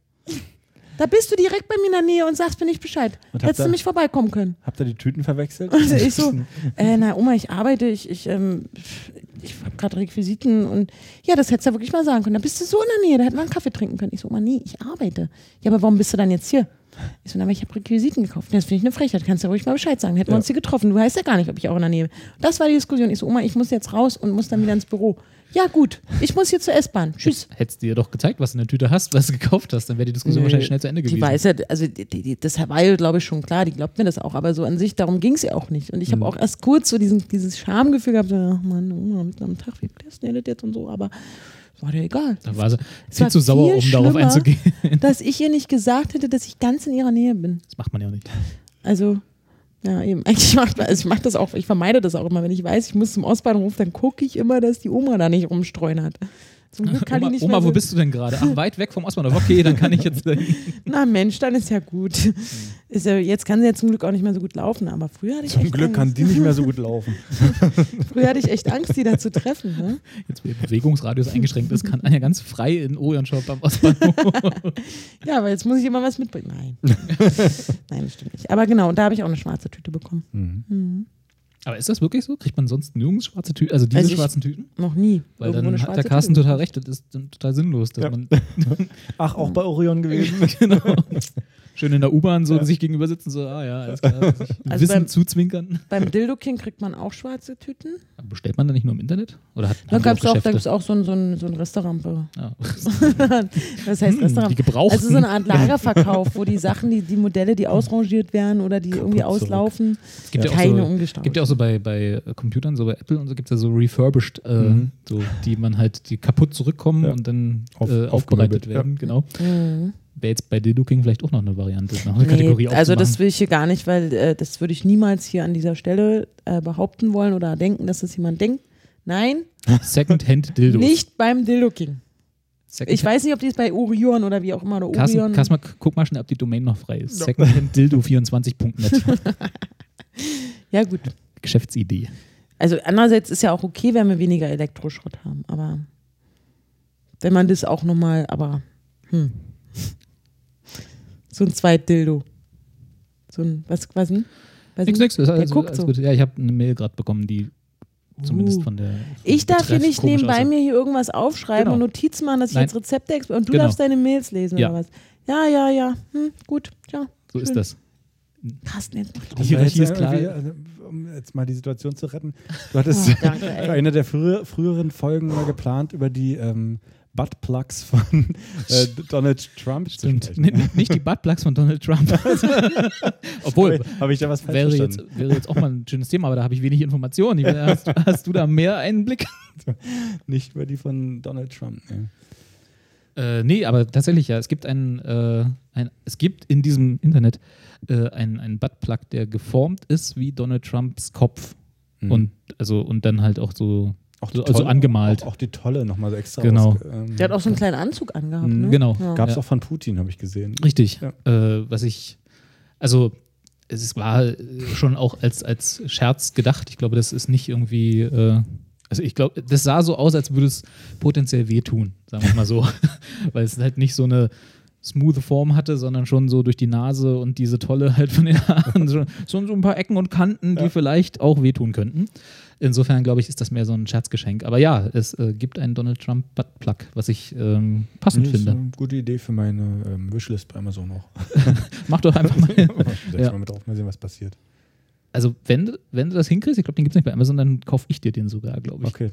Speaker 6: Da bist du direkt bei mir in der Nähe und sagst mir nicht Bescheid.
Speaker 5: Und habt
Speaker 6: Hättest du
Speaker 5: ihr-
Speaker 6: mich vorbeikommen können.
Speaker 5: Habt ihr die Tüten verwechselt?
Speaker 6: Also ich so, äh, na Oma, ich arbeite, ich, ich, ähm, ich habe gerade Requisiten und ja, das hättest du ja wirklich mal sagen können. Da bist du so in der Nähe, da hätten wir einen Kaffee trinken können. Ich so, Oma, nee, ich arbeite. Ja, aber warum bist du dann jetzt hier? Ich so, na, aber ich habe Requisiten gekauft. Das finde ich eine Frechheit, kannst du ja ruhig mal Bescheid sagen. Hätten wir
Speaker 5: Ja.
Speaker 6: uns hier getroffen. Du weißt ja gar nicht, ob ich auch in der Nähe bin. Das war die Diskussion. Ich so, Oma, ich muss jetzt raus und muss dann wieder ins Büro. Ja, gut, ich muss hier zur S-Bahn. Tschüss.
Speaker 2: Hättest du dir doch gezeigt, was du in der Tüte hast, was du gekauft hast, dann wäre die Diskussion wahrscheinlich schnell zu Ende gewesen.
Speaker 6: Die weiß ja, also die, die, das war ja, glaube ich, schon klar, die glaubt mir das auch, aber so an sich, darum ging es ja auch nicht. Und ich habe
Speaker 2: Mhm.
Speaker 6: auch erst kurz so diesen, dieses Schamgefühl gehabt, so, ach Mann, Oma, mitten am Tag, wie lässt denn das jetzt und so, aber war dir egal.
Speaker 2: Da war sie
Speaker 6: Es
Speaker 2: viel
Speaker 6: war
Speaker 2: zu sauer, um
Speaker 6: viel
Speaker 2: darauf
Speaker 6: schlimmer,
Speaker 2: einzugehen.
Speaker 6: Dass ich ihr nicht gesagt hätte, dass ich ganz in ihrer Nähe bin.
Speaker 2: Das macht man ja auch nicht.
Speaker 6: Also, ja, eben. Eigentlich macht also ich mache das auch, ich vermeide das auch immer. Wenn ich weiß, ich muss zum Ostbahnhof, dann gucke ich immer, dass die Oma da nicht rumstreunert. Zum Glück kann
Speaker 2: Oma,
Speaker 6: die nicht
Speaker 2: Oma
Speaker 6: mehr
Speaker 2: wo
Speaker 6: so,
Speaker 2: bist du denn gerade? Ach, weit weg vom Ostbahnhof. Okay, dann kann ich jetzt dahin.
Speaker 6: Na Mensch, dann ist ja gut. Ist ja, jetzt kann sie ja zum Glück auch nicht mehr so gut laufen, aber früher hatte ich
Speaker 5: Zum
Speaker 6: echt
Speaker 5: Glück
Speaker 6: Angst.
Speaker 5: kann die nicht mehr so gut laufen.
Speaker 6: Früher hatte ich echt Angst, die da zu treffen. Ne?
Speaker 2: Jetzt, wo ihr Bewegungsradius eingeschränkt ist, kann Anja ganz frei in Orion-Shop am Ostbahnhof.
Speaker 6: Ja, aber jetzt muss ich immer was mitbringen. Nein. Nein, das stimmt nicht. Aber genau, und da habe ich auch eine schwarze Tüte bekommen.
Speaker 5: Mhm.
Speaker 6: Mhm.
Speaker 2: Aber ist das wirklich so? Kriegt man sonst nirgends schwarze Tüten? Also diese
Speaker 6: Also ich-
Speaker 2: schwarzen Tüten?
Speaker 6: Noch nie.
Speaker 2: Weil
Speaker 6: Irgendwo
Speaker 2: dann
Speaker 6: eine
Speaker 2: hat
Speaker 6: schwarze
Speaker 2: der Carsten
Speaker 6: Tüte.
Speaker 2: total recht. Das ist dann total sinnlos. Dass
Speaker 5: Ja.
Speaker 2: man
Speaker 5: Ach, auch bei Orion gewesen.
Speaker 2: genau. Schön in der U-Bahn so sich gegenüber sitzen, so, ah ja, alles klar. Sich
Speaker 6: Also
Speaker 2: Wissen
Speaker 6: beim-
Speaker 2: zuzwinkern.
Speaker 6: Beim Dildo King kriegt man auch schwarze Tüten.
Speaker 2: Bestellt man da nicht nur im Internet? Oder hat
Speaker 6: Da
Speaker 2: haben die
Speaker 6: gab es auch, da
Speaker 2: Geschäfte?
Speaker 6: gibt's auch so ein, so ein, so ein Restaurant.
Speaker 2: Ja.
Speaker 6: Das heißt
Speaker 2: Hm,
Speaker 6: Restaurant.
Speaker 2: die gebrauchten.
Speaker 6: Also so eine Art Lagerverkauf, wo die Sachen, die, die Modelle, die ausrangiert werden oder die irgendwie
Speaker 5: zurück.
Speaker 6: auslaufen,
Speaker 2: Es gibt ja auch
Speaker 6: keine
Speaker 2: so,
Speaker 6: umgestaut.
Speaker 2: gibt ja auch so bei, bei Computern, so bei Apple und so gibt es ja so refurbished, äh,
Speaker 5: Mhm.
Speaker 2: so, die man halt, die kaputt zurückkommen
Speaker 5: Ja.
Speaker 2: und dann
Speaker 5: Auf-
Speaker 2: äh, aufbereitet
Speaker 5: aufgemöbelt,
Speaker 2: werden.
Speaker 5: ja.
Speaker 2: Genau.
Speaker 6: Mhm.
Speaker 2: Wäre jetzt bei Dildo King vielleicht auch noch eine Variante, noch eine Kategorie
Speaker 6: Nee, also das
Speaker 2: aufzumachen.
Speaker 6: will ich hier gar nicht, weil äh, das würde ich niemals hier an dieser Stelle äh, behaupten wollen oder denken, dass das jemand denkt. Nein,
Speaker 2: Second-Hand Dildos.
Speaker 6: nicht beim Dildo King.
Speaker 2: Second
Speaker 6: Ich weiß nicht, ob die es bei Orion oder wie auch immer oder
Speaker 2: Carsten,
Speaker 6: Orion.
Speaker 2: Carsten, guck mal schnell, ob die Domain noch frei ist. secondhand dildo vierundzwanzig punkt net.
Speaker 6: Ja gut.
Speaker 2: Geschäftsidee.
Speaker 6: Also andererseits ist ja auch okay, wenn wir weniger Elektroschrott haben, aber wenn man das auch nochmal, aber hm. So ein Zweitdildo. So ein, was, was denn? Was
Speaker 2: Nix,
Speaker 6: denn?
Speaker 2: nix. Das ist
Speaker 6: Der
Speaker 2: alles,
Speaker 6: guckt
Speaker 2: alles
Speaker 6: so.
Speaker 2: gut. Ja, ich habe eine Mail gerade bekommen, die zumindest
Speaker 6: Uh.
Speaker 2: von der.
Speaker 6: Ich darf hier
Speaker 2: Betreff
Speaker 6: nicht
Speaker 2: komisch
Speaker 6: nebenbei
Speaker 2: aussah.
Speaker 6: mir hier irgendwas aufschreiben
Speaker 2: Genau.
Speaker 6: und Notizen machen, dass ich
Speaker 2: Nein.
Speaker 6: jetzt Rezepte exp- und du
Speaker 2: Genau.
Speaker 6: darfst deine Mails lesen
Speaker 2: Ja.
Speaker 6: oder was? Ja, ja, ja. Hm, gut, ja.
Speaker 2: So
Speaker 6: schön.
Speaker 2: ist das.
Speaker 6: Carsten, jetzt mach doch.
Speaker 2: Die Hierarchie
Speaker 5: jetzt
Speaker 2: ist klar.
Speaker 5: irgendwie, also, um jetzt mal die Situation zu retten. Du hattest
Speaker 6: Oh, danke, ey.
Speaker 5: für eine der früher, früheren Folgen mal geplant, über die ähm, Buttplugs von äh, Donald Trump zu
Speaker 2: Stimmt.
Speaker 5: sprechen.
Speaker 2: N- Nicht die Buttplugs von Donald Trump. Obwohl,
Speaker 5: Habe ich da was falsch
Speaker 2: wäre jetzt,
Speaker 5: verstanden?
Speaker 2: wäre jetzt auch mal ein schönes Thema, aber da habe ich wenig Informationen. Ich, hast, hast du da mehr Einblick?
Speaker 5: Nicht über die von Donald Trump. Nee.
Speaker 2: Äh, nee, aber tatsächlich ja. Es gibt einen, äh, ein, es gibt in diesem Internet äh, einen, einen Buttplug, der geformt ist wie Donald Trumps Kopf.
Speaker 5: Mhm.
Speaker 2: Und, also, und dann halt auch so,
Speaker 5: Auch
Speaker 2: so
Speaker 5: die
Speaker 2: also
Speaker 5: Tolle-
Speaker 2: angemalt.
Speaker 5: Auch, auch die Tolle nochmal so extra.
Speaker 2: Genau.
Speaker 5: Aus, ähm,
Speaker 6: Der hat auch so einen kleinen Anzug angehabt,
Speaker 2: Mhm,
Speaker 6: ne?
Speaker 2: genau.
Speaker 6: Ja.
Speaker 5: Gab es
Speaker 2: Ja.
Speaker 5: auch von Putin, habe ich gesehen.
Speaker 2: Richtig.
Speaker 5: Ja.
Speaker 2: Äh, was ich, also es war äh, schon auch als, als Scherz gedacht. Ich glaube, das ist nicht irgendwie, äh, also ich glaube, das sah so aus, als würde es potenziell wehtun, sagen wir mal so. Weil es halt nicht so eine smooth Form hatte, sondern schon so durch die Nase und diese Tolle halt von den Haaren. So, so so ein paar Ecken und Kanten, die
Speaker 5: Ja.
Speaker 2: vielleicht auch wehtun könnten. Insofern, glaube ich, ist das mehr so ein Scherzgeschenk. Aber ja, es äh, gibt einen Donald Trump Buttplug, was ich ähm, passend
Speaker 5: Das ist
Speaker 2: finde.
Speaker 5: eine gute Idee für meine ähm, Wishlist bei Amazon auch.
Speaker 2: Mach doch einfach mal.
Speaker 5: Setz
Speaker 2: Ja.
Speaker 5: mal mit drauf, mal sehen, was passiert.
Speaker 2: Also, wenn, du- wenn du das hinkriegst, ich glaube, den gibt es nicht bei Amazon, dann kaufe ich dir den sogar, glaube ich.
Speaker 5: Okay.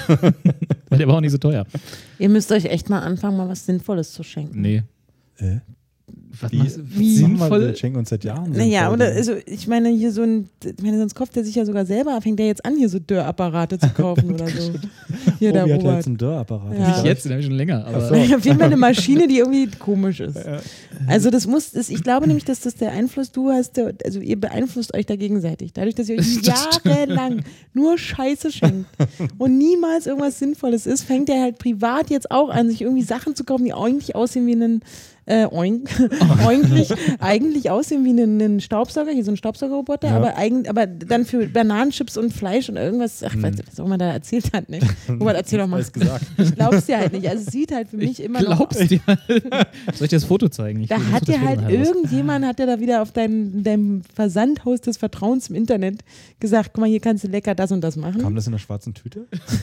Speaker 2: Weil der war auch nicht so teuer.
Speaker 6: Ihr müsst euch echt mal anfangen, mal was Sinnvolles zu schenken.
Speaker 2: Nee.
Speaker 5: äh?
Speaker 2: Was
Speaker 5: Wie,
Speaker 2: machst-
Speaker 5: wie
Speaker 2: sinnvoll?
Speaker 5: Wir schenken uns seit Jahren.
Speaker 6: Naja,
Speaker 5: sinnvoll
Speaker 6: oder
Speaker 5: Dinge.
Speaker 6: also ich meine, hier so ein, ich meine, sonst kauft der sich ja sogar selber, fängt der jetzt an, hier so Dörrapparate zu kaufen oder so. Hier der
Speaker 5: Obi hat ja
Speaker 6: Robert.
Speaker 5: jetzt einen Dörrapparat.
Speaker 6: Ja.
Speaker 2: Nicht jetzt, den habe ich schon länger. Aber
Speaker 5: Ach so.
Speaker 6: Auf jeden Fall eine Maschine, die irgendwie komisch ist. Also das muss, das, ich glaube nämlich, dass das der Einfluss, du hast, der, also ihr beeinflusst euch da gegenseitig. Dadurch, dass ihr euch
Speaker 2: Das
Speaker 6: jahrelang nur Scheiße schenkt und niemals irgendwas Sinnvolles ist, fängt er halt privat jetzt auch an, sich irgendwie Sachen zu kaufen, die eigentlich aussehen wie einen äh, oink, eigentlich, eigentlich aussehen wie einen, einen Staubsauger, hier so ein Staubsaugerroboter,
Speaker 5: Ja.
Speaker 6: aber, eigen, aber dann für Bananenchips und Fleisch und irgendwas, ach, weiß nicht, was auch immer da erzählt hat, ne? Robert, erzähl doch mal.
Speaker 5: Alles gesagt.
Speaker 6: Ich glaub's dir halt nicht. Also es sieht halt für mich immer noch
Speaker 2: glaubst dir? Soll ich dir das Foto zeigen? Ich
Speaker 6: Da
Speaker 2: suche
Speaker 6: hat
Speaker 2: das
Speaker 6: dir
Speaker 2: Foto
Speaker 6: halt
Speaker 2: nachher raus.
Speaker 6: irgendjemand, hat dir da wieder auf deinem, deinem Versandhaus des Vertrauens im Internet gesagt, guck mal, hier kannst du lecker das und das machen.
Speaker 5: Kam das in einer schwarzen Tüte?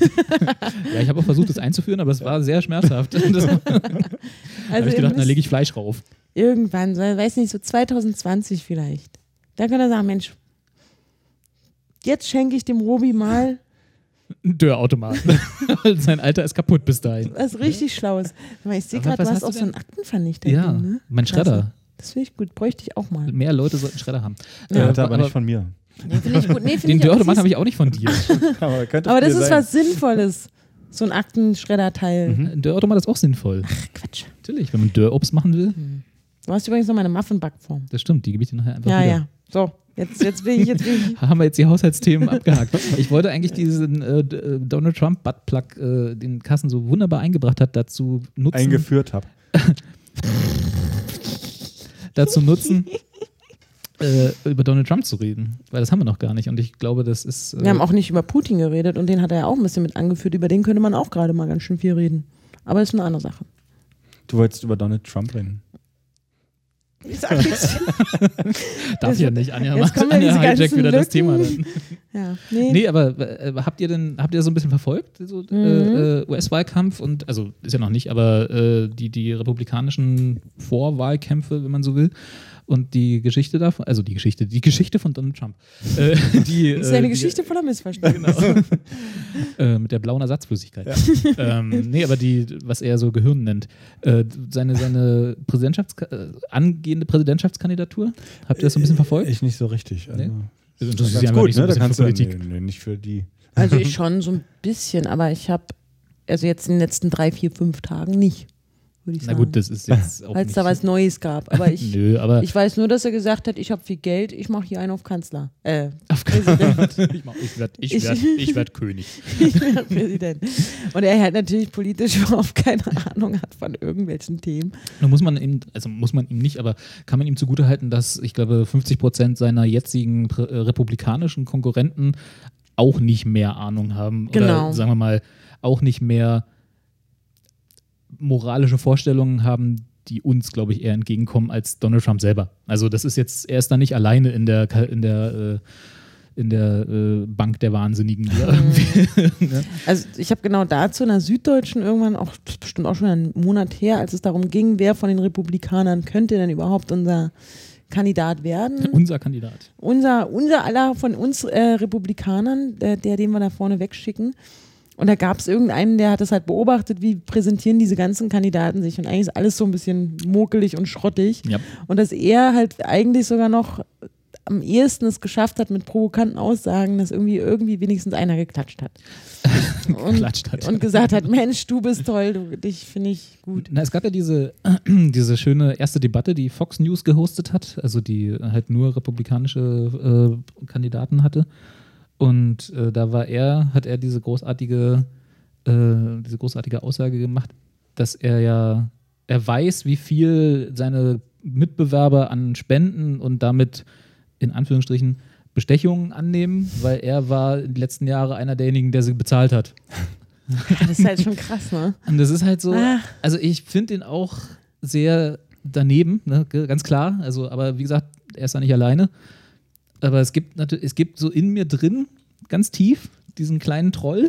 Speaker 2: Ja, ich habe auch versucht, das einzuführen, aber es war sehr schmerzhaft. Das, da
Speaker 6: Also
Speaker 2: habe ich
Speaker 6: ihr
Speaker 2: gedacht, na
Speaker 6: müsst
Speaker 2: lege ich Fleisch rauf.
Speaker 6: irgendwann, so, weiß nicht, so zwanzig zwanzig vielleicht, da könnt ihr sagen, Mensch, jetzt schenke ich dem Robi mal
Speaker 2: Ein Dörrautomat. Weil sein Alter ist kaputt bis dahin.
Speaker 6: was richtig Schlaues. Guck mal, ich sehe
Speaker 2: Aber
Speaker 6: gerade,
Speaker 2: was
Speaker 6: du hast
Speaker 2: hast
Speaker 6: auch
Speaker 2: du
Speaker 6: so einen Aktenvernichter.
Speaker 2: Ja,
Speaker 6: drin, ne?
Speaker 2: mein
Speaker 6: Klasse.
Speaker 2: Schredder.
Speaker 6: Das finde ich gut, bräuchte ich auch mal.
Speaker 2: Mehr Leute sollten Schredder haben.
Speaker 5: Ja,
Speaker 2: Äh,
Speaker 5: aber, aber nicht von mir.
Speaker 6: Nee, finde ich gut. Nee, find
Speaker 2: Den
Speaker 6: ich auch,
Speaker 2: Dörrautomat
Speaker 6: siehst-
Speaker 2: habe ich auch nicht von dir.
Speaker 5: Aber, könnte
Speaker 6: aber
Speaker 5: von
Speaker 6: das
Speaker 5: dir
Speaker 6: ist
Speaker 5: sein.
Speaker 6: was Sinnvolles. So ein Aktenschredderteil.
Speaker 2: Ein Dörrautomat ist auch sinnvoll.
Speaker 6: Quatsch.
Speaker 2: Natürlich, wenn man Dörrobst machen will.
Speaker 6: Du hast übrigens noch meine Muffinbackform.
Speaker 2: Das stimmt, die gebe ich dir nachher einfach
Speaker 6: Ja,
Speaker 2: wieder.
Speaker 6: ja. So, jetzt, jetzt bin ich, jetzt bin ich.
Speaker 2: Haben wir jetzt die Haushaltsthemen abgehakt. Ich wollte eigentlich diesen äh, D- äh, Donald Trump Buttplug, äh, den Carsten so wunderbar eingebracht hat, dazu nutzen,
Speaker 5: eingeführt habe.
Speaker 2: dazu nutzen äh, über Donald Trump zu reden. Weil das haben wir noch gar nicht. Und ich glaube, das ist. Äh,
Speaker 6: Wir haben auch nicht über Putin geredet und den hat er ja auch ein bisschen mit angeführt. Über den könnte man auch gerade mal ganz schön viel reden. Aber das ist eine andere Sache.
Speaker 5: Du wolltest über Donald Trump reden.
Speaker 6: Ich sag nichts.
Speaker 2: Darf ja nicht, Anja,
Speaker 6: Jetzt
Speaker 2: macht
Speaker 6: kommen ja
Speaker 2: Anja
Speaker 6: diese
Speaker 2: hijackt
Speaker 6: ganzen
Speaker 2: wieder das
Speaker 6: Lücken.
Speaker 2: Thema. Dann.
Speaker 6: Ja, nee.
Speaker 2: Nee, aber äh, habt ihr denn, habt ihr so ein bisschen verfolgt, so,
Speaker 6: Mhm.
Speaker 2: äh, äh, U S-Wahlkampf und, also ist ja noch nicht, aber äh, die, die republikanischen Vorwahlkämpfe, wenn man so will, und die Geschichte davon, also die Geschichte, die Geschichte von Donald Trump. Äh, die,
Speaker 6: Das ist ja eine
Speaker 2: äh,
Speaker 6: Geschichte voller Missverständnisse.
Speaker 2: Genau. äh, mit der blauen Ersatzflüssigkeit. Ähm, nee, aber die, was er so Gehirn nennt, äh, seine, seine Präsidentschafts äh, angehende Präsidentschaftskandidatur, habt ihr das so ein bisschen verfolgt?
Speaker 5: Ich nicht so richtig. Also,
Speaker 2: Nee? Das
Speaker 5: das
Speaker 2: interessiert
Speaker 5: ist
Speaker 2: sich
Speaker 5: ganz
Speaker 2: einfach
Speaker 5: gut,
Speaker 2: nicht so
Speaker 5: ne?
Speaker 2: ein
Speaker 5: Da
Speaker 2: bisschen
Speaker 5: kannst
Speaker 2: für
Speaker 5: du
Speaker 2: Politik.
Speaker 5: nee, nee, nicht für die.
Speaker 6: Also ich schon so ein bisschen, aber ich habe, also jetzt in den letzten drei, vier, fünf Tagen nicht, würde ich
Speaker 2: Na
Speaker 6: sagen.
Speaker 2: gut, das ist jetzt auch
Speaker 6: Weil es
Speaker 2: nicht
Speaker 6: da was Neues gab. Aber ich,
Speaker 2: Nö, aber
Speaker 6: ich weiß nur, dass er gesagt hat, ich habe viel Geld, ich mache hier einen auf Kanzler. Äh,
Speaker 2: auf
Speaker 6: Präsident.
Speaker 2: ich mach- ich werde ich
Speaker 6: Ich-
Speaker 2: werd, ich werd König.
Speaker 6: ich bin Präsident. Und er halt natürlich politisch überhaupt keine Ahnung hat von irgendwelchen Themen.
Speaker 2: Nun muss man ihm, also muss man ihm nicht, aber kann man ihm zugutehalten, dass ich glaube fünfzig Prozent seiner jetzigen prä- äh, republikanischen Konkurrenten auch nicht mehr Ahnung haben.
Speaker 6: Genau.
Speaker 2: Oder sagen wir mal, auch nicht mehr moralische Vorstellungen haben, die uns, glaube ich, eher entgegenkommen als Donald Trump selber. Also das ist jetzt, er ist da nicht alleine in der, Ka- in der, äh, in der äh, Bank der Wahnsinnigen. Die da irgendwie- ne?
Speaker 6: Also ich habe genau dazu in der Süddeutschen irgendwann, auch das ist bestimmt auch schon einen Monat her, als es darum ging, wer von den Republikanern könnte denn überhaupt unser Kandidat werden.
Speaker 2: Unser Kandidat.
Speaker 6: unser, unser aller von uns äh, Republikanern, der, der, den wir da vorne wegschicken. Und da gab es irgendeinen, der hat das halt beobachtet, wie präsentieren diese ganzen Kandidaten sich. Und eigentlich ist alles so ein bisschen mokelig und schrottig.
Speaker 2: Ja.
Speaker 6: Und dass er halt eigentlich sogar noch am ehesten es geschafft hat mit provokanten Aussagen, dass irgendwie irgendwie wenigstens einer geklatscht hat. Und,
Speaker 2: Geklatscht hat.
Speaker 6: und gesagt hat, Mensch, du bist toll, du, dich finde ich gut.
Speaker 2: Na, es gab ja diese, diese schöne erste Debatte, die Fox News gehostet hat, also die halt nur republikanische äh, Kandidaten hatte. Und äh, da war er, hat er diese großartige, äh, diese großartige Aussage gemacht, dass er ja, er weiß, wie viel seine Mitbewerber an Spenden und damit in Anführungsstrichen Bestechungen annehmen, weil er war in den letzten Jahren einer derjenigen, der sie bezahlt hat.
Speaker 6: Das ist halt schon krass, ne?
Speaker 2: Und das ist halt so,
Speaker 6: Ah.
Speaker 2: also ich finde ihn auch sehr daneben, ne, ganz klar. Also, aber wie gesagt, er ist da nicht alleine. Aber es gibt natürlich, es gibt so in mir drin, ganz tief, diesen kleinen Troll,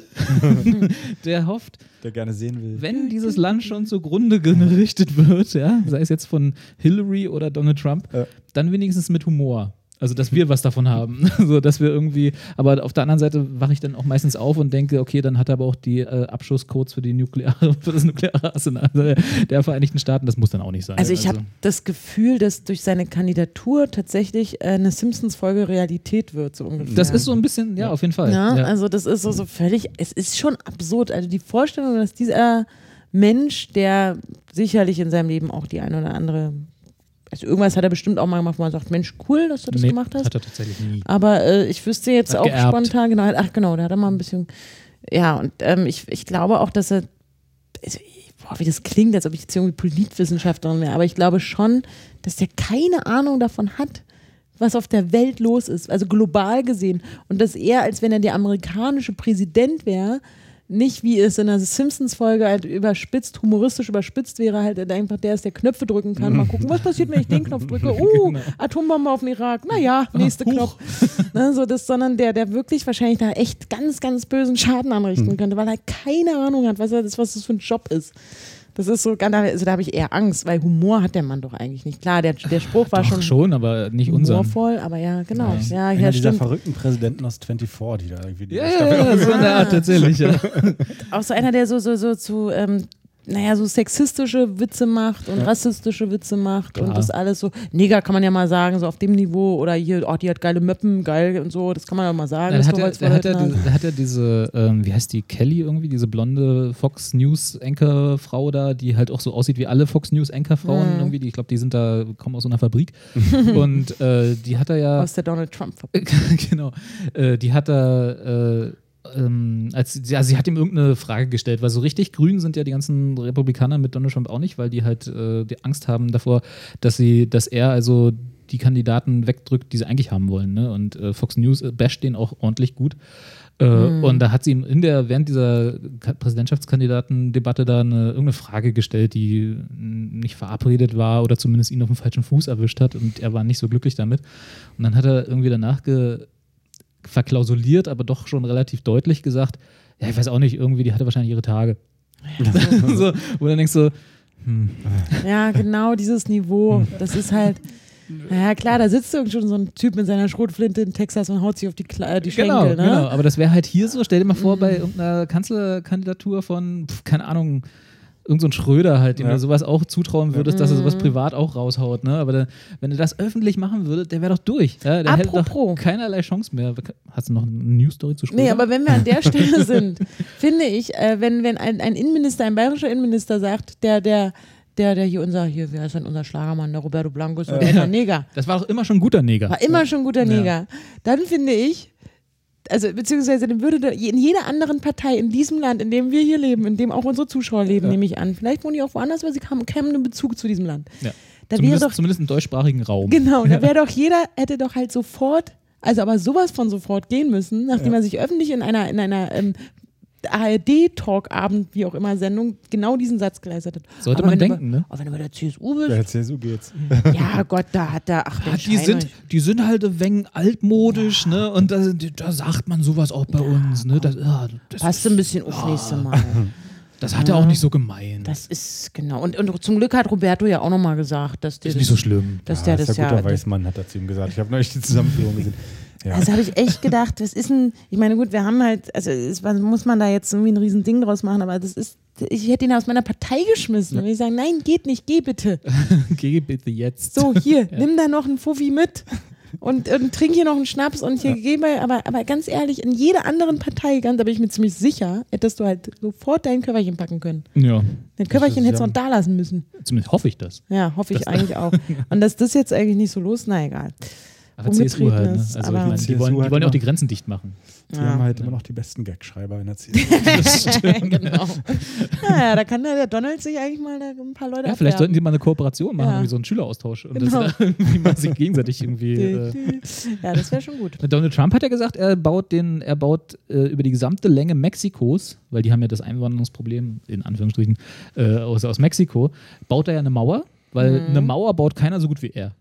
Speaker 2: der hofft,
Speaker 5: Der gerne sehen will.
Speaker 2: wenn dieses Land schon zugrunde gerichtet wird, ja, sei es jetzt von Hillary oder Donald Trump,
Speaker 5: Ja.
Speaker 2: dann wenigstens mit Humor. Also, dass wir was davon haben. So, dass wir irgendwie, aber auf der anderen Seite wache ich dann auch meistens auf und denke, okay, dann hat er aber auch die äh, Abschusscodes für die nukleare, für das nukleare Arsenal der, der Vereinigten Staaten. Das muss dann auch nicht sein.
Speaker 6: Also ich habe das Gefühl, dass durch seine Kandidatur tatsächlich äh, eine Simpsons-Folge Realität wird, so ungefähr.
Speaker 2: Das ist so ein bisschen, ja, auf jeden Fall.
Speaker 6: Ja,
Speaker 2: Ja.
Speaker 6: also das ist so, so völlig, es ist schon absurd. Also die Vorstellung, dass dieser Mensch, der sicherlich in seinem Leben auch die eine oder andere, also irgendwas hat er bestimmt auch mal gemacht, wo man sagt, Mensch, cool, dass du das
Speaker 2: Nee,
Speaker 6: gemacht hast.
Speaker 2: hat er tatsächlich nie.
Speaker 6: Aber äh, ich wüsste jetzt
Speaker 2: Hat
Speaker 6: auch
Speaker 2: geerbt.
Speaker 6: spontan, genau, ach genau, da hat er mal ein bisschen, ja, und ähm, ich, ich glaube auch, dass er, also, boah, wie das klingt, als ob ich jetzt irgendwie Politwissenschaftlerin wäre, aber ich glaube schon, dass der keine Ahnung davon hat, was auf der Welt los ist, also global gesehen. Und dass er, als wenn er der amerikanische Präsident wäre, nicht wie es in der Simpsons-Folge halt überspitzt, humoristisch überspitzt wäre, halt einfach der ist, der Knöpfe drücken kann. Mal gucken, was passiert, wenn ich den Knopf drücke? Uh,
Speaker 2: Genau.
Speaker 6: Atombombe auf den Irak. Naja, nächster Knopf. Ne, so das, sondern der, der wirklich wahrscheinlich da echt ganz, ganz bösen Schaden anrichten könnte, weil er keine Ahnung hat, was, er, das, was das für ein Job ist. Das ist so, also da habe ich eher Angst, weil Humor hat der Mann doch eigentlich nicht. Klar, der, der Spruch war
Speaker 2: Doch,
Speaker 6: schon,
Speaker 2: schon, aber nicht unseren.
Speaker 6: humorvoll, aber ja, genau.
Speaker 2: Nein.
Speaker 6: Ja,
Speaker 5: Einer
Speaker 6: ja,
Speaker 5: dieser
Speaker 6: stimmt.
Speaker 5: verrückten Präsidenten aus vierundzwanzig, die da irgendwie die
Speaker 2: Ja, ja,
Speaker 5: Staffel
Speaker 2: ja, so in der Art tatsächlich. Ja.
Speaker 6: Auch so einer, der so, so, so zu, ähm, naja, so sexistische Witze macht und
Speaker 5: Ja.
Speaker 6: rassistische Witze macht
Speaker 2: Klar.
Speaker 6: und das alles so, Neger kann man ja mal sagen, so auf dem Niveau oder hier, oh, die hat geile Möppen, geil und so, das kann man ja mal sagen.
Speaker 2: Da
Speaker 6: das
Speaker 2: hat,
Speaker 6: doch
Speaker 2: er,
Speaker 6: als
Speaker 2: da, hat er,
Speaker 6: Vorredner.
Speaker 2: da hat er diese, ähm, wie heißt die, Kelly irgendwie, diese blonde Fox News Anchor-Frau da, die halt auch so aussieht wie alle Fox News Anchor-Frauen
Speaker 6: Mhm.
Speaker 2: irgendwie, die, ich glaube, die sind da, kommen aus so einer Fabrik. Und äh, die hat er ja,
Speaker 6: Aus der Donald Trump.
Speaker 2: genau, äh, die hat er, äh, ähm, als, ja, sie hat ihm irgendeine Frage gestellt, weil so richtig grün sind ja die ganzen Republikaner mit Donald Trump auch nicht, weil die halt äh, die Angst haben davor, dass sie, dass er also die Kandidaten wegdrückt, die sie eigentlich haben wollen. Ne? Und äh, Fox News äh, basht den auch ordentlich gut. Äh, mhm. Und da hat sie ihm in der, während dieser Präsidentschaftskandidatendebatte da eine, irgendeine Frage gestellt, die nicht verabredet war oder zumindest ihn auf dem falschen Fuß erwischt hat und er war nicht so glücklich damit. Und dann hat er irgendwie danach ge- verklausuliert, aber doch schon relativ deutlich gesagt, ja, ich weiß auch nicht, irgendwie, die hatte wahrscheinlich ihre Tage. Ja. So, wo dann denkst du, hm.
Speaker 6: Ja, genau dieses Niveau, das ist halt, ja klar, da sitzt irgend schon so ein Typ mit seiner Schrotflinte in Texas und haut sich auf die, Kla- die Schenkel.
Speaker 2: Genau,
Speaker 6: ne?
Speaker 2: genau, aber das wäre halt hier so, stell dir mal vor, bei irgendeiner Kanzlerkandidatur von, pf, keine Ahnung, irgend so ein Schröder halt, dem
Speaker 5: ja.
Speaker 2: du sowas auch zutrauen würdest, dass er sowas privat auch raushaut, ne? Aber der, wenn du das öffentlich machen würdest, der wäre doch durch. Ja? Der hätte doch keinerlei Chance mehr. Hast du noch eine News-Story zu Schröder?
Speaker 6: Nee, aber wenn wir an der Stelle sind, finde ich, äh, wenn, wenn ein, ein Innenminister, ein bayerischer Innenminister sagt, der, der, der, der hier unser, hier, wer ist denn unser Schlagermann, der Roberto Blanco, ist
Speaker 2: ja.
Speaker 6: der Neger.
Speaker 2: Das war doch immer schon ein guter Neger.
Speaker 6: War immer schon ein guter Neger.
Speaker 2: Ja.
Speaker 6: Dann finde ich, also beziehungsweise dann würde da in jeder anderen Partei in diesem Land, in dem wir hier leben, in dem auch unsere Zuschauer leben, ja. nehme ich an, vielleicht wohnen die auch woanders, aber sie haben keinen Bezug zu diesem Land.
Speaker 2: Ja.
Speaker 6: Da
Speaker 2: zumindest,
Speaker 6: doch,
Speaker 2: zumindest im deutschsprachigen Raum.
Speaker 6: Genau, da wäre doch jeder, hätte doch halt sofort, also aber sowas von sofort gehen müssen, nachdem ja. er sich öffentlich in einer, in einer ähm, A R D-Talk-Abend, wie auch immer, Sendung, genau diesen Satz geleistet hat.
Speaker 2: Sollte
Speaker 6: aber
Speaker 2: man denken,
Speaker 6: über,
Speaker 2: ne?
Speaker 6: Aber wenn du bei der C S U bist.
Speaker 5: Bei der C S U geht's.
Speaker 6: Ja, Gott, da hat er, ach,
Speaker 2: ja, die, sind, die sind halt ein wenig altmodisch, ja. ne? Und da, da sagt man sowas auch bei ja. uns, ne? Das, ja, das
Speaker 6: passt ein bisschen auf nächste Mal.
Speaker 2: Das hat er auch nicht so gemeint.
Speaker 6: Das ist, genau. Und, und zum Glück hat Roberto ja auch nochmal gesagt, dass der.
Speaker 2: Ist nicht so schlimm.
Speaker 6: Dass
Speaker 5: ja,
Speaker 6: der
Speaker 5: das
Speaker 6: das
Speaker 5: ist ein guter
Speaker 6: ja.
Speaker 5: Weißmann, hat er zu ihm gesagt. Ich habe neulich die Zusammenführung gesehen. Ja.
Speaker 6: Also habe ich echt gedacht, was ist denn, ich meine gut, wir haben halt, also ist, muss man da jetzt irgendwie ein riesen Ding draus machen, aber das ist, ich hätte ihn aus meiner Partei geschmissen. Ja. Und ich sagen, nein, geht nicht, geh bitte.
Speaker 2: Geh bitte jetzt.
Speaker 6: So, hier, ja. nimm da noch einen Fuffi mit und, und trink hier noch einen Schnaps und hier ja. geh mal, aber, aber ganz ehrlich, in jeder anderen Partei, ganz, da bin ich mir ziemlich sicher, hättest du halt sofort dein Köfferchen packen können.
Speaker 2: Ja.
Speaker 6: Dein Köfferchen hättest du noch da lassen müssen.
Speaker 2: Zumindest hoffe ich das.
Speaker 6: Ja, hoffe ich das eigentlich auch. Und dass das jetzt eigentlich nicht so los, na egal.
Speaker 2: Aber C S U halt, ne? Also
Speaker 6: aber
Speaker 2: ich meine, die wollen, die wollen ja auch die Grenzen dicht machen.
Speaker 5: Die
Speaker 6: ja.
Speaker 5: haben halt
Speaker 2: ja.
Speaker 5: immer noch die besten Gagschreiber in der C S U.
Speaker 2: Das stimmt.
Speaker 6: Genau. Naja, da kann der Donald sich eigentlich mal da ein paar Leute
Speaker 2: Ja,
Speaker 6: abwerben.
Speaker 2: vielleicht sollten die mal eine Kooperation machen,
Speaker 6: ja.
Speaker 2: irgendwie so einen Schüleraustausch. Und
Speaker 6: genau.
Speaker 2: dass da irgendwie mal sich gegenseitig irgendwie. Äh
Speaker 6: ja, das wäre schon gut.
Speaker 2: Donald Trump hat ja gesagt, er baut den, er baut äh, über die gesamte Länge Mexikos, weil die haben ja das Einwanderungsproblem, in Anführungsstrichen, äh, aus, aus Mexiko, baut er ja eine Mauer, weil mhm. eine Mauer baut keiner so gut wie er.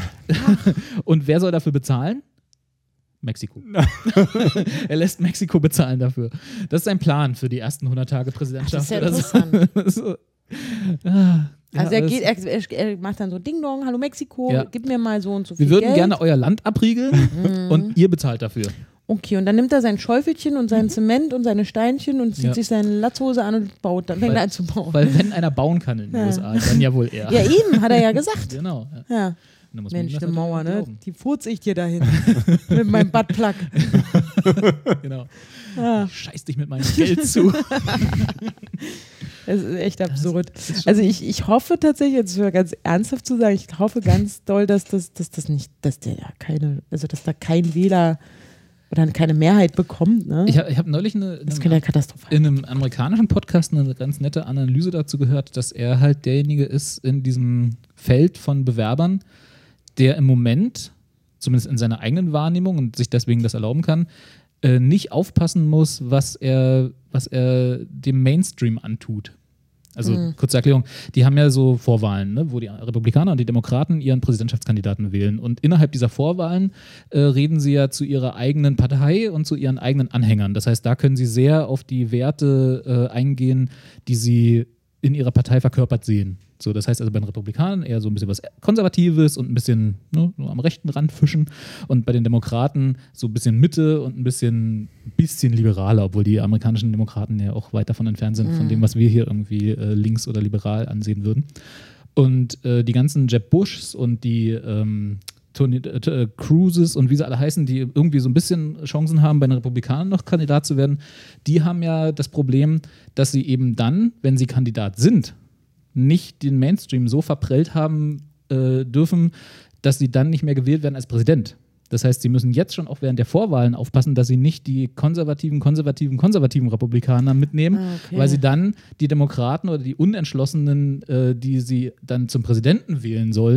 Speaker 2: Und wer soll dafür bezahlen? Mexiko. Er lässt Mexiko bezahlen dafür. Das ist sein Plan für die ersten hundert Tage Präsidentschaft.
Speaker 6: Ach, das ist ja interessant.
Speaker 2: so. ah,
Speaker 6: also
Speaker 2: ja,
Speaker 6: er, geht, er, er macht dann so Ding Dong, hallo Mexiko,
Speaker 2: ja.
Speaker 6: gib mir mal so und so viel
Speaker 2: Wir würden
Speaker 6: Geld.
Speaker 2: gerne euer Land abriegeln mhm. und ihr bezahlt dafür.
Speaker 6: Okay, und dann nimmt er sein Schäufelchen und sein Zement und seine Steinchen und zieht
Speaker 2: ja.
Speaker 6: sich seine Latzhose an und baut, dann fängt
Speaker 2: weil,
Speaker 6: er an zu bauen.
Speaker 2: Weil wenn einer bauen kann in den
Speaker 6: ja.
Speaker 2: U S A, dann ja wohl er.
Speaker 6: Ja eben, hat er ja gesagt.
Speaker 2: Genau. Ja.
Speaker 6: Ja.
Speaker 2: Mensch,
Speaker 6: die Mauer, ne? Die furze ich dir dahin. Mit meinem Buttplug.
Speaker 2: Genau.
Speaker 6: Ah.
Speaker 2: Scheiß dich mit meinem Geld zu.
Speaker 6: Das ist echt absurd. Also ich, ich hoffe tatsächlich, jetzt ganz ernsthaft zu sagen, ich hoffe ganz doll, dass das, dass das nicht, dass der ja keine, also dass da kein Wähler oder keine Mehrheit bekommt. Ne?
Speaker 2: Ich habe ich hab neulich eine,
Speaker 6: das könnte ja katastrophal
Speaker 2: in einem amerikanischen Podcast eine ganz nette Analyse dazu gehört, dass er halt derjenige ist in diesem Feld von Bewerbern, der im Moment, zumindest in seiner eigenen Wahrnehmung und sich deswegen das erlauben kann, äh, nicht aufpassen muss, was er, was er dem Mainstream antut. Also, mhm. kurze Erklärung, die haben ja so Vorwahlen, ne, wo die Republikaner und die Demokraten ihren Präsidentschaftskandidaten wählen. Und innerhalb dieser Vorwahlen äh, reden sie ja zu ihrer eigenen Partei und zu ihren eigenen Anhängern. Das heißt, da können sie sehr auf die Werte äh, eingehen, die sie in ihrer Partei verkörpert sehen. So, das heißt also bei den Republikanern eher so ein bisschen was Konservatives und ein bisschen ne, nur am rechten Rand fischen und bei den Demokraten so ein bisschen Mitte und ein bisschen, bisschen liberaler, obwohl die amerikanischen Demokraten ja auch weit davon entfernt sind, mhm. von dem, was wir hier irgendwie äh, links oder liberal ansehen würden. Und äh, die ganzen Jeb Bushs und die ähm, Tony äh, Cruises und wie sie alle heißen, die irgendwie so ein bisschen Chancen haben, bei den Republikanern noch Kandidat zu werden, die haben ja das Problem, dass sie eben dann, wenn sie Kandidat sind, nicht den Mainstream so verprellt haben äh, dürfen, dass sie dann nicht mehr gewählt werden als Präsident. Das heißt, sie müssen jetzt schon auch während der Vorwahlen aufpassen, dass sie nicht die konservativen, konservativen, konservativen Republikaner mitnehmen,
Speaker 6: ah, okay.
Speaker 2: weil sie dann die Demokraten oder die Unentschlossenen, äh, die sie dann zum Präsidenten wählen sollen,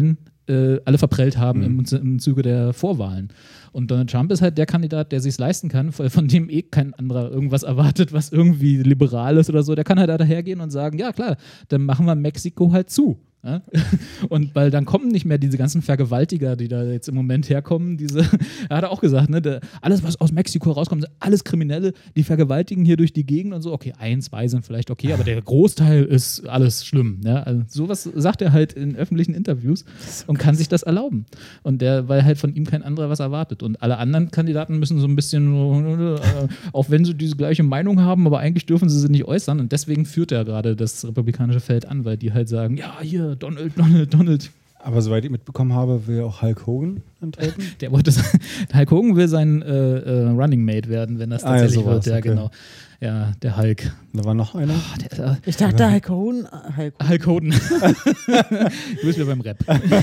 Speaker 2: äh, alle verprellt haben mhm. im, im Zuge der Vorwahlen. Und Donald Trump ist halt der Kandidat, der sich es leisten kann, von dem eh kein anderer irgendwas erwartet, was irgendwie liberal ist oder so. Der kann halt da dahergehen und sagen, ja klar, dann machen wir Mexiko halt zu. Ja? Und weil dann kommen nicht mehr diese ganzen Vergewaltiger, die da jetzt im Moment herkommen. Diese, er hat auch gesagt, ne, der, alles, was aus Mexiko rauskommt, sind alles Kriminelle, die vergewaltigen hier durch die Gegend und so. Okay, ein, zwei sind vielleicht okay, aber der Großteil ist alles schlimm. Ja? Also sowas sagt er halt in öffentlichen Interviews und kann sich das erlauben. Und der, weil halt von ihm kein anderer was erwartet. Und alle anderen Kandidaten müssen so ein bisschen, äh, auch wenn sie diese gleiche Meinung haben, aber eigentlich dürfen sie sie nicht äußern. Und deswegen führt er gerade das republikanische Feld an, weil die halt sagen, ja, hier, Donald, Donald, Donald.
Speaker 5: Aber soweit ich mitbekommen habe, will auch Hulk Hogan antreten.
Speaker 2: Der wollte, Hulk Hogan will sein äh, äh, Running Mate werden, wenn das tatsächlich ah, ja, sowas, wird. Ja, okay. Genau. Ja, der Hulk.
Speaker 5: Da war noch einer.
Speaker 2: Oh, der, äh,
Speaker 6: ich dachte ja. Hulk Hogan. Hulk Hogan.
Speaker 2: Hulk Hogan. Du bist wieder beim Rap.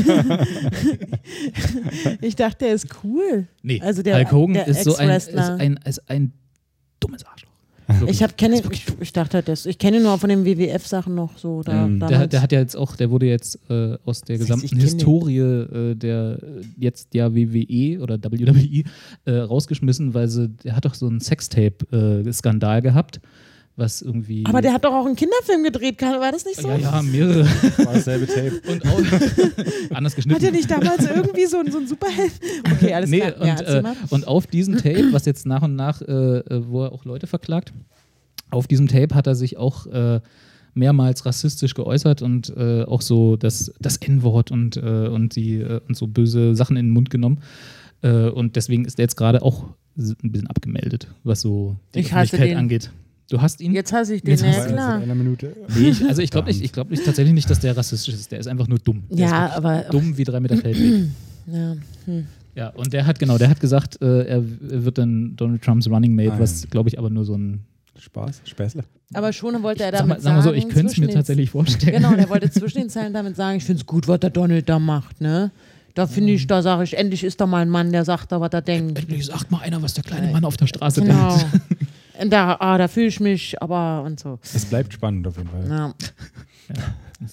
Speaker 6: Ich dachte, der ist cool.
Speaker 2: Nee,
Speaker 6: also der,
Speaker 2: Hulk Hogan
Speaker 6: der
Speaker 2: ist so ein, ist ein, ist ein dummes Arschloch.
Speaker 6: Ich, hab, kenne, ich, ich dachte, das, ich kenne nur von den W W F-Sachen noch so. Da,
Speaker 2: ähm, der, der hat ja jetzt auch, der wurde jetzt äh, aus der das gesamten Historie äh, der jetzt ja W W E oder W W E äh, rausgeschmissen, weil sie, der hat doch so einen Sextape-Skandal äh, gehabt, was irgendwie.
Speaker 6: Aber der hat doch auch einen Kinderfilm gedreht, war das nicht so?
Speaker 2: Ja, ja, mehrere.
Speaker 5: War dasselbe Tape.
Speaker 2: Und auch anders geschnitten.
Speaker 6: Hat er nicht damals irgendwie so, so ein Superheld? Okay, alles
Speaker 2: nee,
Speaker 6: klar.
Speaker 2: Und,
Speaker 6: ja,
Speaker 2: äh, und auf diesem Tape, was jetzt nach und nach, äh, wo er auch Leute verklagt, auf diesem Tape hat er sich auch äh, mehrmals rassistisch geäußert und äh, auch so das, das En-Wort und, äh, und, die, äh, und so böse Sachen in den Mund genommen. Äh, und deswegen ist er jetzt gerade auch ein bisschen abgemeldet, was so die
Speaker 6: ich Öffentlichkeit
Speaker 2: angeht. Du hast ihn?
Speaker 6: Jetzt hasse ich den, ja klar.
Speaker 5: In einer Minute.
Speaker 2: Nee, ich, also ich glaube nicht, ich glaub nicht, tatsächlich nicht, dass der rassistisch ist. Der ist einfach nur dumm. Der
Speaker 6: ja, aber
Speaker 2: dumm wie drei Meter Feldweg.
Speaker 6: Ja. Hm.
Speaker 2: Ja, und der hat, genau, der hat gesagt, äh, er wird dann Donald Trumps Running Mate, ah, was, glaube ich, aber nur so ein
Speaker 5: Spaß, Späßle.
Speaker 6: Aber schon wollte er
Speaker 2: ich,
Speaker 6: damit
Speaker 2: sag mal,
Speaker 6: sagen.
Speaker 2: Sag mal so, ich könnte es mir tatsächlich vorstellen.
Speaker 6: Genau, der wollte zwischen den Zeilen damit sagen, ich finde es gut, was der Donald da macht, ne? Da finde ich, da sage ich, endlich ist da mal ein Mann, der sagt da, was er denkt.
Speaker 2: Endlich sagt mal einer, was der kleine Mann auf der Straße
Speaker 6: genau.
Speaker 2: denkt.
Speaker 6: Und da, ah, da fühle ich mich, aber und so.
Speaker 5: Es bleibt spannend auf jeden Fall.
Speaker 6: Ja. Ja.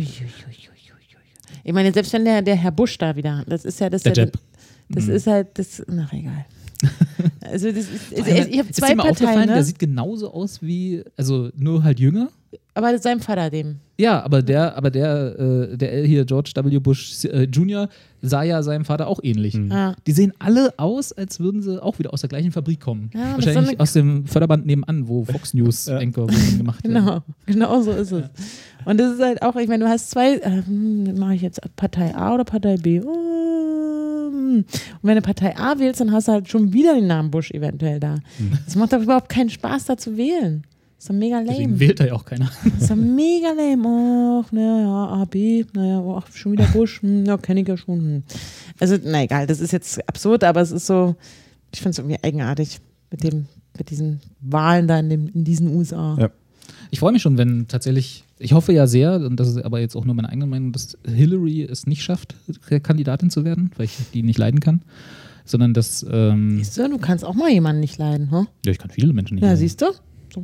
Speaker 6: Ich meine, selbst wenn der, der Herr Busch da wieder, das ist ja das.
Speaker 2: Der
Speaker 6: ja,
Speaker 2: Jeb.
Speaker 6: Das
Speaker 2: mhm.
Speaker 6: ist halt, das, ach egal. Also das ist,
Speaker 2: also
Speaker 6: ich habe zwei
Speaker 2: ist dir mal
Speaker 6: Parteien, ne?
Speaker 2: Der sieht genauso aus wie, also nur halt jünger.
Speaker 6: Aber das ist sein Vater dem.
Speaker 2: Ja, aber der, aber der, äh, der hier, George W. Bush äh, Junior, sah ja seinem Vater auch ähnlich.
Speaker 6: Mhm. Ja.
Speaker 2: Die sehen alle aus, als würden sie auch wieder aus der gleichen Fabrik kommen.
Speaker 6: Ja,
Speaker 2: wahrscheinlich so aus dem Förderband nebenan, wo Fox News ja. Anchor gemacht werden.
Speaker 6: Genau, genau so ist es. Ja. Und das ist halt auch, ich meine, du hast zwei, äh, mache ich jetzt Partei A oder Partei B? Oh, und wenn du Partei A wählst, dann hast du halt schon wieder den Namen Bush eventuell da. Mhm. Das macht doch überhaupt keinen Spaß, da zu wählen. Das ist doch mega lame.
Speaker 2: Deswegen wählt da ja auch keiner.
Speaker 6: Das ist doch mega lame. Ach, naja, A, B, naja, ach, schon wieder Bush, hm, ja, kenne ich ja schon. Hm. Also, na egal, das ist jetzt absurd, aber es ist so, ich finde es irgendwie eigenartig mit dem, mit diesen Wahlen da in, dem, in diesen U S A.
Speaker 2: Ja. Ich freue mich schon, wenn tatsächlich, ich hoffe ja sehr, und das ist aber jetzt auch nur meine eigene Meinung, dass Hillary es nicht schafft, Kandidatin zu werden, weil ich die nicht leiden kann, sondern dass... Ähm,
Speaker 6: siehst du, du kannst auch mal jemanden nicht leiden, hm?
Speaker 2: Ja, ich kann viele Menschen nicht
Speaker 6: ja,
Speaker 2: leiden.
Speaker 6: Ja, siehst du? So,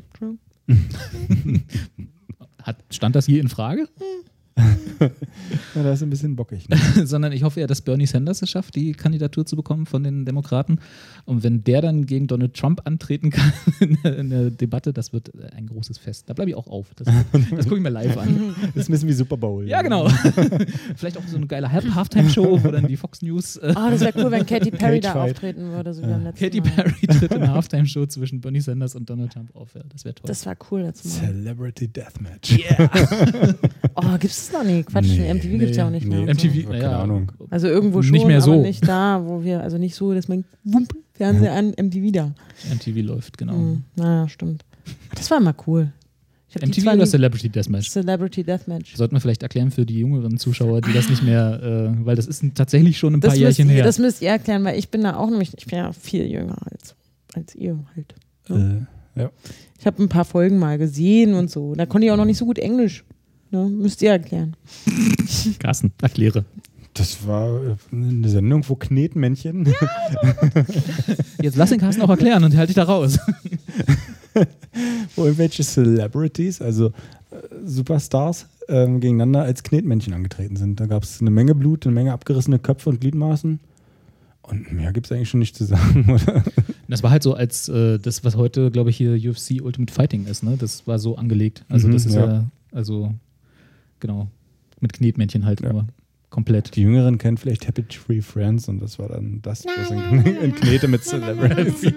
Speaker 2: Hat, stand das je in Frage?
Speaker 5: Ja, das ist ein bisschen bockig. Ne?
Speaker 2: Sondern ich hoffe ja, dass Bernie Sanders es schafft, die Kandidatur zu bekommen von den Demokraten. Und wenn der dann gegen Donald Trump antreten kann in der, in der Debatte, das wird ein großes Fest. Da bleibe ich auch auf. Das, das gucke ich mir live an.
Speaker 5: Das ist ein bisschen wie Super Bowl.
Speaker 2: Ja, genau. Vielleicht auch so eine geile Halftime-Show, wo dann die Fox News...
Speaker 6: Äh oh, das wäre cool, wenn Katy Perry da auftreten würde. So ja.
Speaker 2: Katy Perry tritt in eine Halftime-Show zwischen Bernie Sanders und Donald Trump auf. Ja, das wäre toll.
Speaker 6: Das war cool. Das
Speaker 5: Celebrity Deathmatch.
Speaker 2: Yeah.
Speaker 6: Oh, gibt es das noch nicht? Quatsch, nee, M T V nee, gibt es ja auch nicht mehr.
Speaker 2: Nee, M T V,
Speaker 6: so.
Speaker 2: Keine
Speaker 5: ja, Ahnung.
Speaker 6: Also irgendwo schon,
Speaker 2: nicht mehr so.
Speaker 6: aber nicht da, wo wir, also nicht so, dass man wump, Fernseher an, M T V da.
Speaker 2: M T V läuft, genau.
Speaker 6: Mhm. Naja, stimmt. Das war mal cool.
Speaker 2: M T V oder Celebrity Deathmatch?
Speaker 6: Celebrity Deathmatch.
Speaker 2: Sollten wir vielleicht erklären für die jüngeren Zuschauer, die das nicht mehr, äh, weil das ist tatsächlich schon ein paar das Jährchen
Speaker 6: müsst,
Speaker 2: her.
Speaker 6: Das müsst ihr erklären, weil ich bin da auch nämlich, ich bin ja viel jünger als, als ihr halt. Ne?
Speaker 5: Äh, ja.
Speaker 6: Ich habe ein paar Folgen mal gesehen und so. Da konnte ich auch noch nicht so gut Englisch. Ne? Müsst ihr erklären.
Speaker 2: Carsten, erkläre.
Speaker 5: Das war eine Sendung, wo Knetmännchen.
Speaker 6: Ja,
Speaker 2: jetzt lass den Carsten auch erklären und halte dich da raus.
Speaker 5: Wo irgendwelche Celebrities, also äh, Superstars, ähm, gegeneinander als Knetmännchen angetreten sind. Da gab es eine Menge Blut, eine Menge abgerissene Köpfe und Gliedmaßen. Und mehr gibt es eigentlich schon nicht zu sagen, oder?
Speaker 2: Das war halt so als äh, das, was heute, glaube ich, hier U F C Ultimate Fighting ist, ne? Das war so angelegt. Also
Speaker 5: Mhm,
Speaker 2: das ist ja,
Speaker 5: ja.
Speaker 2: also genau, mit Knetmännchen halt
Speaker 5: Ja.
Speaker 2: nur komplett.
Speaker 5: Die Jüngeren kennen vielleicht Happy Tree Friends und das war dann das, was in, in Knete mit Celebrity.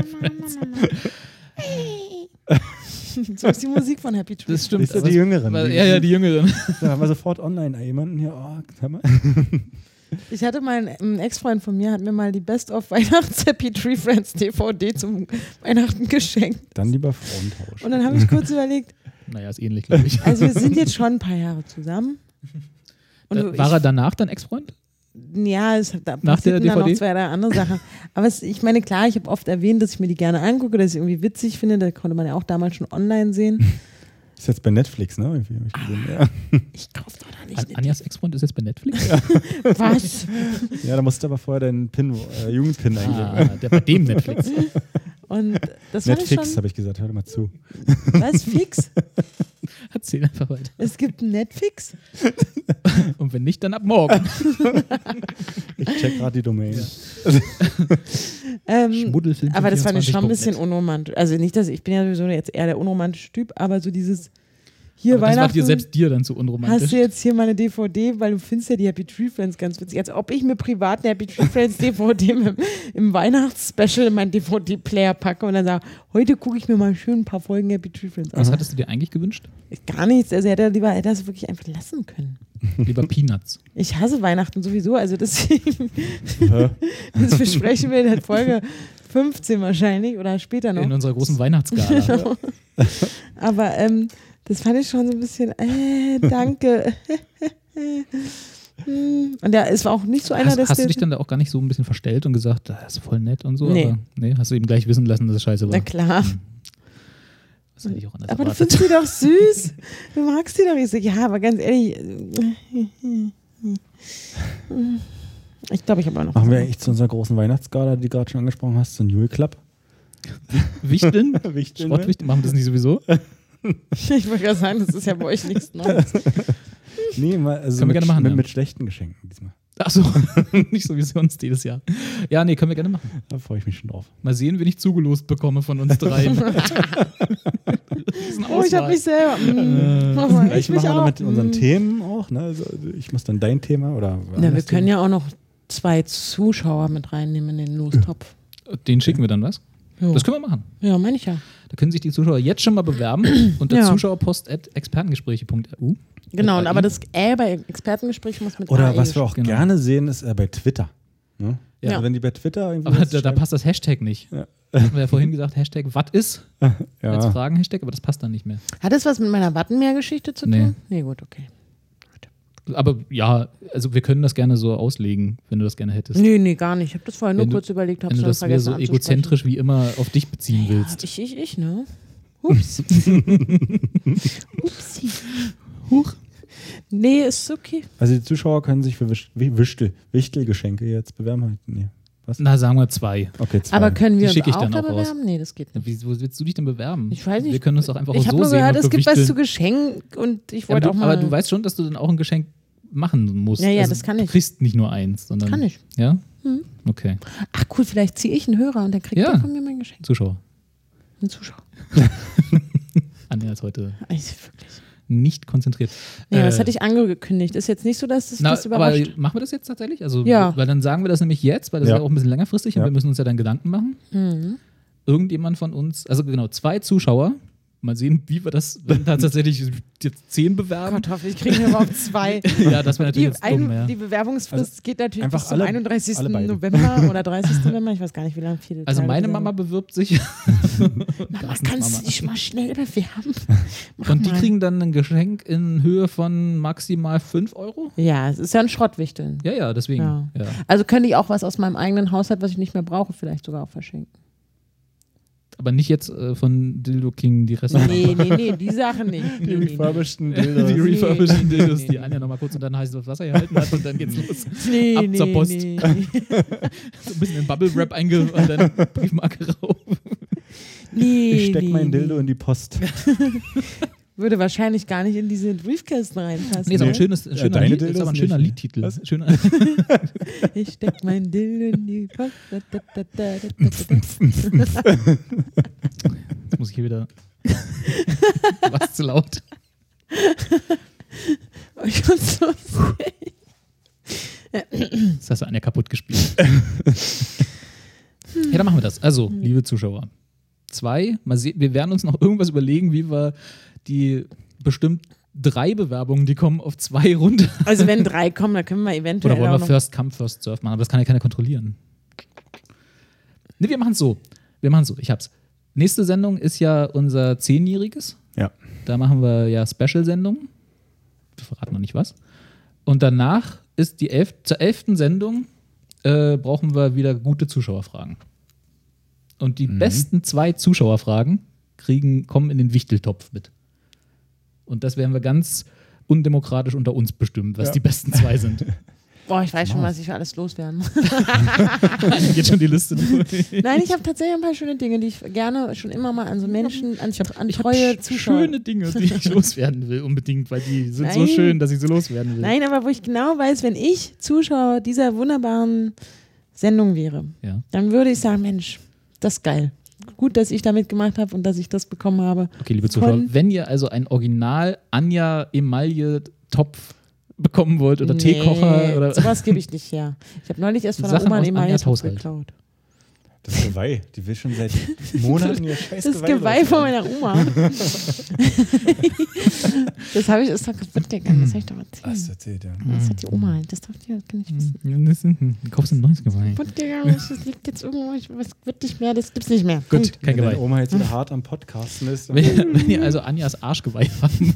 Speaker 6: So ist die Musik von Happy Tree.
Speaker 2: Das stimmt.
Speaker 5: Ist ja
Speaker 2: aber
Speaker 5: die
Speaker 2: es-
Speaker 5: Jüngeren.
Speaker 2: war- Ja, ja, die Jüngeren.
Speaker 5: Da haben wir sofort online ah, jemanden hier. Oh, hör mal.
Speaker 6: Ich hatte mal, ein Ex-Freund von mir hat mir mal die Best of Weihnachts Happy Tree Friends D V D zum Weihnachten geschenkt.
Speaker 5: Dann lieber Frauentausch.
Speaker 6: Und dann habe ich kurz überlegt,
Speaker 2: Naja, ist ähnlich, glaube ich.
Speaker 6: also wir sind jetzt schon ein paar Jahre zusammen. Und
Speaker 2: Äh, war er danach dein Ex-Freund?
Speaker 6: Ja, es da
Speaker 2: Nach der
Speaker 6: passierten dann noch
Speaker 2: D V D?
Speaker 6: zwei, drei andere Sachen. Aber es, ich meine, klar, ich habe oft erwähnt, dass ich mir die gerne angucke, dass ich irgendwie witzig finde. Da konnte man ja auch damals schon online sehen.
Speaker 5: Ist jetzt bei Netflix, ne? Irgendwie hab ich gesehen. Ja.
Speaker 6: Ich kaufe doch da nicht.
Speaker 2: An Anjas Ex-Freund ist jetzt bei Netflix?
Speaker 6: Was?
Speaker 5: ja, da musst du aber vorher deinen Pin, äh, Jugendpin eingeben.
Speaker 2: Ah, der bei dem Netflix.
Speaker 6: Und das fand ich
Speaker 5: Netflix,
Speaker 6: schon.
Speaker 5: habe ich gesagt. Hör doch mal zu.
Speaker 6: Was? Fix?
Speaker 2: Erzähl einfach weiter.
Speaker 6: Es gibt einen Netflix?
Speaker 2: Und wenn nicht, dann ab morgen.
Speaker 5: Ich check gerade die Domain.
Speaker 6: Ähm,
Speaker 2: Schmuddelfilm.
Speaker 6: aber das fand ich schon ein
Speaker 2: vierundzwanzig
Speaker 6: bisschen unromantisch. Also nicht, dass ich bin ja sowieso jetzt eher der unromantische Typ, aber so dieses hier
Speaker 2: Aber das war
Speaker 6: Weihnachten.
Speaker 2: dir selbst dir dann zu unromantisch.
Speaker 6: Hast du jetzt hier meine D V D, weil du findest ja die Happy Tree Friends ganz witzig. Als ob ich mir privat eine Happy Tree Friends D V D im, im Weihnachtsspecial in meinen D V D-Player packe und dann sage, heute gucke ich mir mal schön ein paar Folgen Happy Tree Friends an.
Speaker 2: Was hattest du dir eigentlich gewünscht?
Speaker 6: Gar nichts. Also hätte er lieber hätte er das wirklich einfach lassen können.
Speaker 2: Lieber Peanuts.
Speaker 6: Ich hasse Weihnachten sowieso, also deswegen das besprechen wir in der Folge fünfzehn wahrscheinlich oder später noch.
Speaker 2: In unserer großen Weihnachtsgala.
Speaker 6: Genau. Aber ähm, das fand ich schon so ein bisschen, äh, danke. Hm. Und ja, es war auch nicht so einer,
Speaker 2: Hast,
Speaker 6: dass
Speaker 2: hast du
Speaker 6: der-
Speaker 2: dich dann da auch gar nicht so ein bisschen verstellt und gesagt, das ist voll nett und so?
Speaker 6: Nee.
Speaker 2: Aber, nee, hast du ihm gleich wissen lassen, dass es scheiße war?
Speaker 6: Na klar.
Speaker 2: Das hätte ich auch anders
Speaker 6: Aber du
Speaker 2: erwartet.
Speaker 6: findest die doch süß. Du magst die doch. Ich so, ja, aber ganz ehrlich. Ich glaube, ich habe auch noch.
Speaker 5: Machen wir echt zu unserer großen Weihnachtsgala, die du gerade schon angesprochen hast, so ein Jule Club?
Speaker 2: Wichteln?
Speaker 5: Wichteln, ne?
Speaker 2: Schrottwichteln? Machen wir das nicht sowieso?
Speaker 6: Ich wollte gerade sagen, das ist ja bei euch nichts Neues.
Speaker 5: Nee, mal, also
Speaker 2: Können wir
Speaker 5: mit,
Speaker 2: gerne machen,
Speaker 5: mit,
Speaker 2: ja.
Speaker 5: mit schlechten Geschenken diesmal.
Speaker 2: Ach so, nicht so wie sonst jedes Jahr. Ja, nee, können wir gerne machen.
Speaker 5: Da freue ich mich schon drauf.
Speaker 2: Mal sehen, wen ich zugelost bekomme von uns dreien.
Speaker 6: Oh, ich habe mich selber. Mm. Oh,
Speaker 5: Vielleicht
Speaker 6: ich mich
Speaker 5: machen wir
Speaker 6: auch.
Speaker 5: mit unseren
Speaker 6: Mm.
Speaker 5: Themen auch. Ne? Also ich muss dann dein Thema oder.
Speaker 6: Na, wir können ja auch noch zwei Zuschauer mit reinnehmen in den Lostopf.
Speaker 2: Den schicken wir dann, was?
Speaker 6: Jo.
Speaker 2: Das können wir machen.
Speaker 6: Ja, meine ich ja.
Speaker 2: Da können sich die Zuschauer jetzt schon mal bewerben unter
Speaker 6: Ja.
Speaker 2: zuschauerpost at expertengespräche punkt e u.
Speaker 6: Genau, und
Speaker 2: Mit A I.
Speaker 6: aber das Ä bei Expertengespräch muss mit
Speaker 5: Oder
Speaker 6: A I
Speaker 5: was wir auch
Speaker 2: Genau.
Speaker 5: gerne sehen, ist äh, bei Twitter. Ne?
Speaker 2: Ja.
Speaker 5: Also wenn die bei Twitter irgendwie.
Speaker 2: Aber
Speaker 5: was
Speaker 2: da, da
Speaker 5: schreiben-
Speaker 2: passt das Hashtag nicht.
Speaker 5: Ja.
Speaker 2: Hatten wir ja vorhin gesagt, Hashtag was ist als
Speaker 5: ja.
Speaker 2: Fragen-Hashtag, aber das passt dann nicht mehr.
Speaker 6: Hat das was mit meiner Wattenmeer-Geschichte zu
Speaker 2: Nee.
Speaker 6: tun? Nee, gut, okay.
Speaker 2: Aber ja, also wir können das gerne so auslegen, wenn du das gerne hättest.
Speaker 6: Nee, nee, gar nicht. Ich habe das vorher nur
Speaker 2: Wenn du-
Speaker 6: kurz überlegt, habe
Speaker 2: Wenn
Speaker 6: es
Speaker 2: du
Speaker 6: dann
Speaker 2: das wieder
Speaker 6: vergessen
Speaker 2: so
Speaker 6: anzusprechen.
Speaker 2: egozentrisch wie immer auf dich beziehen
Speaker 6: Ja,
Speaker 2: willst.
Speaker 6: ich, ich, ich, ne? Ups. Upsi.
Speaker 2: Huch.
Speaker 6: Nee, ist okay.
Speaker 5: Also die Zuschauer können sich für Wisch- Wi- Wichtel, Wichtelgeschenke jetzt bewerben. Halt. Nee. Was?
Speaker 2: Na, sagen wir zwei.
Speaker 5: Okay, zwei.
Speaker 6: Aber können wir
Speaker 2: Die schicke
Speaker 6: uns
Speaker 2: ich
Speaker 6: auch
Speaker 2: dann
Speaker 6: da
Speaker 2: auch raus.
Speaker 6: bewerben? Nee, das geht nicht.
Speaker 2: Wie, wo willst du dich denn bewerben?
Speaker 6: Ich weiß nicht.
Speaker 2: Wir können uns doch einfach
Speaker 6: Ich
Speaker 2: auch
Speaker 6: habe
Speaker 2: so
Speaker 6: nur
Speaker 2: sehen.
Speaker 6: gehört,
Speaker 2: und
Speaker 6: es gibt was
Speaker 2: bewichteln.
Speaker 6: zu Geschenk und ich
Speaker 2: Ja, aber,
Speaker 6: wollte
Speaker 2: du,
Speaker 6: auch mal.
Speaker 2: aber du weißt schon, dass du dann auch ein Geschenk machen musst.
Speaker 6: Ja, ja, das kann ich.
Speaker 2: Du kriegst nicht nur eins, sondern.
Speaker 6: Kann ich.
Speaker 2: Ja?
Speaker 6: Hm.
Speaker 2: Okay.
Speaker 6: Ach cool, vielleicht ziehe ich einen Hörer und der kriegt
Speaker 2: Ja.
Speaker 6: dann von mir mein Geschenk.
Speaker 2: Zuschauer.
Speaker 6: Ein Zuschauer.
Speaker 2: Anja ist heute
Speaker 6: Also wirklich.
Speaker 2: nicht konzentriert.
Speaker 6: Ja, das
Speaker 2: Äh,
Speaker 6: hatte ich angekündigt. Ist jetzt nicht so, dass das,
Speaker 2: Na,
Speaker 6: das
Speaker 2: aber
Speaker 6: überrascht.
Speaker 2: machen wir das jetzt tatsächlich? Also,
Speaker 6: Ja.
Speaker 2: Weil dann sagen wir das nämlich jetzt, weil das
Speaker 5: Ja.
Speaker 2: ist ja auch ein bisschen längerfristig und
Speaker 5: Ja.
Speaker 2: wir müssen uns ja dann Gedanken machen.
Speaker 6: Mhm.
Speaker 2: Irgendjemand von uns, also genau, zwei Zuschauer, mal sehen, wie wir das, wenn da tatsächlich jetzt zehn bewerben.
Speaker 6: Gott, hoffe ich kriege überhaupt zwei.
Speaker 2: Ja, das wäre natürlich
Speaker 6: Die,
Speaker 2: jetzt dumm,
Speaker 6: ein,
Speaker 2: ja.
Speaker 6: die Bewerbungsfrist geht natürlich
Speaker 5: einfach
Speaker 6: bis zum
Speaker 5: alle-
Speaker 6: einunddreißigsten
Speaker 5: alle beide.
Speaker 6: November oder dreißigsten November. Ich weiß gar nicht, wie lange viele
Speaker 2: Also
Speaker 6: Tage
Speaker 2: meine
Speaker 6: die
Speaker 2: Mama
Speaker 6: Bewerbung-
Speaker 2: bewirbt sich
Speaker 6: Mama,
Speaker 2: Carstens
Speaker 6: kannst
Speaker 2: Mama.
Speaker 6: du dich mal schnell bewerben? Mach
Speaker 2: und die
Speaker 6: mal.
Speaker 2: kriegen dann ein Geschenk in Höhe von maximal fünf Euro.
Speaker 6: Ja, es ist ja ein Schrottwichteln.
Speaker 2: Ja, ja, deswegen.
Speaker 6: Ja.
Speaker 2: Ja.
Speaker 6: Also könnte ich auch was aus meinem eigenen Haushalt, was ich nicht mehr brauche, vielleicht sogar auch verschenken.
Speaker 2: Aber nicht jetzt äh, von Dildo King die Reste.
Speaker 6: Nee, nee, nee, die Sache nicht. Nee,
Speaker 5: Die
Speaker 6: nee, nee.
Speaker 5: refurbisheden
Speaker 2: Die
Speaker 5: Dildos.
Speaker 2: refurbisheden
Speaker 6: Nee,
Speaker 2: Dildos,
Speaker 6: nee,
Speaker 2: die
Speaker 6: nee.
Speaker 2: Anja nochmal kurz unter den heißen Wasser gehalten hat und dann geht's los.
Speaker 6: Nee,
Speaker 2: Ab
Speaker 6: nee,
Speaker 2: zur Post.
Speaker 6: Nee, nee.
Speaker 2: So ein bisschen in Bubble Wrap einge und dann Briefmarke rauf.
Speaker 6: Nee,
Speaker 5: Ich steck
Speaker 6: nee,
Speaker 5: mein
Speaker 6: nee.
Speaker 5: Dildo in die Post.
Speaker 6: würde wahrscheinlich gar nicht in diese Briefkästen reinpassen.
Speaker 2: Nee, ist aber ein
Speaker 6: ne?
Speaker 2: schönes, ein
Speaker 5: Ja,
Speaker 2: schöner,
Speaker 5: deine
Speaker 2: Lied,
Speaker 5: Dildos
Speaker 2: ist aber ein
Speaker 5: nicht,
Speaker 2: schöner
Speaker 5: ne?
Speaker 2: Liedtitel.
Speaker 5: Was?
Speaker 2: Schöner.
Speaker 6: Ich steck mein Dildo in die Post. Da, da, da, da, da, da.
Speaker 2: Jetzt muss ich hier wieder. Was zu laut.
Speaker 6: Oh, ich fand's so lustig.
Speaker 2: Das hast du Anja kaputt gespielt. Ja, dann machen wir das. Also, liebe Zuschauer. Zwei, mal sehen, wir werden uns noch irgendwas überlegen, wie wir die bestimmt drei Bewerbungen, die kommen, auf zwei runter.
Speaker 6: Also wenn drei kommen, dann können wir eventuell
Speaker 2: Oder wollen
Speaker 6: auch
Speaker 2: wir
Speaker 6: noch...
Speaker 2: First Come, First Serve machen, aber das kann ja keiner kontrollieren. Ne, wir machen es so. Wir machen so, ich hab's. Nächste Sendung ist ja unser Zehnjähriges.
Speaker 5: Ja.
Speaker 2: Da machen wir ja Special-Sendungen. Wir verraten noch nicht was. Und danach ist die elf, zur elften Sendung äh, brauchen wir wieder gute Zuschauerfragen. Und die mhm. besten zwei Zuschauerfragen kriegen, kommen in den Wichteltopf mit. Und das werden wir ganz undemokratisch unter uns bestimmen, was
Speaker 5: Ja.
Speaker 2: die besten zwei sind.
Speaker 6: Boah, ich weiß schon, was ich für alles loswerden muss.
Speaker 2: Dann geht schon die Liste durch.
Speaker 6: Nein, ich habe tatsächlich ein paar schöne Dinge, die ich gerne schon immer mal an so Menschen, an, an
Speaker 2: Ich hab
Speaker 6: treue
Speaker 2: sch-
Speaker 6: Zuschauer...
Speaker 2: schöne Dinge, die ich loswerden will, unbedingt, weil die sind so
Speaker 6: Nein.
Speaker 2: schön, dass ich sie loswerden will.
Speaker 6: Nein, aber wo ich genau weiß, wenn ich Zuschauer dieser wunderbaren Sendung wäre,
Speaker 2: Ja.
Speaker 6: dann würde ich sagen, Mensch, das ist geil. Gut, dass ich da mitgemacht habe und dass ich das bekommen habe.
Speaker 2: Okay, liebe Zuschauer,
Speaker 6: Von-
Speaker 2: wenn ihr also ein Original Anja Emaille Topf bekommen wollt oder
Speaker 6: Nee,
Speaker 2: Teekocher oder
Speaker 6: sowas gebe ich nicht her. Ich habe neulich erst von der
Speaker 2: Sachen
Speaker 6: Oma
Speaker 2: aus
Speaker 6: einen
Speaker 2: Anjas
Speaker 6: Emaille-Topf
Speaker 2: Haushalt.
Speaker 6: geklaut.
Speaker 5: Das Geweih. Die will schon seit Monaten ihr scheiß
Speaker 6: Das Geweih von meiner Oma. Das habe ich, ist doch kaputt gegangen, das habe ich doch erzählt.
Speaker 5: Hast du erzählt, ja.
Speaker 6: Das hat die Oma halt, das darf die, das kann ich wissen.
Speaker 2: Du kaufst ein neues Geweih.
Speaker 6: Kaputt gegangen, das liegt jetzt irgendwo, ich- was wird nicht mehr, das gibt's nicht mehr.
Speaker 2: Gut,
Speaker 6: Punkt.
Speaker 2: kein
Speaker 5: Wenn deine
Speaker 2: Geweih.
Speaker 5: Oma jetzt wieder hart am Podcasten ist. dann-
Speaker 2: Wenn, wenn ihr also Anjas Arschgeweih haben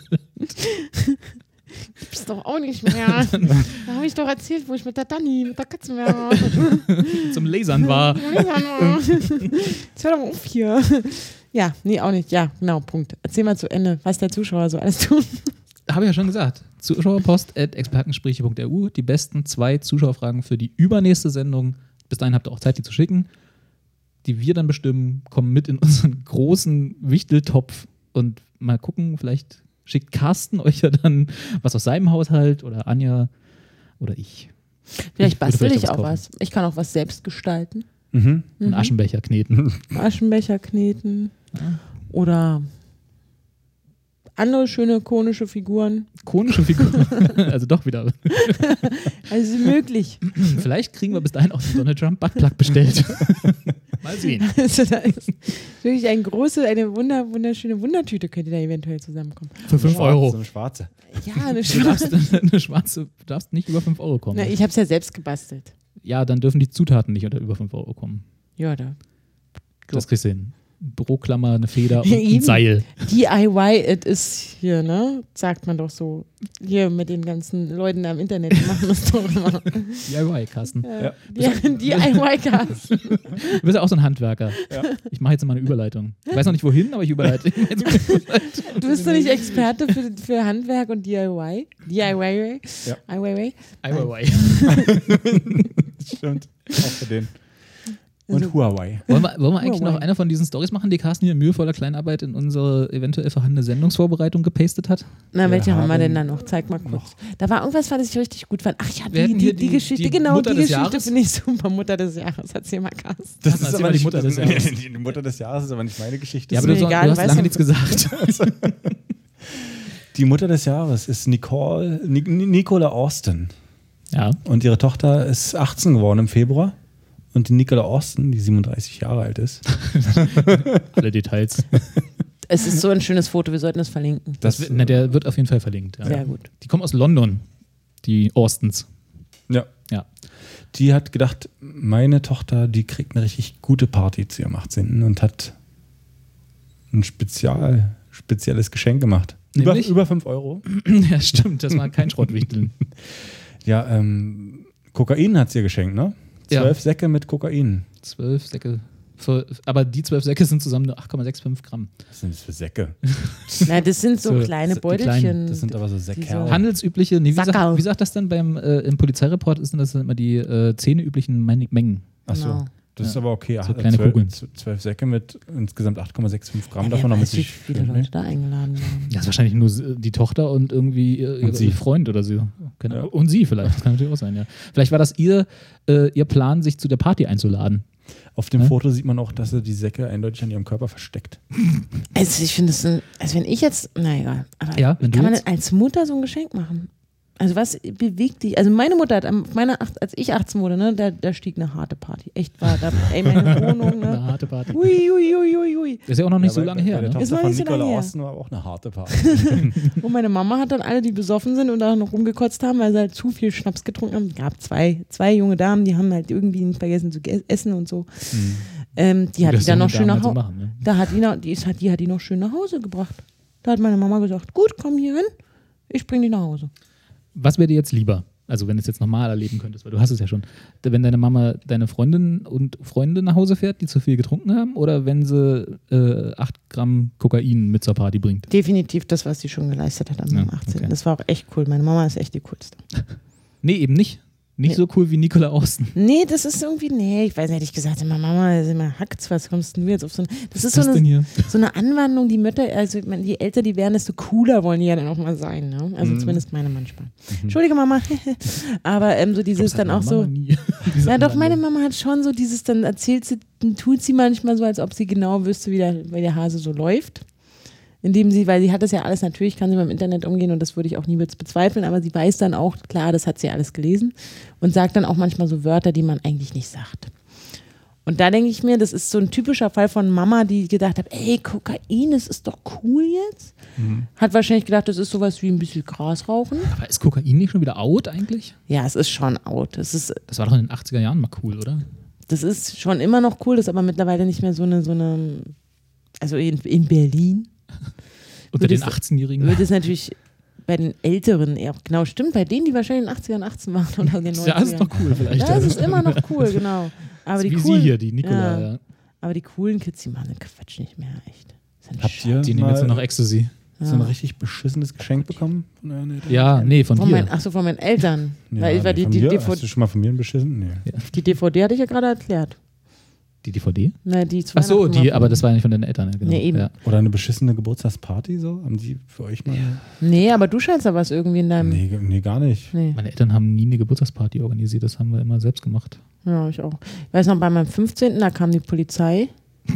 Speaker 6: Gibt's doch auch nicht mehr. Da habe ich doch erzählt, wo ich mit der Dani, mit der Katzenwehr
Speaker 2: zum Lasern war.
Speaker 6: Jetzt hör doch mal auf hier. Ja, nee, auch nicht. Ja, genau, Punkt. Erzähl mal zu Ende, was der Zuschauer so alles tut.
Speaker 2: Habe ich ja schon gesagt. Zuschauerpost at expertengespräche punkt r u. Die besten zwei Zuschauerfragen für die übernächste Sendung. Bis dahin habt ihr auch Zeit, die zu schicken. Die wir dann bestimmen, kommen mit in unseren großen Wichteltopf und mal gucken, vielleicht schickt Carsten euch ja dann was aus seinem Haushalt oder Anja oder ich.
Speaker 6: Vielleicht
Speaker 2: Ich würde
Speaker 6: bastel
Speaker 2: vielleicht
Speaker 6: ich
Speaker 2: was
Speaker 6: auch
Speaker 2: kaufen.
Speaker 6: was. Ich kann auch was selbst gestalten.
Speaker 5: Mhm.
Speaker 2: Einen Aschenbecher kneten.
Speaker 6: Aschenbecher kneten oder andere schöne konische Figuren.
Speaker 2: Konische Figur. Also doch wieder.
Speaker 6: Also möglich.
Speaker 2: Vielleicht kriegen wir bis dahin auch den Donald Trump Buttplug bestellt. Mal sehen.
Speaker 6: Also da ist wirklich ein große, eine wunder, wunderschöne Wundertüte könnte da eventuell zusammenkommen.
Speaker 2: Für fünf
Speaker 5: So
Speaker 2: Euro.
Speaker 5: eine schwarze.
Speaker 6: Ja, eine
Speaker 2: Du darfst,
Speaker 6: schwarze.
Speaker 2: eine schwarze, du darfst nicht über fünf Euro kommen.
Speaker 6: Na, ich habe es ja selbst gebastelt.
Speaker 2: Ja, dann dürfen die Zutaten nicht unter über fünf Euro kommen.
Speaker 6: Ja, da.
Speaker 2: Das kriegst du hin. Büroklammer, eine Feder und ein
Speaker 6: Eben.
Speaker 2: Seil.
Speaker 6: D I Y, it ist hier, ne? Sagt man doch so. Hier mit den ganzen Leuten da im Internet, die machen das doch immer.
Speaker 2: D I Y, Carsten.
Speaker 6: Ja. Die D I Y-Cast.
Speaker 2: Du bist ja auch so ein Handwerker. Ich mache jetzt mal eine Überleitung. Ich weiß noch nicht wohin, aber ich überleite. Ich mache jetzt mal eine Überleitung.
Speaker 6: Du bist doch nicht Experte für, für Handwerk und D I Y? D I Y?
Speaker 5: Ja.
Speaker 6: I Y Y?
Speaker 2: I Y Y.
Speaker 5: Stimmt. Auch für den. Und
Speaker 6: Also-
Speaker 5: Huawei.
Speaker 2: Wollen wir, wollen wir eigentlich
Speaker 6: Huawei.
Speaker 2: noch eine von diesen Stories machen, die Carsten hier in mühevoller Kleinarbeit in unsere eventuell vorhandene Sendungsvorbereitung gepastet hat?
Speaker 6: Na, welche
Speaker 5: Wir
Speaker 6: haben wir
Speaker 5: haben
Speaker 6: denn da noch? Zeig mal kurz.
Speaker 5: noch-
Speaker 6: Da war irgendwas, was ich richtig gut fand. Ach ja,
Speaker 2: Wir
Speaker 6: die,
Speaker 2: hätten hier
Speaker 6: die, die
Speaker 2: die-
Speaker 6: Geschichte,
Speaker 2: die
Speaker 6: genau,
Speaker 2: Mutter
Speaker 6: die
Speaker 2: des
Speaker 6: Geschichte
Speaker 2: Jahres.
Speaker 6: finde ich super. Mutter des Jahres. Erzähl mal, Carsten.
Speaker 5: Das
Speaker 2: Erzähl mal die Mutter des Jahres.
Speaker 5: Die Mutter des Jahres ist aber nicht meine Geschichte.
Speaker 2: Ja, aber
Speaker 6: mir
Speaker 2: du, so,
Speaker 6: egal,
Speaker 2: du hast
Speaker 6: weißt
Speaker 2: lange
Speaker 6: du-
Speaker 2: nichts gesagt.
Speaker 5: Die Mutter des Jahres ist Nicole, Ni- Nicola Austin.
Speaker 2: Ja.
Speaker 5: Und ihre Tochter ist achtzehn geworden im Februar. Und die Nicola Austin, die siebenunddreißig Jahre alt ist.
Speaker 2: Alle Details.
Speaker 6: Es ist so ein schönes Foto, wir sollten es verlinken.
Speaker 2: Das, wird- na, der wird auf jeden Fall verlinkt. Ja.
Speaker 6: Sehr gut.
Speaker 2: Die kommen aus London, die Austins.
Speaker 5: Ja.
Speaker 2: Ja.
Speaker 5: Die hat gedacht, meine Tochter, die kriegt eine richtig gute Party zu ihrem achtzehnten und hat ein Spezial, spezielles Geschenk gemacht. Über,
Speaker 2: Nämlich?
Speaker 5: über fünf Euro.
Speaker 2: Ja, stimmt, das war kein Schrottwichteln.
Speaker 5: Ja, ähm, Kokain hat sie ihr geschenkt, ne?
Speaker 2: Ja.
Speaker 5: Zwölf Säcke mit Kokain.
Speaker 2: Zwölf Säcke. Für, aber die zwölf Säcke sind zusammen nur acht Komma sechsundfünfzig Gramm.
Speaker 5: Was sind das für Säcke?
Speaker 6: Na, das sind so,
Speaker 2: So,
Speaker 6: kleine
Speaker 2: die
Speaker 6: Beutelchen.
Speaker 2: kleinen,
Speaker 5: Das sind aber so Säcke.
Speaker 6: Diese-
Speaker 2: Handelsübliche, nee, wie,
Speaker 6: Sackerl.
Speaker 2: sagt, wie sagt das denn beim äh, im Polizeireport? Ist denn das immer die äh, zähneüblichen Men- Mengen?
Speaker 5: Ach so.
Speaker 6: Genau.
Speaker 5: Das
Speaker 2: Ja.
Speaker 5: ist aber okay.
Speaker 2: So
Speaker 5: Ach,
Speaker 2: kleine
Speaker 5: zwölf,
Speaker 2: Kugeln.
Speaker 5: zwölf Säcke mit insgesamt acht Komma fünfundsechzig Gramm
Speaker 6: Ja,
Speaker 5: davon
Speaker 6: wer
Speaker 5: noch mit
Speaker 6: weiß, wie
Speaker 5: sich
Speaker 6: viele
Speaker 5: führen,
Speaker 6: Leute da eingeladen waren.
Speaker 2: Das ist wahrscheinlich nur die Tochter und irgendwie ihr, ihr
Speaker 5: Und sie.
Speaker 2: Freund oder so. Genau.
Speaker 5: Ja.
Speaker 2: Und sie vielleicht, das kann natürlich auch sein, ja. Vielleicht war das ihr, äh, ihr Plan, sich zu der Party einzuladen.
Speaker 5: Auf dem
Speaker 2: Ja?
Speaker 5: Foto sieht man auch, dass er die Säcke eindeutig an ihrem Körper versteckt.
Speaker 6: Also ich finde es, also wenn ich jetzt, na egal, aber
Speaker 2: Ja, wenn
Speaker 6: wie
Speaker 2: du
Speaker 6: kann man
Speaker 2: jetzt-
Speaker 6: denn als Mutter so ein Geschenk machen? Also was bewegt dich? Also meine Mutter hat, am- meiner, acht- als ich achtzehn wurde, ne, da, da stieg eine harte Party. Echt war da, ey, meine Wohnung,
Speaker 2: Eine
Speaker 6: ne?
Speaker 2: harte Party.
Speaker 6: Ui, ui, ui, ui, ui.
Speaker 2: Das ist ja auch noch nicht
Speaker 5: Ja,
Speaker 2: so
Speaker 5: bei-
Speaker 2: lange
Speaker 5: bei
Speaker 2: her,
Speaker 5: der
Speaker 2: ne?
Speaker 6: Ist
Speaker 5: Tochter
Speaker 6: noch
Speaker 5: von
Speaker 6: nicht so lange
Speaker 5: Nicola
Speaker 6: her.
Speaker 5: Osten war auch eine harte Party.
Speaker 6: Und meine Mama hat dann alle, die besoffen sind und da noch rumgekotzt haben, weil sie halt zu viel Schnaps getrunken haben. Es gab zwei, zwei junge Damen, die haben halt irgendwie vergessen zu ge- essen und so. Ähm, die hat
Speaker 2: Das
Speaker 6: die dann
Speaker 2: junge
Speaker 6: noch schön
Speaker 2: Damen
Speaker 6: nach
Speaker 2: halt so
Speaker 6: Hause.
Speaker 2: machen, ne?
Speaker 6: Da hat die, noch, die, ist, hat, die hat die noch schön nach Hause gebracht. Da hat meine Mama gesagt, gut, komm hier hin, ich bring dich nach Hause.
Speaker 2: Was wäre dir jetzt lieber? Also wenn du es jetzt nochmal erleben könntest, weil du hast es ja schon. Wenn deine Mama deine Freundin und Freunde nach Hause fährt, die zu viel getrunken haben, oder wenn sie äh, acht Gramm Kokain mit zur Party bringt?
Speaker 6: Definitiv das, was sie schon geleistet hat am
Speaker 2: Ja,
Speaker 6: achtzehnten
Speaker 2: okay.
Speaker 6: Das war auch echt cool. Meine Mama ist echt die coolste.
Speaker 2: Nee, eben nicht. Nicht
Speaker 6: Nee.
Speaker 2: so cool wie Nicola Osten.
Speaker 6: Nee, das ist irgendwie, nee, ich weiß nicht, hätte ich gesagt, immer Mama, ist immer hackt's, was kommst denn du jetzt auf so ein, das ist so
Speaker 2: Was denn
Speaker 6: eine,
Speaker 2: hier?
Speaker 6: so eine Anwandlung, die Mütter, also ich meine, je älter die werden, desto cooler wollen die ja dann auch mal sein, ne? Also
Speaker 2: Mhm.
Speaker 6: zumindest meine manchmal. Entschuldige Mama, aber ähm, so dieses
Speaker 2: Das hat
Speaker 6: dann auch
Speaker 2: meine
Speaker 6: so,
Speaker 2: Mama nie. Diese
Speaker 6: ja doch,
Speaker 2: Anwandlung.
Speaker 6: meine Mama hat schon so dieses, dann erzählt sie, dann tut sie manchmal so, als ob sie genau wüsste, wie der, wie der Hase so läuft. Indem sie, weil sie hat das ja alles, natürlich kann sie mit dem Internet umgehen und das würde ich auch nie bezweifeln, aber sie weiß dann auch, klar, das hat sie alles gelesen und sagt dann auch manchmal so Wörter, die man eigentlich nicht sagt. Und da denke ich mir, das ist so ein typischer Fall von Mama, die gedacht hat, ey, Kokain, das ist doch cool jetzt. Hat wahrscheinlich gedacht, das ist sowas wie ein bisschen Gras rauchen.
Speaker 2: Aber ist Kokain nicht schon wieder out eigentlich?
Speaker 6: Ja, es ist schon out. Es ist,
Speaker 2: Das war doch in den achtziger Jahren mal cool, oder?
Speaker 6: das ist schon immer noch cool, das ist aber mittlerweile nicht mehr so eine, so eine, also in, in Berlin.
Speaker 2: Unter
Speaker 6: Wird
Speaker 2: den
Speaker 6: es-
Speaker 2: achtzehnjährigen.
Speaker 6: Wird es natürlich bei den Älteren eher, genau, stimmt, bei denen, die wahrscheinlich in den achtzigern, achtzehn waren oder in den neunzigern.
Speaker 2: Ja, das ist doch cool vielleicht.
Speaker 6: Ja, das ist immer noch cool, genau. Aber die
Speaker 2: Wie
Speaker 6: coolen,
Speaker 2: sie hier, die Nicola.
Speaker 6: Ja.
Speaker 2: Ja.
Speaker 6: Aber die coolen Kids, die machen den Quatsch nicht mehr, echt. Das ist ein
Speaker 5: Habt ihr
Speaker 2: Die nehmen jetzt nur noch Ecstasy.
Speaker 5: so ein richtig beschissenes Geschenk bekommen von euren Eltern?
Speaker 2: Ja, nee, von
Speaker 6: Von
Speaker 2: dir.
Speaker 6: meinen, achso, von meinen Eltern.
Speaker 5: Ja,
Speaker 6: Weil ich war
Speaker 5: nee,
Speaker 6: die,
Speaker 5: von
Speaker 6: die,
Speaker 5: mir?
Speaker 6: D
Speaker 5: Hast
Speaker 6: V
Speaker 5: du
Speaker 6: D,
Speaker 5: schon mal von mir ein beschissen? Nee.
Speaker 6: die D V D hatte ich ja gerade erklärt.
Speaker 2: Die D V D?
Speaker 6: Na, die zu
Speaker 2: Ach so,
Speaker 6: Weihnachten
Speaker 2: die,
Speaker 6: mal-
Speaker 2: aber das war ja nicht von deinen Eltern. Ja, genau.
Speaker 6: Nee, eben.
Speaker 2: Ja.
Speaker 5: Oder eine beschissene Geburtstagsparty so? Haben die für euch mal?
Speaker 6: Nee, aber du scheinst da was irgendwie in deinem.
Speaker 5: Nee, nee, gar nicht.
Speaker 6: Nee.
Speaker 2: Meine Eltern haben nie eine Geburtstagsparty organisiert, das haben wir immer selbst gemacht.
Speaker 6: Ja, ich auch. Ich weiß noch, bei meinem fünfzehnten da kam die Polizei.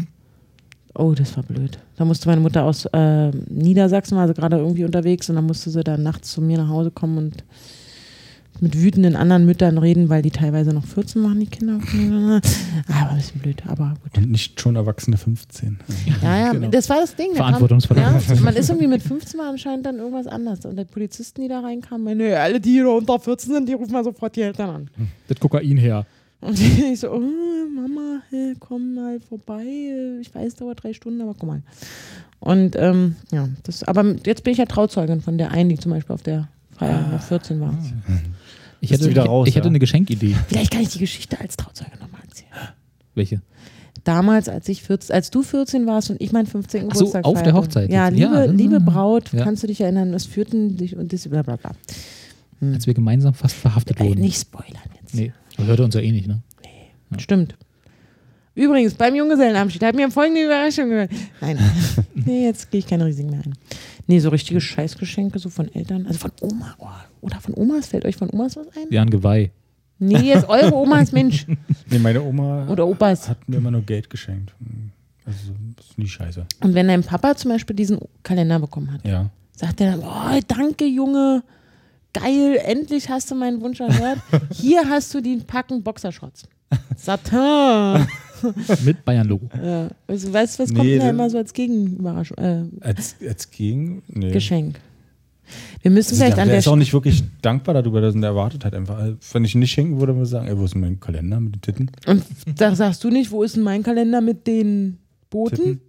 Speaker 6: Oh, das war blöd. Da musste meine Mutter aus äh, Niedersachsen, war also gerade irgendwie unterwegs und dann musste sie dann nachts zu mir nach Hause kommen und mit wütenden anderen Müttern reden, weil die teilweise noch vierzehn waren, die Kinder. Aber ein bisschen blöd, aber gut.
Speaker 5: Und nicht schon erwachsene fünfzehn.
Speaker 6: Ja, ja,
Speaker 2: Genau.
Speaker 6: das war das Ding. Da kam-
Speaker 2: Verantwortungsvoll.
Speaker 6: Ja, man ist irgendwie mit fünfzehn mal anscheinend dann irgendwas anders. Und die Polizisten, die da reinkamen, meinen, nee, alle, die hier unter vierzehn sind, die rufen mal sofort die Eltern an.
Speaker 2: Das Kokain her.
Speaker 6: Und ich so, oh, Mama, hey, komm mal vorbei. Ich weiß, es dauert drei Stunden, aber komm mal. Und ähm, ja, das, aber jetzt bin ich ja Trauzeugin von der einen, die zum Beispiel auf der Feier nach vierzehn war.
Speaker 2: Ich
Speaker 5: Bist
Speaker 2: hätte,
Speaker 5: du wieder
Speaker 2: ich,
Speaker 5: raus,
Speaker 2: ich hätte
Speaker 5: ja?
Speaker 2: eine Geschenkidee.
Speaker 6: Vielleicht kann ich die Geschichte als Trauzeugin nochmal erzählen.
Speaker 2: Welche?
Speaker 6: Damals, als ich vierzehn, als du vierzehn warst und ich meinen fünfzehnten
Speaker 2: Ach so,
Speaker 6: Geburtstag
Speaker 2: auf der
Speaker 6: feierte.
Speaker 2: Hochzeit
Speaker 6: Ja,
Speaker 2: jetzt.
Speaker 6: liebe,
Speaker 2: Ja, das-
Speaker 6: liebe Braut,
Speaker 2: ja.
Speaker 6: kannst du dich erinnern, es führten dich und das bla bla bla.
Speaker 2: Als wir gemeinsam fast verhaftet
Speaker 6: Ey,
Speaker 2: wurden.
Speaker 6: nicht spoilern jetzt.
Speaker 2: Nee, das hörte uns ja eh nicht, ne?
Speaker 6: Stimmt. Übrigens, beim Junggesellenabschied hat mir folgende Überraschung gehört. Nein, nee, jetzt gehe ich keine Risiken mehr ein. Nee, so richtige Scheißgeschenke, so von Eltern, also von Oma. Oh, oder von Omas, fällt euch von Omas was ein?
Speaker 2: Ja, ein Geweih.
Speaker 6: Nee, jetzt eure Omas, Mensch.
Speaker 5: Nee, meine Oma
Speaker 6: Oder Opas.
Speaker 5: hat mir immer nur Geld geschenkt. Also, das ist nie scheiße.
Speaker 6: Und wenn dein Papa zum Beispiel diesen Kalender bekommen hat,
Speaker 5: Ja.
Speaker 6: sagt er dann, oh, danke, Junge, geil, endlich hast du meinen Wunsch erhört. Hier hast du den Packen Boxershorts. Satin.
Speaker 2: Mit Bayern-Logo.
Speaker 6: Ja. Also, weißt du, was kommt
Speaker 5: Nee,
Speaker 6: denn da
Speaker 5: das-
Speaker 6: immer so als Gegenüberraschung? Äh,
Speaker 5: Als, als Gegen? Nee.
Speaker 6: Geschenk. Wir müssen
Speaker 5: Also
Speaker 6: vielleicht
Speaker 5: der,
Speaker 6: an
Speaker 5: der
Speaker 6: der
Speaker 5: ist auch nicht wirklich dankbar darüber, dass er erwartet hat. Einfach, wenn ich ihn nicht schenken würde, würde ich sagen, ey, wo ist denn mein Kalender mit den Titten?
Speaker 6: Und da sagst du nicht, wo ist denn mein Kalender mit den Booten?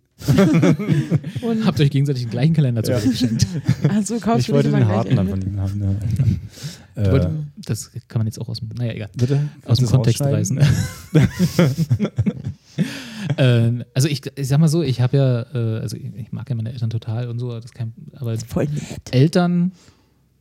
Speaker 6: Und
Speaker 2: Habt euch gegenseitig den gleichen Kalender zu geschenkt.
Speaker 6: also kaufst
Speaker 5: Ich
Speaker 6: du
Speaker 5: wollte
Speaker 6: nicht
Speaker 5: den
Speaker 6: immer
Speaker 5: harten
Speaker 6: gleich
Speaker 5: dann
Speaker 6: einen
Speaker 5: von
Speaker 6: mit?
Speaker 5: ihm haben. Ja.
Speaker 2: Ich wollte-
Speaker 5: Äh,
Speaker 2: Das kann man jetzt auch aus dem, naja, egal.
Speaker 5: bitte?
Speaker 2: Aus dem
Speaker 5: Kannst du
Speaker 2: Kontext
Speaker 5: rausschneiden?
Speaker 2: reißen. ähm, also ich, ich sag mal so, ich habe ja, äh, also ich, ich mag ja meine Eltern total und so, das kann, aber
Speaker 6: Voll nett.
Speaker 2: Eltern,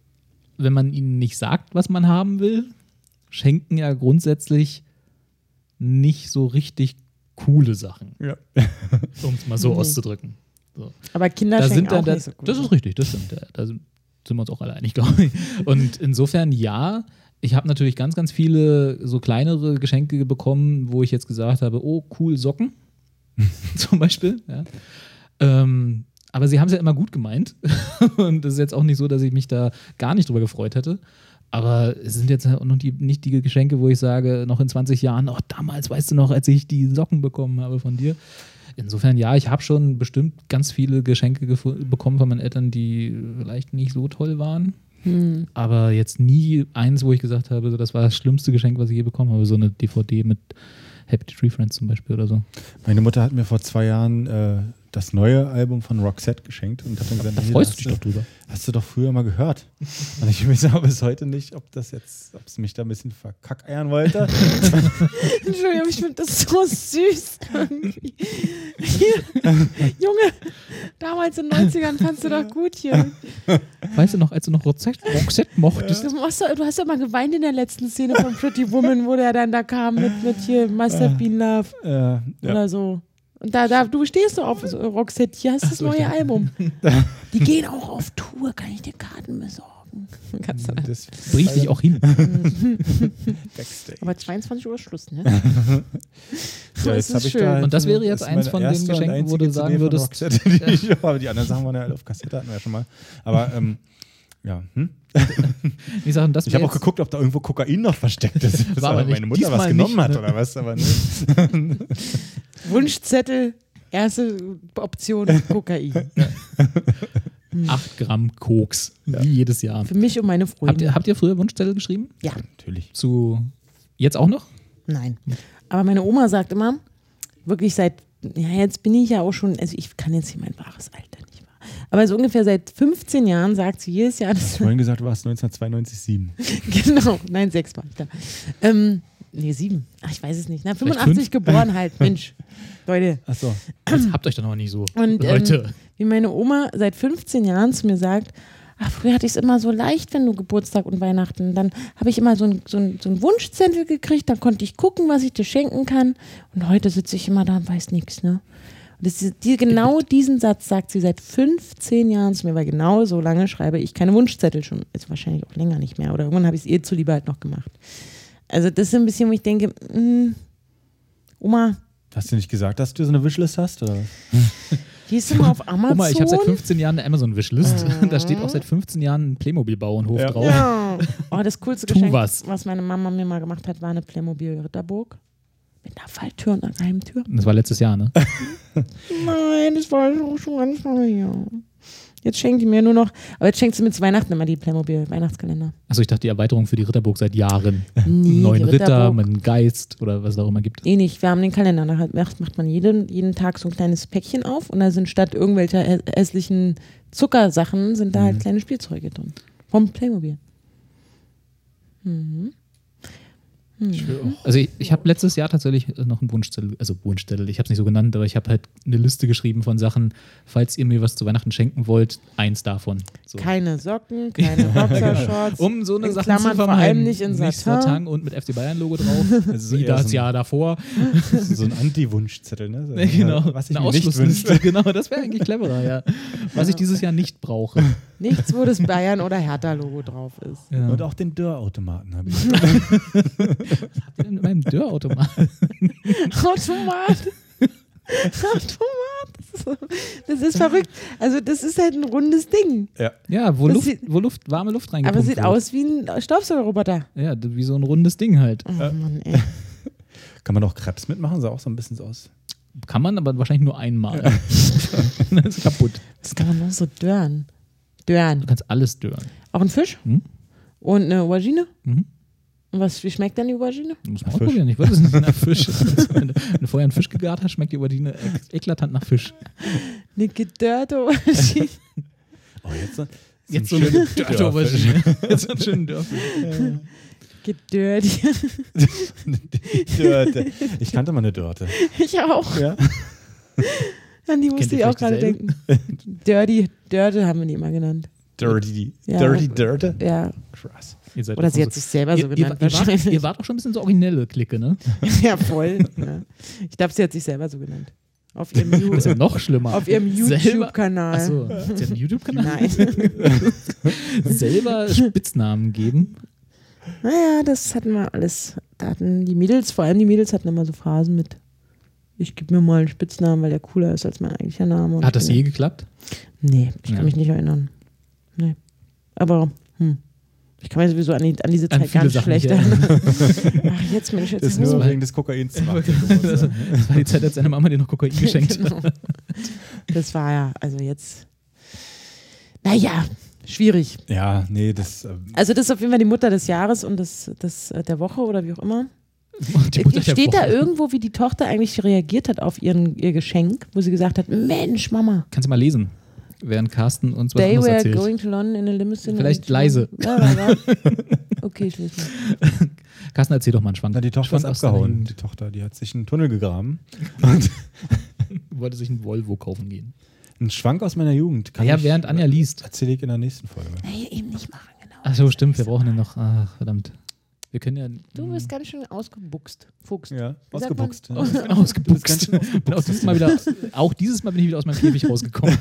Speaker 2: wenn man ihnen nicht sagt, was man haben will, schenken ja grundsätzlich nicht so richtig coole Sachen,
Speaker 5: Ja.
Speaker 2: um es mal so
Speaker 6: Nee.
Speaker 2: auszudrücken. So.
Speaker 6: Aber Kinder
Speaker 2: Da
Speaker 6: schenken
Speaker 2: sind dann,
Speaker 6: auch
Speaker 2: da,
Speaker 6: nicht so gut.
Speaker 2: das ist richtig, das stimmt. Da, da sind sind wir uns auch alle einig, glaube ich. Und insofern ja, ich habe natürlich ganz, ganz viele so kleinere Geschenke bekommen, wo ich jetzt gesagt habe, oh, cool, Socken zum Beispiel. Ja. Ähm, aber sie haben es ja immer gut gemeint. Und das ist jetzt auch nicht so, dass ich mich da gar nicht drüber gefreut hätte. Aber es sind jetzt auch noch die, nicht die Geschenke, wo ich sage, noch in zwanzig Jahren, oh, damals, weißt du noch, als ich die Socken bekommen habe von dir. Insofern, ja, ich habe schon bestimmt ganz viele Geschenke gefu- bekommen von meinen Eltern, die vielleicht nicht so toll waren.
Speaker 6: Hm.
Speaker 2: Aber jetzt nie eins, wo ich gesagt habe, so, das war das schlimmste Geschenk, was ich je bekommen habe. So eine D V D mit Happy Tree Friends zum Beispiel oder so.
Speaker 5: Meine Mutter hat mir vor zwei Jahren äh, das neue Album von Roxette geschenkt und hat dann gesagt,
Speaker 2: Da
Speaker 5: nee,
Speaker 2: freust du
Speaker 5: hast
Speaker 2: dich doch drüber.
Speaker 5: Hast du doch früher mal gehört. Und ich weiß aber bis heute nicht, ob das jetzt, ob sie mich da ein bisschen verkackeiern wollte.
Speaker 6: Entschuldigung, ich finde das so süß. irgendwie. Hier, Junge, damals in den neunzigern fandst du doch gut hier.
Speaker 2: Weißt du noch, als du noch Roxette, Roxette mochtest?
Speaker 6: Das machst du, du hast ja mal geweint in der letzten Szene von Pretty Woman, wo der dann da kam mit, mit hier Master Bean Love
Speaker 5: äh, ja.
Speaker 6: oder so. Und da, da, du stehst doch auf so, Roxette, hier hast du das
Speaker 2: so,
Speaker 6: neue
Speaker 2: ja.
Speaker 6: Album. Die gehen auch auf Tour, kann ich dir Karten besorgen. Kannst du
Speaker 5: Das
Speaker 2: Bring ich dich auch hin.
Speaker 5: Backstage.
Speaker 6: Aber zweiundzwanzig Uhr ist Schluss, ne?
Speaker 5: Ja,
Speaker 6: Das
Speaker 5: jetzt
Speaker 6: ist
Speaker 5: hab ich
Speaker 6: schön.
Speaker 5: da
Speaker 2: Und das wäre jetzt
Speaker 5: ist
Speaker 2: eins
Speaker 5: meine
Speaker 2: von den
Speaker 5: erste und
Speaker 2: Geschenken, wo du
Speaker 5: einzige
Speaker 2: sagen
Speaker 5: C D von
Speaker 2: würdest-
Speaker 5: Roxette, die ich habe. Aber die anderen Sachen waren ja alle auf Kassette, hatten wir ja schon mal. Aber ähm, ja, hm?
Speaker 2: Ich sage, das
Speaker 5: Ich habe
Speaker 2: wär
Speaker 5: auch
Speaker 2: jetzt-
Speaker 5: geguckt, ob da irgendwo Kokain noch versteckt ist. Bis
Speaker 2: War aber
Speaker 5: aber meine
Speaker 2: nicht.
Speaker 5: Mutter was
Speaker 2: Diesmal
Speaker 5: genommen
Speaker 2: nicht,
Speaker 5: hat
Speaker 2: ne?
Speaker 5: oder was. Aber ne.
Speaker 6: Wunschzettel, erste Option, Kokain.
Speaker 2: acht Gramm Koks, wie jedes Jahr.
Speaker 6: Für mich und meine
Speaker 2: Habt
Speaker 6: Freunde.
Speaker 2: ihr, habt ihr früher Wunschzettel geschrieben?
Speaker 6: Ja,
Speaker 5: Natürlich.
Speaker 2: Zu jetzt auch noch?
Speaker 6: nein. Aber meine Oma sagt immer, wirklich seit, ja, jetzt bin ich ja auch schon, also ich kann jetzt hier mein wahres Alter nicht wahr. Aber so ungefähr seit fünfzehn Jahren sagt sie jedes Jahr, das
Speaker 5: Vorhin gesagt, du warst neunzehnhundertzweiundneunzig, sieben.
Speaker 6: genau, nein, sechs war ich da. Ähm, nee, sieben. Ach, ich weiß es nicht. Na, fünfundachtzig
Speaker 2: fünf?
Speaker 6: geboren halt, Mensch. Leute.
Speaker 5: Achso.
Speaker 2: Jetzt habt euch doch noch nicht so.
Speaker 6: Und
Speaker 2: Leute.
Speaker 6: ähm, wie meine Oma seit fünfzehn Jahren zu mir sagt, ach, früher hatte ich es immer so leicht, wenn du Geburtstag und Weihnachten, dann habe ich immer so einen so ein, so ein Wunschzettel gekriegt, dann konnte ich gucken, was ich dir schenken kann. Und heute sitze ich immer da und weiß nichts, ne? Und das ist, die, genau diesen Satz sagt sie seit fünfzehn Jahren zu mir, weil genau so lange schreibe ich keine Wunschzettel schon. Ist wahrscheinlich auch länger nicht mehr. Oder irgendwann habe ich es ihr zuliebe halt noch gemacht. Also das ist ein bisschen, wo ich denke, mh, Oma,
Speaker 5: Hast du nicht gesagt, dass du so eine Wishlist hast? Oder?
Speaker 6: gehst du mal auf Amazon?
Speaker 2: Oma, ich habe seit fünfzehn Jahren eine Amazon-Wishlist. Da steht auch seit fünfzehn Jahren ein Playmobil-Bauernhof
Speaker 5: Ja.
Speaker 2: drauf.
Speaker 6: Ja. Oh, das coolste
Speaker 2: Tu
Speaker 6: Geschenk,
Speaker 2: was.
Speaker 6: was meine Mama mir mal gemacht hat, war eine Playmobil-Ritterburg. Mit einer Falltür und einer Geheimtür.
Speaker 2: Das war letztes Jahr, ne?
Speaker 6: Nein, das war schon ganz lange her. Jetzt schenkt die mir nur noch, aber jetzt schenkt sie mir zu Weihnachten immer die Playmobil-Weihnachtskalender.
Speaker 2: Achso, ich dachte, die Erweiterung für die Ritterburg seit Jahren.
Speaker 6: Nee,
Speaker 2: Neuen
Speaker 6: die
Speaker 2: Ritter,
Speaker 6: Ritterburg-
Speaker 2: mit einem Geist oder was es auch immer gibt.
Speaker 6: Eh nicht, wir haben den Kalender. Da macht macht man jeden, jeden Tag so ein kleines Päckchen auf und da sind statt irgendwelcher hä- hässlichen Zuckersachen sind da halt kleine Spielzeuge drin. Vom Playmobil. Mhm.
Speaker 2: Also ich, ich habe letztes Jahr tatsächlich noch einen Wunschzettel, also Wunschzettel, ich habe es nicht so genannt, aber ich habe halt eine Liste geschrieben von Sachen, falls ihr mir was zu Weihnachten schenken wollt, eins davon. So.
Speaker 6: Keine Socken, keine Boxershorts.
Speaker 2: Um so eine
Speaker 6: in
Speaker 2: Sache
Speaker 6: Klammern
Speaker 2: zu
Speaker 6: vor
Speaker 2: vermeiden.
Speaker 6: allem nicht in Satin.
Speaker 2: Satin und mit F C Bayern-Logo drauf,
Speaker 5: Also
Speaker 2: wie
Speaker 5: eher
Speaker 2: das
Speaker 5: so ein-
Speaker 2: Jahr davor.
Speaker 5: So ein Anti-Wunschzettel, ne? So,
Speaker 2: Ja, genau,
Speaker 5: Was ich
Speaker 2: eine
Speaker 5: mir nicht
Speaker 2: Ausschlussliste,
Speaker 5: wünsche.
Speaker 2: genau, das wäre eigentlich cleverer, ja. Was ich dieses Jahr nicht brauche.
Speaker 6: Nichts, wo das Bayern- oder Hertha-Logo drauf ist.
Speaker 2: Ja.
Speaker 5: Und auch den Dörrautomaten habe ich.
Speaker 2: Habt ihr denn in meinem Dörrautomat?
Speaker 6: Automat. Automat. Das ist, so- das ist verrückt. Also das ist halt ein rundes Ding.
Speaker 5: Ja.
Speaker 2: Ja, wo,
Speaker 6: Das
Speaker 2: Luft,
Speaker 6: sieht-
Speaker 2: wo Luft, warme Luft reingepumpt
Speaker 6: Aber sieht
Speaker 2: wird.
Speaker 6: aus wie ein Staubsaugerroboter.
Speaker 2: Ja, wie so ein rundes Ding halt.
Speaker 6: Oh Mann, ey.
Speaker 5: Kann man auch Krebs mitmachen? Sah auch so ein bisschen so aus.
Speaker 2: Kann man, aber wahrscheinlich nur einmal. Dann ist kaputt.
Speaker 6: Das kann man noch so dörren. Dörren.
Speaker 2: Du kannst alles dörren.
Speaker 6: Auch ein Fisch?
Speaker 2: Hm?
Speaker 6: Und eine Aubergine?
Speaker 2: Mhm.
Speaker 6: Und was, wie schmeckt denn die Aubergine?
Speaker 2: Muss man
Speaker 5: Fisch.
Speaker 2: ausprobieren. Ich weiß es nicht. Nach Fisch. Wenn du wenn du vorher einen Fisch gegart hast, schmeckt die Aubergine ek- eklatant nach Fisch.
Speaker 6: Eine gedörrte Aubergine.
Speaker 5: Oh, jetzt so,
Speaker 2: Jetzt so
Speaker 5: ein
Speaker 2: eine
Speaker 5: schöner
Speaker 2: Dörte Aubergine. Jetzt so einen schönen Dörfer.
Speaker 6: Gedörrt.
Speaker 5: Dörte. Ich kannte mal eine Dörte.
Speaker 6: Ich auch.
Speaker 5: Ja.
Speaker 6: An die
Speaker 2: Kennt
Speaker 6: musste
Speaker 2: ihr
Speaker 6: ich auch
Speaker 2: vielleicht
Speaker 6: gerade
Speaker 2: dieselbe?
Speaker 6: denken. Dirty, Dörte haben wir die immer genannt.
Speaker 5: Dirty.
Speaker 6: Ja.
Speaker 5: Dirty Dirte?
Speaker 6: Ja.
Speaker 5: Krass.
Speaker 2: Ihr seid
Speaker 6: Oder
Speaker 2: doch
Speaker 6: sie
Speaker 2: so-
Speaker 6: hat sich selber so
Speaker 2: ihr, ihr,
Speaker 6: genannt.
Speaker 2: ihr, wart,
Speaker 6: wahrscheinlich.
Speaker 2: ihr wart auch schon ein bisschen so originelle Clique, ne?
Speaker 6: Ja, voll. Ja. Ich glaube, sie hat sich selber so genannt. Auf ihrem, Ju-
Speaker 2: Das ist ja noch schlimmer.
Speaker 6: auf ihrem
Speaker 2: Selber-
Speaker 6: YouTube-Kanal.
Speaker 2: Achso, sie hat einen YouTube-Kanal?
Speaker 6: Nein.
Speaker 2: Selber Spitznamen geben.
Speaker 6: Naja, das hatten wir alles. Da hatten die Mädels, vor allem die Mädels, hatten immer so Phasen mit, ich gebe mir mal einen Spitznamen, weil der cooler ist als mein eigentlicher Name. Und
Speaker 2: Hat das
Speaker 6: ich bin-
Speaker 2: je geklappt?
Speaker 6: Nee, ich
Speaker 2: Ja.
Speaker 6: kann mich nicht erinnern. Nee. Aber, hm. Ich kann mich sowieso an, die, an diese
Speaker 2: An
Speaker 6: Zeit
Speaker 2: viele
Speaker 6: ganz
Speaker 2: Sachen
Speaker 6: schlecht
Speaker 2: nicht
Speaker 6: erinnern. Ach, jetzt bin ich jetzt
Speaker 5: Das ist
Speaker 6: hoch.
Speaker 5: nur wegen des Kokains.
Speaker 2: Das war die Zeit, als seine Mama dir noch Kokain geschenkt hat.
Speaker 6: Genau. Das war ja, also jetzt, naja, schwierig.
Speaker 5: Ja, nee, das. Ähm,
Speaker 6: Also das ist auf jeden Fall die Mutter des Jahres und das, das äh, der Woche oder wie auch immer.
Speaker 2: Die Mutter der
Speaker 6: Steht da
Speaker 2: Woche.
Speaker 6: irgendwo, wie die Tochter eigentlich reagiert hat auf ihren, ihr Geschenk, wo sie gesagt hat, Mensch, Mama,
Speaker 2: Kannst du mal lesen, während Carsten uns was
Speaker 6: they
Speaker 2: anderes
Speaker 6: were
Speaker 2: erzählt.
Speaker 6: going to London in a limousine.
Speaker 2: Vielleicht
Speaker 6: und-
Speaker 2: leise.
Speaker 6: Ja, ja, ja. Okay, ich lese mal.
Speaker 2: Carsten, erzähl doch mal einen Schwank.
Speaker 5: na, die Tochter ist
Speaker 2: Schwank aus deiner
Speaker 5: abgehauen.
Speaker 2: Jugend.
Speaker 5: Die Tochter, die hat sich einen Tunnel gegraben. Und
Speaker 2: Wollte sich einen Volvo kaufen gehen.
Speaker 5: ein Schwank aus meiner Jugend. Kann
Speaker 2: ja,
Speaker 5: ich-
Speaker 2: während Anja liest.
Speaker 5: Erzähle ich in der nächsten Folge.
Speaker 6: Nee, eben nicht machen, genau.
Speaker 2: Achso, stimmt, wir brauchen ja noch. Ach, verdammt. Wir können ja.
Speaker 6: Du bist ganz schön ausgebuchst. Fuchst.
Speaker 5: Ja,
Speaker 6: Wie sagt
Speaker 5: ausgebuchst.
Speaker 6: man?
Speaker 5: Ja.
Speaker 2: Ich bin ausgebuchst. Bin auch, dieses Mal wieder, auch dieses Mal bin ich wieder aus meinem Käfig rausgekommen.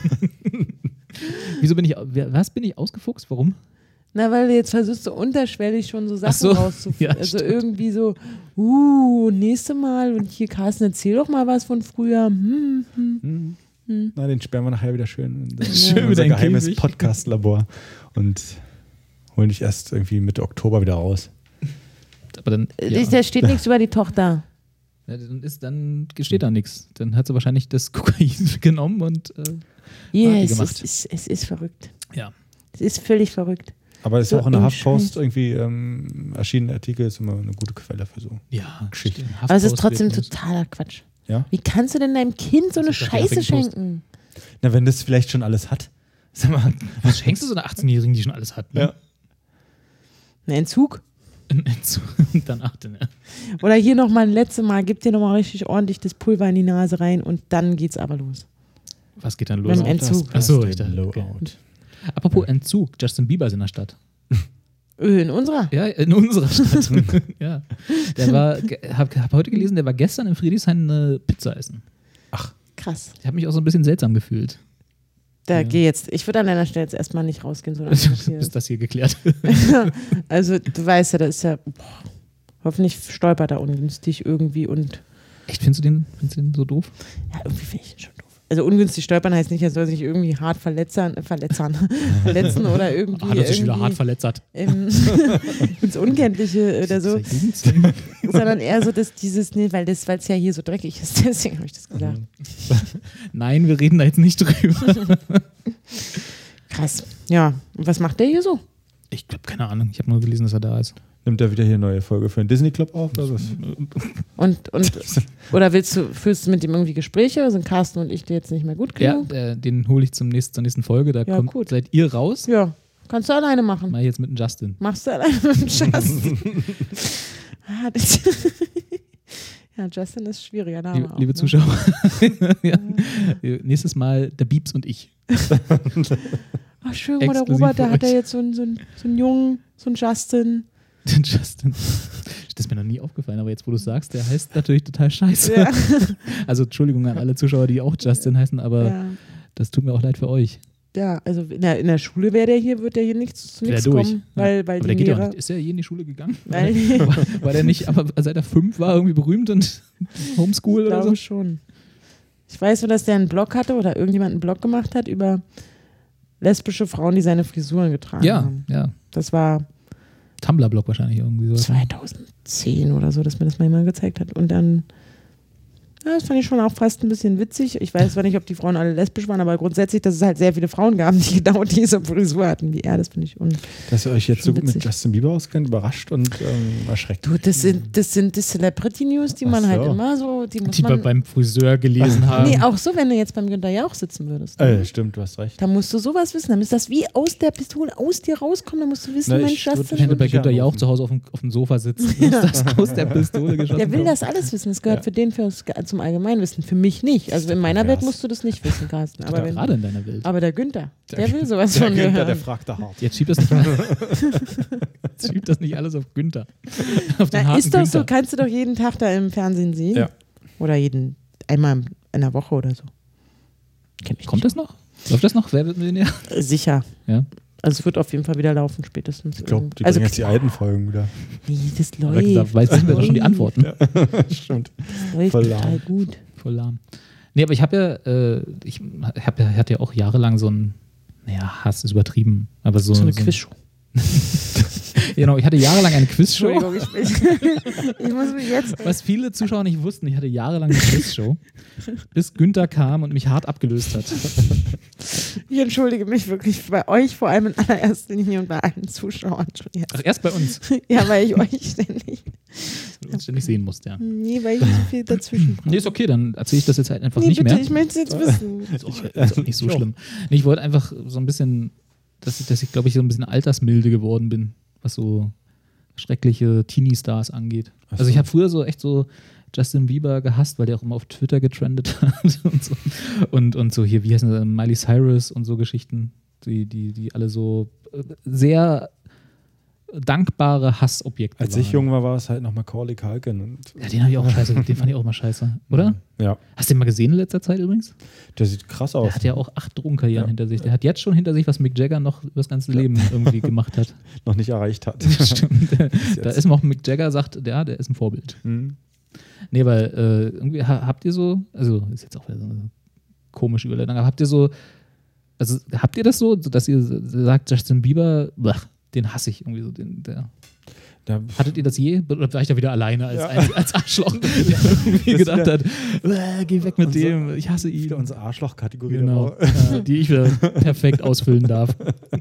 Speaker 2: Wieso bin ich. wer- Was bin ich ausgefuchst? Warum?
Speaker 6: Na, weil du jetzt versuchst, so unterschwellig schon so Sachen
Speaker 2: Ach so.
Speaker 6: rauszufinden.
Speaker 2: Ja,
Speaker 6: also
Speaker 2: stimmt.
Speaker 6: irgendwie so, uh, nächste Mal und hier, Carsten, erzähl doch mal was von früher. Hm, hm.
Speaker 5: Hm. Na, den sperren wir nachher wieder schön in,
Speaker 2: Schön
Speaker 5: in
Speaker 2: wieder
Speaker 5: unser
Speaker 2: in
Speaker 5: geheimes
Speaker 2: Käfig.
Speaker 5: Podcast-Labor und holen dich erst irgendwie Mitte Oktober wieder raus.
Speaker 2: Aber dann.
Speaker 6: Äh,
Speaker 2: Ja.
Speaker 6: Da steht nichts über die Tochter.
Speaker 2: Ja, dann, ist, dann steht da nichts. Dann hat sie wahrscheinlich das Kokain genommen und. Äh,
Speaker 6: Ja,
Speaker 2: Party
Speaker 6: es
Speaker 2: gemacht.
Speaker 6: ist, es, es ist verrückt.
Speaker 2: ja.
Speaker 6: Es ist völlig verrückt.
Speaker 5: Aber es ist
Speaker 6: So
Speaker 5: auch in der
Speaker 6: ein
Speaker 5: Haftpost
Speaker 6: Scheiß.
Speaker 5: irgendwie ähm, erschienene Artikel, ist immer eine gute Quelle für so.
Speaker 2: Ja,
Speaker 5: Geschichte.
Speaker 2: stimmt.
Speaker 6: Aber es ist
Speaker 2: Haftpost
Speaker 6: trotzdem
Speaker 2: wird-
Speaker 6: totaler Quatsch.
Speaker 5: Ja?
Speaker 6: Wie kannst du denn deinem Kind so eine
Speaker 2: ist doch der
Speaker 6: Scheiße
Speaker 2: Huffington Post.
Speaker 6: schenken?
Speaker 5: Na, wenn das vielleicht schon alles hat. Sag mal.
Speaker 2: Was schenkst du so einer achtzehnjährigen, die schon alles hat? Ne?
Speaker 5: Ja.
Speaker 6: Ein Entzug?
Speaker 2: Und dann achte, ne?
Speaker 6: Oder hier nochmal ein letztes Mal, gib dir nochmal richtig ordentlich das Pulver in die Nase rein und dann geht's aber los.
Speaker 2: Was geht dann
Speaker 6: Mit
Speaker 2: los?
Speaker 6: dem Entzug.
Speaker 2: Achso, ich dachte, okay.
Speaker 5: Blowout.
Speaker 2: Apropos Entzug, Justin Bieber ist in der Stadt.
Speaker 6: Öh, in unserer?
Speaker 2: Ja, in unserer Stadt. ja. Der war, ge- hab, hab heute gelesen, der war gestern in Friedrichshain eine Pizza essen.
Speaker 6: Krass.
Speaker 2: Ich habe mich auch so ein bisschen seltsam gefühlt.
Speaker 6: Da
Speaker 2: Ja.
Speaker 6: geh jetzt. Ich würde an deiner Stelle jetzt erstmal nicht rausgehen, solange das noch hier
Speaker 2: Bis
Speaker 6: ist.
Speaker 2: das hier geklärt.
Speaker 6: Also du weißt ja, da ist ja, boah, hoffentlich stolpert er ungünstig irgendwie und
Speaker 2: Echt, findest du den, findest du den so doof?
Speaker 6: ja, irgendwie finde ich den schon doof. Also ungünstig stolpern heißt nicht, er soll sich irgendwie hart verletzern, äh, verletzern, verletzen oder irgendwie,
Speaker 2: Hat er sich wieder
Speaker 6: irgendwie
Speaker 2: hart verletzt.
Speaker 6: ähm, ins Unkenntliche oder so,
Speaker 2: Ist der Jugendzwang?
Speaker 6: sondern eher so, dass dieses, nee, weil das, weil es ja hier so dreckig ist, deswegen habe ich das gesagt.
Speaker 2: Nein, wir reden da jetzt nicht drüber.
Speaker 6: Krass. Ja, und was macht der hier so?
Speaker 2: Ich habe keine Ahnung. Ich habe nur gelesen, dass er da ist.
Speaker 5: Nimmt er wieder hier eine neue Folge für den Disney Club auf? Oder was?
Speaker 6: Und, und oder willst du, führst du mit ihm irgendwie Gespräche? Oder sind Carsten und ich dir jetzt nicht mehr gut
Speaker 2: Ja,
Speaker 6: genug?
Speaker 2: äh, den hole ich zum nächsten, zur nächsten Folge. Da
Speaker 6: Ja,
Speaker 2: kommt,
Speaker 6: gut.
Speaker 2: seid ihr raus.
Speaker 6: Ja, kannst du alleine machen.
Speaker 2: Mal jetzt mit dem Justin.
Speaker 6: Machst du alleine mit dem Justin. ah, das ja, Justin ist schwieriger Name.
Speaker 2: Liebe,
Speaker 6: auch,
Speaker 2: liebe
Speaker 6: ne?
Speaker 2: Zuschauer. ja. Nächstes Mal der Beeps und ich.
Speaker 6: Ach, schön, der
Speaker 2: Exklusiv
Speaker 6: Robert, da
Speaker 2: für
Speaker 6: hat er
Speaker 2: euch.
Speaker 6: jetzt so einen, so, einen, so einen Jungen, so einen Justin.
Speaker 2: Den Justin. Das ist mir noch nie aufgefallen, aber jetzt, wo du es sagst, der heißt natürlich total scheiße.
Speaker 6: Ja.
Speaker 2: Also Entschuldigung an alle Zuschauer, die auch Justin heißen, aber
Speaker 6: Ja.
Speaker 2: das tut mir auch leid für euch.
Speaker 6: Ja, also in der, in der Schule wäre der hier, wird der hier nichts zu
Speaker 2: Der
Speaker 6: nichts
Speaker 2: durch.
Speaker 6: kommen, weil, weil
Speaker 2: aber der
Speaker 6: die
Speaker 2: geht auch
Speaker 6: Lehrer.
Speaker 2: nicht. Ist er je in die Schule gegangen?
Speaker 6: Weil,
Speaker 2: war, war der nicht, aber seit er fünf war, irgendwie berühmt und Homeschool
Speaker 6: ich
Speaker 2: oder
Speaker 6: glaube
Speaker 2: so?
Speaker 6: schon. Ich weiß nur, dass der einen Blog hatte oder irgendjemand einen Blog gemacht hat über lesbische Frauen, die seine Frisuren getragen
Speaker 2: Ja,
Speaker 6: haben.
Speaker 2: ja.
Speaker 6: Das war
Speaker 2: Tumblr-Blog wahrscheinlich irgendwie so.
Speaker 6: zweitausendzehn oder so, dass mir das mal jemand gezeigt hat. Und dann, ja, das fand ich schon auch fast ein bisschen witzig. Ich weiß zwar nicht, ob die Frauen alle lesbisch waren, aber grundsätzlich, dass es halt sehr viele Frauen gab, die genau diese Frisur hatten wie er. Das finde ich un.
Speaker 5: Dass ihr euch jetzt so
Speaker 6: Schon
Speaker 5: gut mit
Speaker 6: witzig.
Speaker 5: Justin Bieber auskennt, überrascht und ähm, erschreckt.
Speaker 6: Du, das sind, das sind die Celebrity-News, die man
Speaker 5: Ach
Speaker 6: halt
Speaker 5: so.
Speaker 6: immer so, die muss
Speaker 2: Die wir
Speaker 6: man.
Speaker 2: beim Friseur gelesen haben.
Speaker 6: Nee, auch so, wenn du jetzt beim Günther Jauch sitzen würdest.
Speaker 5: Äh, stimmt, du hast recht.
Speaker 6: Da musst du sowas wissen. Dann müsste das wie aus der Pistole aus dir rauskommen. Da musst du wissen,
Speaker 5: Na,
Speaker 6: Mensch,
Speaker 5: ich würd-
Speaker 6: Justin.
Speaker 2: Wenn du bei
Speaker 5: Ich würd
Speaker 2: Günther
Speaker 5: dich
Speaker 2: Jauch
Speaker 5: anrufen.
Speaker 2: zu Hause auf dem, auf dem Sofa sitzt, ist das aus der Pistole geschossen.
Speaker 6: Der will
Speaker 2: kommt.
Speaker 6: das alles wissen. Das gehört
Speaker 5: Ja.
Speaker 6: für den fürs, zum zum Allgemeinwissen. Für mich nicht. Also in meiner Welt musst du das nicht wissen, Carsten. Aber,
Speaker 2: Ja,
Speaker 6: wenn,
Speaker 2: gerade in deiner Welt.
Speaker 6: aber der Günther, der will sowas
Speaker 5: Der
Speaker 6: von mir
Speaker 5: Günther, der
Speaker 6: hören.
Speaker 5: fragt da hart.
Speaker 2: Jetzt schiebt das nicht, Jetzt schiebt das nicht alles auf Günther. Auf den
Speaker 6: Na,
Speaker 2: harten
Speaker 6: ist doch so,
Speaker 2: Günther.
Speaker 6: kannst du doch jeden Tag da im Fernsehen sehen.
Speaker 5: Ja.
Speaker 6: Oder jeden, einmal in der Woche oder so. Kenn ich
Speaker 2: Kommt
Speaker 6: nicht.
Speaker 2: das noch? Läuft das noch? Wer wird Millionär?
Speaker 6: Äh, Sicher.
Speaker 2: Ja.
Speaker 6: Also es wird auf jeden Fall wieder laufen spätestens.
Speaker 5: Ich glaube, die
Speaker 6: also
Speaker 5: bringen jetzt die alten Folgen wieder.
Speaker 6: nee, das
Speaker 2: Oder
Speaker 6: läuft.
Speaker 2: gesagt, weiß wissen wir doch schon die Antworten.
Speaker 5: Stimmt.
Speaker 6: Das läuft
Speaker 5: Voll
Speaker 6: total
Speaker 5: lahm.
Speaker 6: gut.
Speaker 2: Voll lahm. Nee, aber ich habe ja, äh, ich hab ja, hatte ja auch jahrelang so ein, naja, Hass ist übertrieben, aber so,
Speaker 6: So eine
Speaker 2: so ein-
Speaker 6: Quizshow.
Speaker 2: Genau, ich hatte jahrelang eine Quizshow.
Speaker 6: Entschuldigung, ich, ich muss mich jetzt.
Speaker 2: Was viele Zuschauer nicht wussten, ich hatte jahrelang eine Quizshow, bis Günther kam und mich hart abgelöst hat.
Speaker 6: Ich entschuldige mich wirklich bei euch, vor allem in allererster Linie und bei allen Zuschauern schon jetzt.
Speaker 2: Ach, erst bei uns,
Speaker 6: Ja, weil ich euch ständig.
Speaker 2: weil du uns ständig sehen musst, ja.
Speaker 6: Nee, weil ich so viel dazwischen brauche.
Speaker 2: Nee, ist okay, dann erzähle ich das jetzt halt einfach
Speaker 6: Nee,
Speaker 2: nicht
Speaker 6: bitte,
Speaker 2: mehr.
Speaker 6: ich möchte es jetzt wissen.
Speaker 2: Ist auch, ist auch nicht so schlimm. Nee, ich wollte einfach so ein bisschen, dass ich, dass ich glaube ich, so ein bisschen altersmilde geworden bin, was so schreckliche Teenie-Stars angeht.
Speaker 5: Ach
Speaker 2: Also
Speaker 5: so.
Speaker 2: ich habe früher so echt so Justin Bieber gehasst, weil der auch immer auf Twitter getrendet hat und so. Und, und so hier, wie heißen das, Miley Cyrus und so Geschichten, die, die, die alle so äh, sehr dankbare Hassobjekte
Speaker 5: Als
Speaker 2: waren.
Speaker 5: ich jung war, war es halt noch Macaulay Culkin. Und,
Speaker 2: Ja, den habe ich auch scheiße, den fand ich auch mal scheiße, oder?
Speaker 5: ja,
Speaker 2: Hast du den mal gesehen in letzter Zeit übrigens?
Speaker 5: der sieht krass
Speaker 2: Der
Speaker 5: aus.
Speaker 2: hat ja auch acht Drogenkarrieren
Speaker 5: Ja.
Speaker 2: hinter sich. Der hat jetzt schon hinter sich, was Mick Jagger noch das ganze Leben irgendwie gemacht hat.
Speaker 5: Noch nicht erreicht hat.
Speaker 2: Stimmt. Da
Speaker 5: jetzt.
Speaker 2: ist auch Mick Jagger, sagt, ja, der ist ein Vorbild.
Speaker 5: Hm.
Speaker 2: Nee, weil äh, irgendwie ha, habt ihr so, also ist jetzt auch wieder so eine komische Überleitung, aber habt ihr so, also habt ihr das so, dass ihr sagt, Justin Bieber, blach, den hasse ich irgendwie so, den, der.
Speaker 5: Da,
Speaker 2: Hattet ihr das je? Oder war ich da wieder alleine als,
Speaker 5: Ja.
Speaker 2: als, als Arschloch, der irgendwie
Speaker 5: Das
Speaker 2: gedacht
Speaker 5: wieder-
Speaker 2: hat, "Äh, geh weg mit
Speaker 5: Unser-
Speaker 2: dem, ich hasse ihn.
Speaker 5: wieder unsere Arschloch-Kategorie.
Speaker 2: Genau,
Speaker 5: der Woche.
Speaker 2: ja, die ich wieder perfekt ausfüllen darf.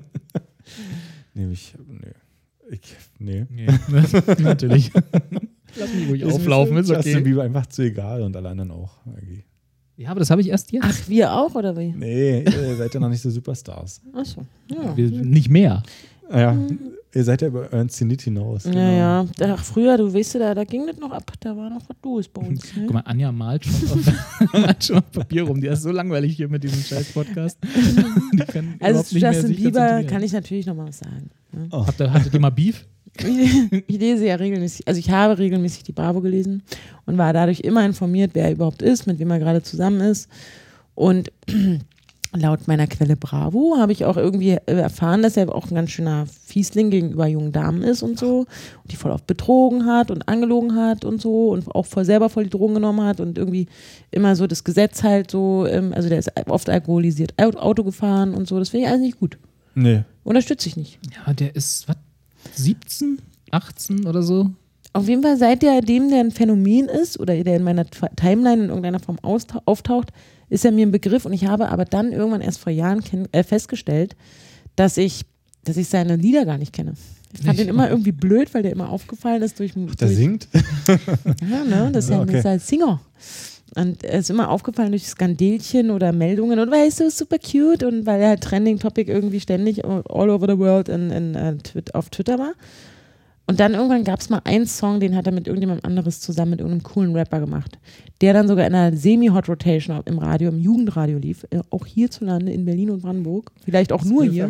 Speaker 5: Nee, ich, nee. Ich, nee.
Speaker 2: Nee, natürlich. Lass mich ruhig
Speaker 5: Ist mir
Speaker 2: auflaufen, ist
Speaker 5: Justin
Speaker 2: okay.
Speaker 5: Bieber einfach zu egal und alle anderen auch. Irgendwie.
Speaker 2: Ja, aber das habe ich erst jetzt.
Speaker 6: Ach, wir auch, oder wie?
Speaker 5: Nee, ihr seid ja noch nicht so Superstars.
Speaker 6: Achso. Ja.
Speaker 2: Wir, nicht mehr.
Speaker 5: Ah ja, ihr seid ja über Ernst Nitt hinaus. genau.
Speaker 6: Ja, ja. Ach, früher, du weißt, da, da ging das noch ab. Da war noch was los bei uns. Ne?
Speaker 2: Guck mal, Anja malt schon auf, malt schon auf Papier rum. Die ist so langweilig hier mit diesem scheiß Podcast. Die kann
Speaker 6: Also
Speaker 2: überhaupt
Speaker 6: zu
Speaker 2: nicht mehr
Speaker 6: Justin
Speaker 2: sich
Speaker 6: Bieber
Speaker 2: konzentrieren.
Speaker 6: kann ich natürlich noch mal was sagen. Ne?
Speaker 5: Oh.
Speaker 2: Habt ihr, hattet ihr mal Beef?
Speaker 6: Ich, ich lese ja regelmäßig, also ich habe regelmäßig die Bravo gelesen und war dadurch immer informiert, wer er überhaupt ist, mit wem er gerade zusammen ist. Und laut meiner Quelle Bravo habe ich auch irgendwie erfahren, dass er auch ein ganz schöner Fiesling gegenüber jungen Damen ist und so. Und die voll oft betrogen hat und angelogen hat und so und auch voll selber voll die Drogen genommen hat und irgendwie immer so das Gesetz halt so, ähm, also der ist oft alkoholisiert, Auto gefahren und so. Das finde ich alles nicht gut.
Speaker 5: Nee.
Speaker 6: Unterstütze ich nicht.
Speaker 2: Ja, der ist, was, siebzehn, achtzehn oder so?
Speaker 6: Auf jeden Fall, seit der dem, der ein Phänomen ist oder der in meiner T- Timeline in irgendeiner Form austau- auftaucht, ist er mir ein Begriff und ich habe aber dann irgendwann erst vor Jahren kenn- äh, festgestellt, dass ich, dass ich seine Lieder gar nicht kenne. Ich fand
Speaker 2: Nicht?
Speaker 6: den immer irgendwie blöd, weil der immer aufgefallen ist durch...
Speaker 5: Der
Speaker 6: durch
Speaker 5: singt?
Speaker 6: ja, ne, das ist ja,
Speaker 5: Ja,
Speaker 6: das
Speaker 5: okay.
Speaker 6: ist halt Singer. Und er ist immer aufgefallen durch Skandelchen oder Meldungen und weil er ist so super cute und weil er halt Trending Topic irgendwie ständig all over the world in, in, uh, twit- auf Twitter war. Und dann irgendwann gab es mal einen Song, den hat er mit irgendjemand anderes zusammen mit irgendeinem coolen Rapper gemacht, der dann sogar in einer Semi-Hot-Rotation im Radio, im Jugendradio lief, äh, auch hierzulande in Berlin und Brandenburg, vielleicht auch nur hier.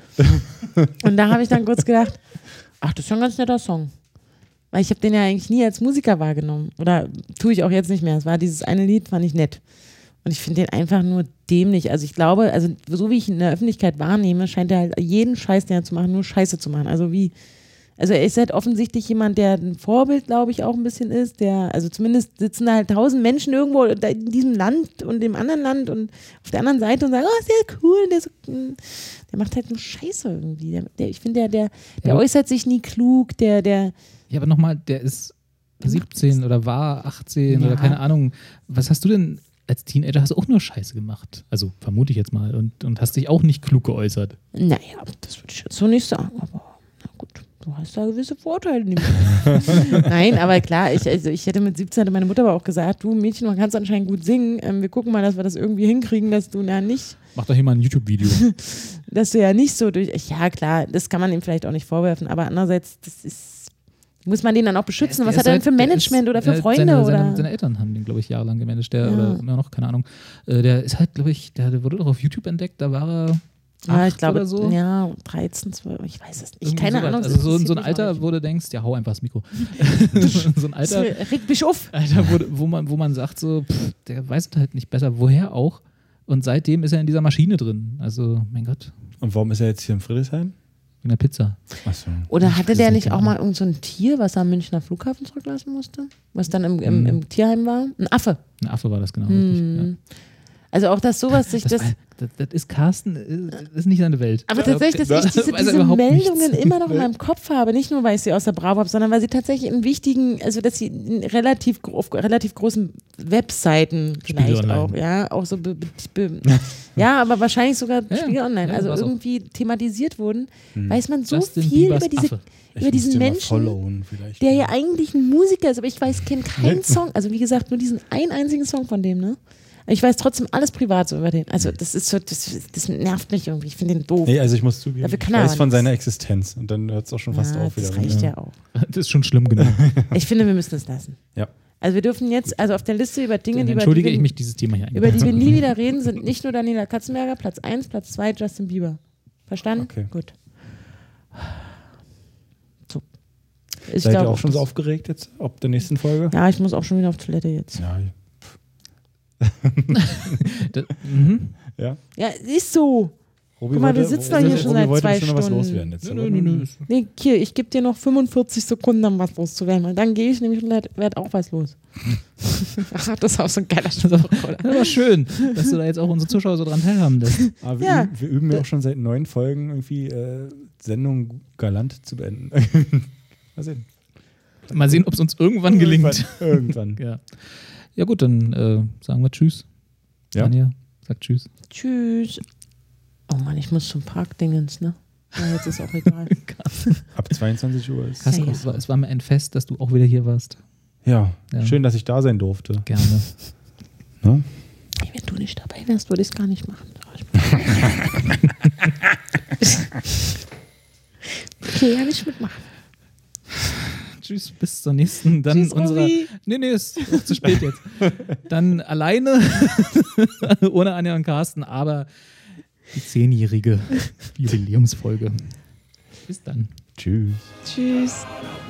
Speaker 6: Und da habe ich dann kurz gedacht, ach, das ist schon ein ganz netter Song. Weil ich habe den ja eigentlich nie als Musiker wahrgenommen. Oder tue ich auch jetzt nicht mehr. Es war dieses eine Lied, fand ich nett. Und ich finde den einfach nur dämlich. Also ich glaube, also so wie ich ihn in der Öffentlichkeit wahrnehme, scheint er halt jeden Scheiß, den er zu machen, nur Scheiße zu machen. Also wie, also er ist halt offensichtlich jemand, der ein Vorbild, glaube ich, auch ein bisschen ist. Der, also zumindest sitzen da halt tausend Menschen irgendwo in diesem Land und dem anderen Land und auf der anderen Seite und sagen, oh, ist der cool. Der, ist so, der macht halt nur Scheiße irgendwie. Der, der, ich finde, der, der, der
Speaker 2: Ja.
Speaker 6: äußert sich nie klug, der, der
Speaker 2: Ja, aber nochmal, der ist siebzehn oder war achtzehn
Speaker 6: Ja.
Speaker 2: oder keine Ahnung. Was hast du denn als Teenager? Hast du auch nur Scheiße gemacht? Also vermute ich jetzt mal. Und, und hast dich auch nicht klug geäußert.
Speaker 6: Naja, das würde ich jetzt so nicht sagen, aber na gut, du hast da gewisse Vorteile. Nein, aber klar, ich, also ich hätte mit siebzehn, hatte meine Mutter aber auch gesagt, du Mädchen, man kannst anscheinend gut singen, ähm, wir gucken mal, dass wir das irgendwie hinkriegen, dass du ja nicht,
Speaker 2: Mach doch hier mal ein YouTube-Video.
Speaker 6: dass du ja nicht so durch, ja klar, das kann man ihm vielleicht auch nicht vorwerfen, aber andererseits, das ist, Muss man den dann auch beschützen?
Speaker 2: Der
Speaker 6: Was
Speaker 2: ist
Speaker 6: hat er denn
Speaker 2: seit-
Speaker 6: für
Speaker 2: der
Speaker 6: Management
Speaker 2: ist-
Speaker 6: oder für
Speaker 2: äh,
Speaker 6: Freunde?
Speaker 2: Seine,
Speaker 6: oder?
Speaker 2: Seine, seine Eltern haben den, glaube ich, jahrelang gemanagt. Der,
Speaker 6: Ja.
Speaker 2: Oder immer noch, keine Ahnung. Äh, der ist halt, glaube ich, der, der wurde doch auf YouTube entdeckt, da war er
Speaker 6: ja, ich
Speaker 2: acht
Speaker 6: glaube,
Speaker 2: oder so.
Speaker 6: ja, dreizehn, zwölf, ich weiß es nicht.
Speaker 2: Irgendwie
Speaker 6: Keine
Speaker 2: so weit.
Speaker 6: Ahnung.
Speaker 2: Also so,
Speaker 6: das
Speaker 2: so ein
Speaker 6: interessiert mich
Speaker 2: Alter,
Speaker 6: auch nicht.
Speaker 2: wo du denkst, ja, hau einfach das Mikro. so ein Alter,
Speaker 6: Das regt mich auf.
Speaker 2: Alter wo, wo, man, wo man sagt so, pff, der weiß es halt nicht besser, woher auch. Und seitdem ist er in dieser Maschine drin. Also, mein Gott,
Speaker 5: Und warum ist er jetzt hier in Friedrichshain?
Speaker 2: wegen der Pizza.
Speaker 5: Achso.
Speaker 6: Oder
Speaker 2: Ich
Speaker 6: hatte
Speaker 2: weiß
Speaker 6: der
Speaker 2: es
Speaker 6: nicht
Speaker 2: nicht
Speaker 6: auch
Speaker 2: genau.
Speaker 6: mal irgend so ein Tier, was er am Münchner Flughafen zurücklassen musste? Was dann im, im,
Speaker 2: Mhm.
Speaker 6: im Tierheim war? Ein Affe.
Speaker 2: Ein Affe war das genau. Richtig,
Speaker 6: Mhm. Also auch, dass sowas sich
Speaker 2: ja.
Speaker 6: das...
Speaker 2: das, das, das ist Carsten, äh, das ist nicht seine Welt.
Speaker 6: Aber tatsächlich, dass ich diese,
Speaker 2: Weiß er
Speaker 6: diese
Speaker 2: überhaupt
Speaker 6: Meldungen
Speaker 2: nichts.
Speaker 6: immer noch in meinem Kopf habe, nicht nur, weil ich sie aus der Bravo habe, sondern weil sie tatsächlich in wichtigen, also dass sie in relativ, gro- auf relativ großen Webseiten vielleicht
Speaker 2: Online.
Speaker 6: auch, ja, auch so, be, be, be, ja, aber wahrscheinlich sogar
Speaker 2: Ja,
Speaker 6: Spiegel Online,
Speaker 2: ja,
Speaker 6: also
Speaker 2: war's auch.
Speaker 6: irgendwie thematisiert wurden, weiß man so
Speaker 2: Justin
Speaker 6: viel
Speaker 2: Biebers
Speaker 6: über, diese,
Speaker 2: Affe.
Speaker 5: Ich
Speaker 6: über
Speaker 5: muss
Speaker 6: diesen
Speaker 5: den mal
Speaker 6: Menschen,
Speaker 5: followen vielleicht.
Speaker 6: der ja eigentlich ein Musiker ist, aber ich weiß, kenne keinen Song, also wie gesagt, nur diesen einen einzigen Song von dem, ne? Ich weiß trotzdem alles privat so über den. Also das ist so, das, das nervt mich irgendwie. Ich finde den doof.
Speaker 5: Nee, also ich muss zugeben,
Speaker 6: Dafür
Speaker 5: ich
Speaker 6: kann er
Speaker 5: weiß
Speaker 6: aber
Speaker 5: von
Speaker 6: nichts.
Speaker 5: seiner Existenz. Und dann hört es auch schon fast
Speaker 6: ja,
Speaker 5: auf wieder.
Speaker 6: das reicht ja auch.
Speaker 2: Das ist schon schlimm genug.
Speaker 6: Ich finde, wir müssen es lassen.
Speaker 5: Ja.
Speaker 6: Also wir dürfen jetzt, also auf der Liste über Dinge,
Speaker 2: Dann
Speaker 6: die, über die,
Speaker 2: entschuldige
Speaker 6: wir,
Speaker 2: ich mich, dieses Thema hier
Speaker 6: über die wir
Speaker 2: eingebracht
Speaker 6: nie
Speaker 2: zu
Speaker 6: wieder reden, sind nicht nur Daniela Katzenberger, Platz eins, Platz zwei, Justin Bieber. Verstanden?
Speaker 5: Okay.
Speaker 6: Gut. So. Ich
Speaker 5: Seid ihr
Speaker 6: glaub,
Speaker 5: auch schon so
Speaker 6: das-
Speaker 5: aufgeregt jetzt, ob der nächsten Folge?
Speaker 6: Ja, ich muss auch schon wieder auf Toilette jetzt.
Speaker 5: Ja.
Speaker 2: Das, mhm.
Speaker 5: ja.
Speaker 6: Ja, ist so.
Speaker 5: Robi
Speaker 6: Guck mal, wir
Speaker 5: wollte-
Speaker 6: sitzen doch hier
Speaker 5: Robi
Speaker 6: schon seit
Speaker 5: wollte
Speaker 6: zwei
Speaker 5: bestimmt noch was
Speaker 6: Stunden.
Speaker 5: loswerden jetzt.
Speaker 2: Nö,
Speaker 5: oder?
Speaker 2: nö, nö, nö.
Speaker 6: Nee, hier, ich gebe dir noch fünfundvierzig Sekunden, um was loszuwerden. Weil dann gehe ich nämlich und werde auch was los. Ach, das ist auch so ein geiler Spruch, oder?
Speaker 2: Das war schön, dass du da jetzt auch unsere Zuschauer so dran teilhaben lässt.
Speaker 5: Aber wir,
Speaker 6: Ja.
Speaker 5: üben, wir üben ja auch schon seit neun Folgen irgendwie äh, Sendung galant zu beenden. Mal sehen.
Speaker 2: Mal sehen, ob es uns irgendwann gelingt.
Speaker 5: Irgendwann.
Speaker 2: Ja, ja gut, dann äh, sagen wir Tschüss.
Speaker 5: Ja.
Speaker 2: Anja, sagt Tschüss.
Speaker 6: Tschüss. Oh Mann, ich muss zum Parkdingens, ne? Ja, jetzt ist auch egal.
Speaker 5: Ab zweiundzwanzig Uhr ist.
Speaker 2: Carsten,
Speaker 6: Ja, ja.
Speaker 2: es, war, es war mir ein Fest, dass du auch wieder hier warst.
Speaker 5: Ja,
Speaker 2: Ja.
Speaker 5: schön, dass ich da sein durfte.
Speaker 2: Gerne.
Speaker 5: Ne?
Speaker 6: Ey, wenn du nicht dabei wärst, würde ich es gar nicht machen. Okay, ja, nicht mitmachen.
Speaker 2: Tschüss, bis zur nächsten. Dann
Speaker 6: Tschüss,
Speaker 2: unserer.
Speaker 6: Robi.
Speaker 2: Nee, nee, ist auch zu spät jetzt. Dann alleine, ohne Anja und Carsten, aber die zehnjährige Jubiläumsfolge. Bis dann.
Speaker 5: Tschüss.
Speaker 6: Tschüss.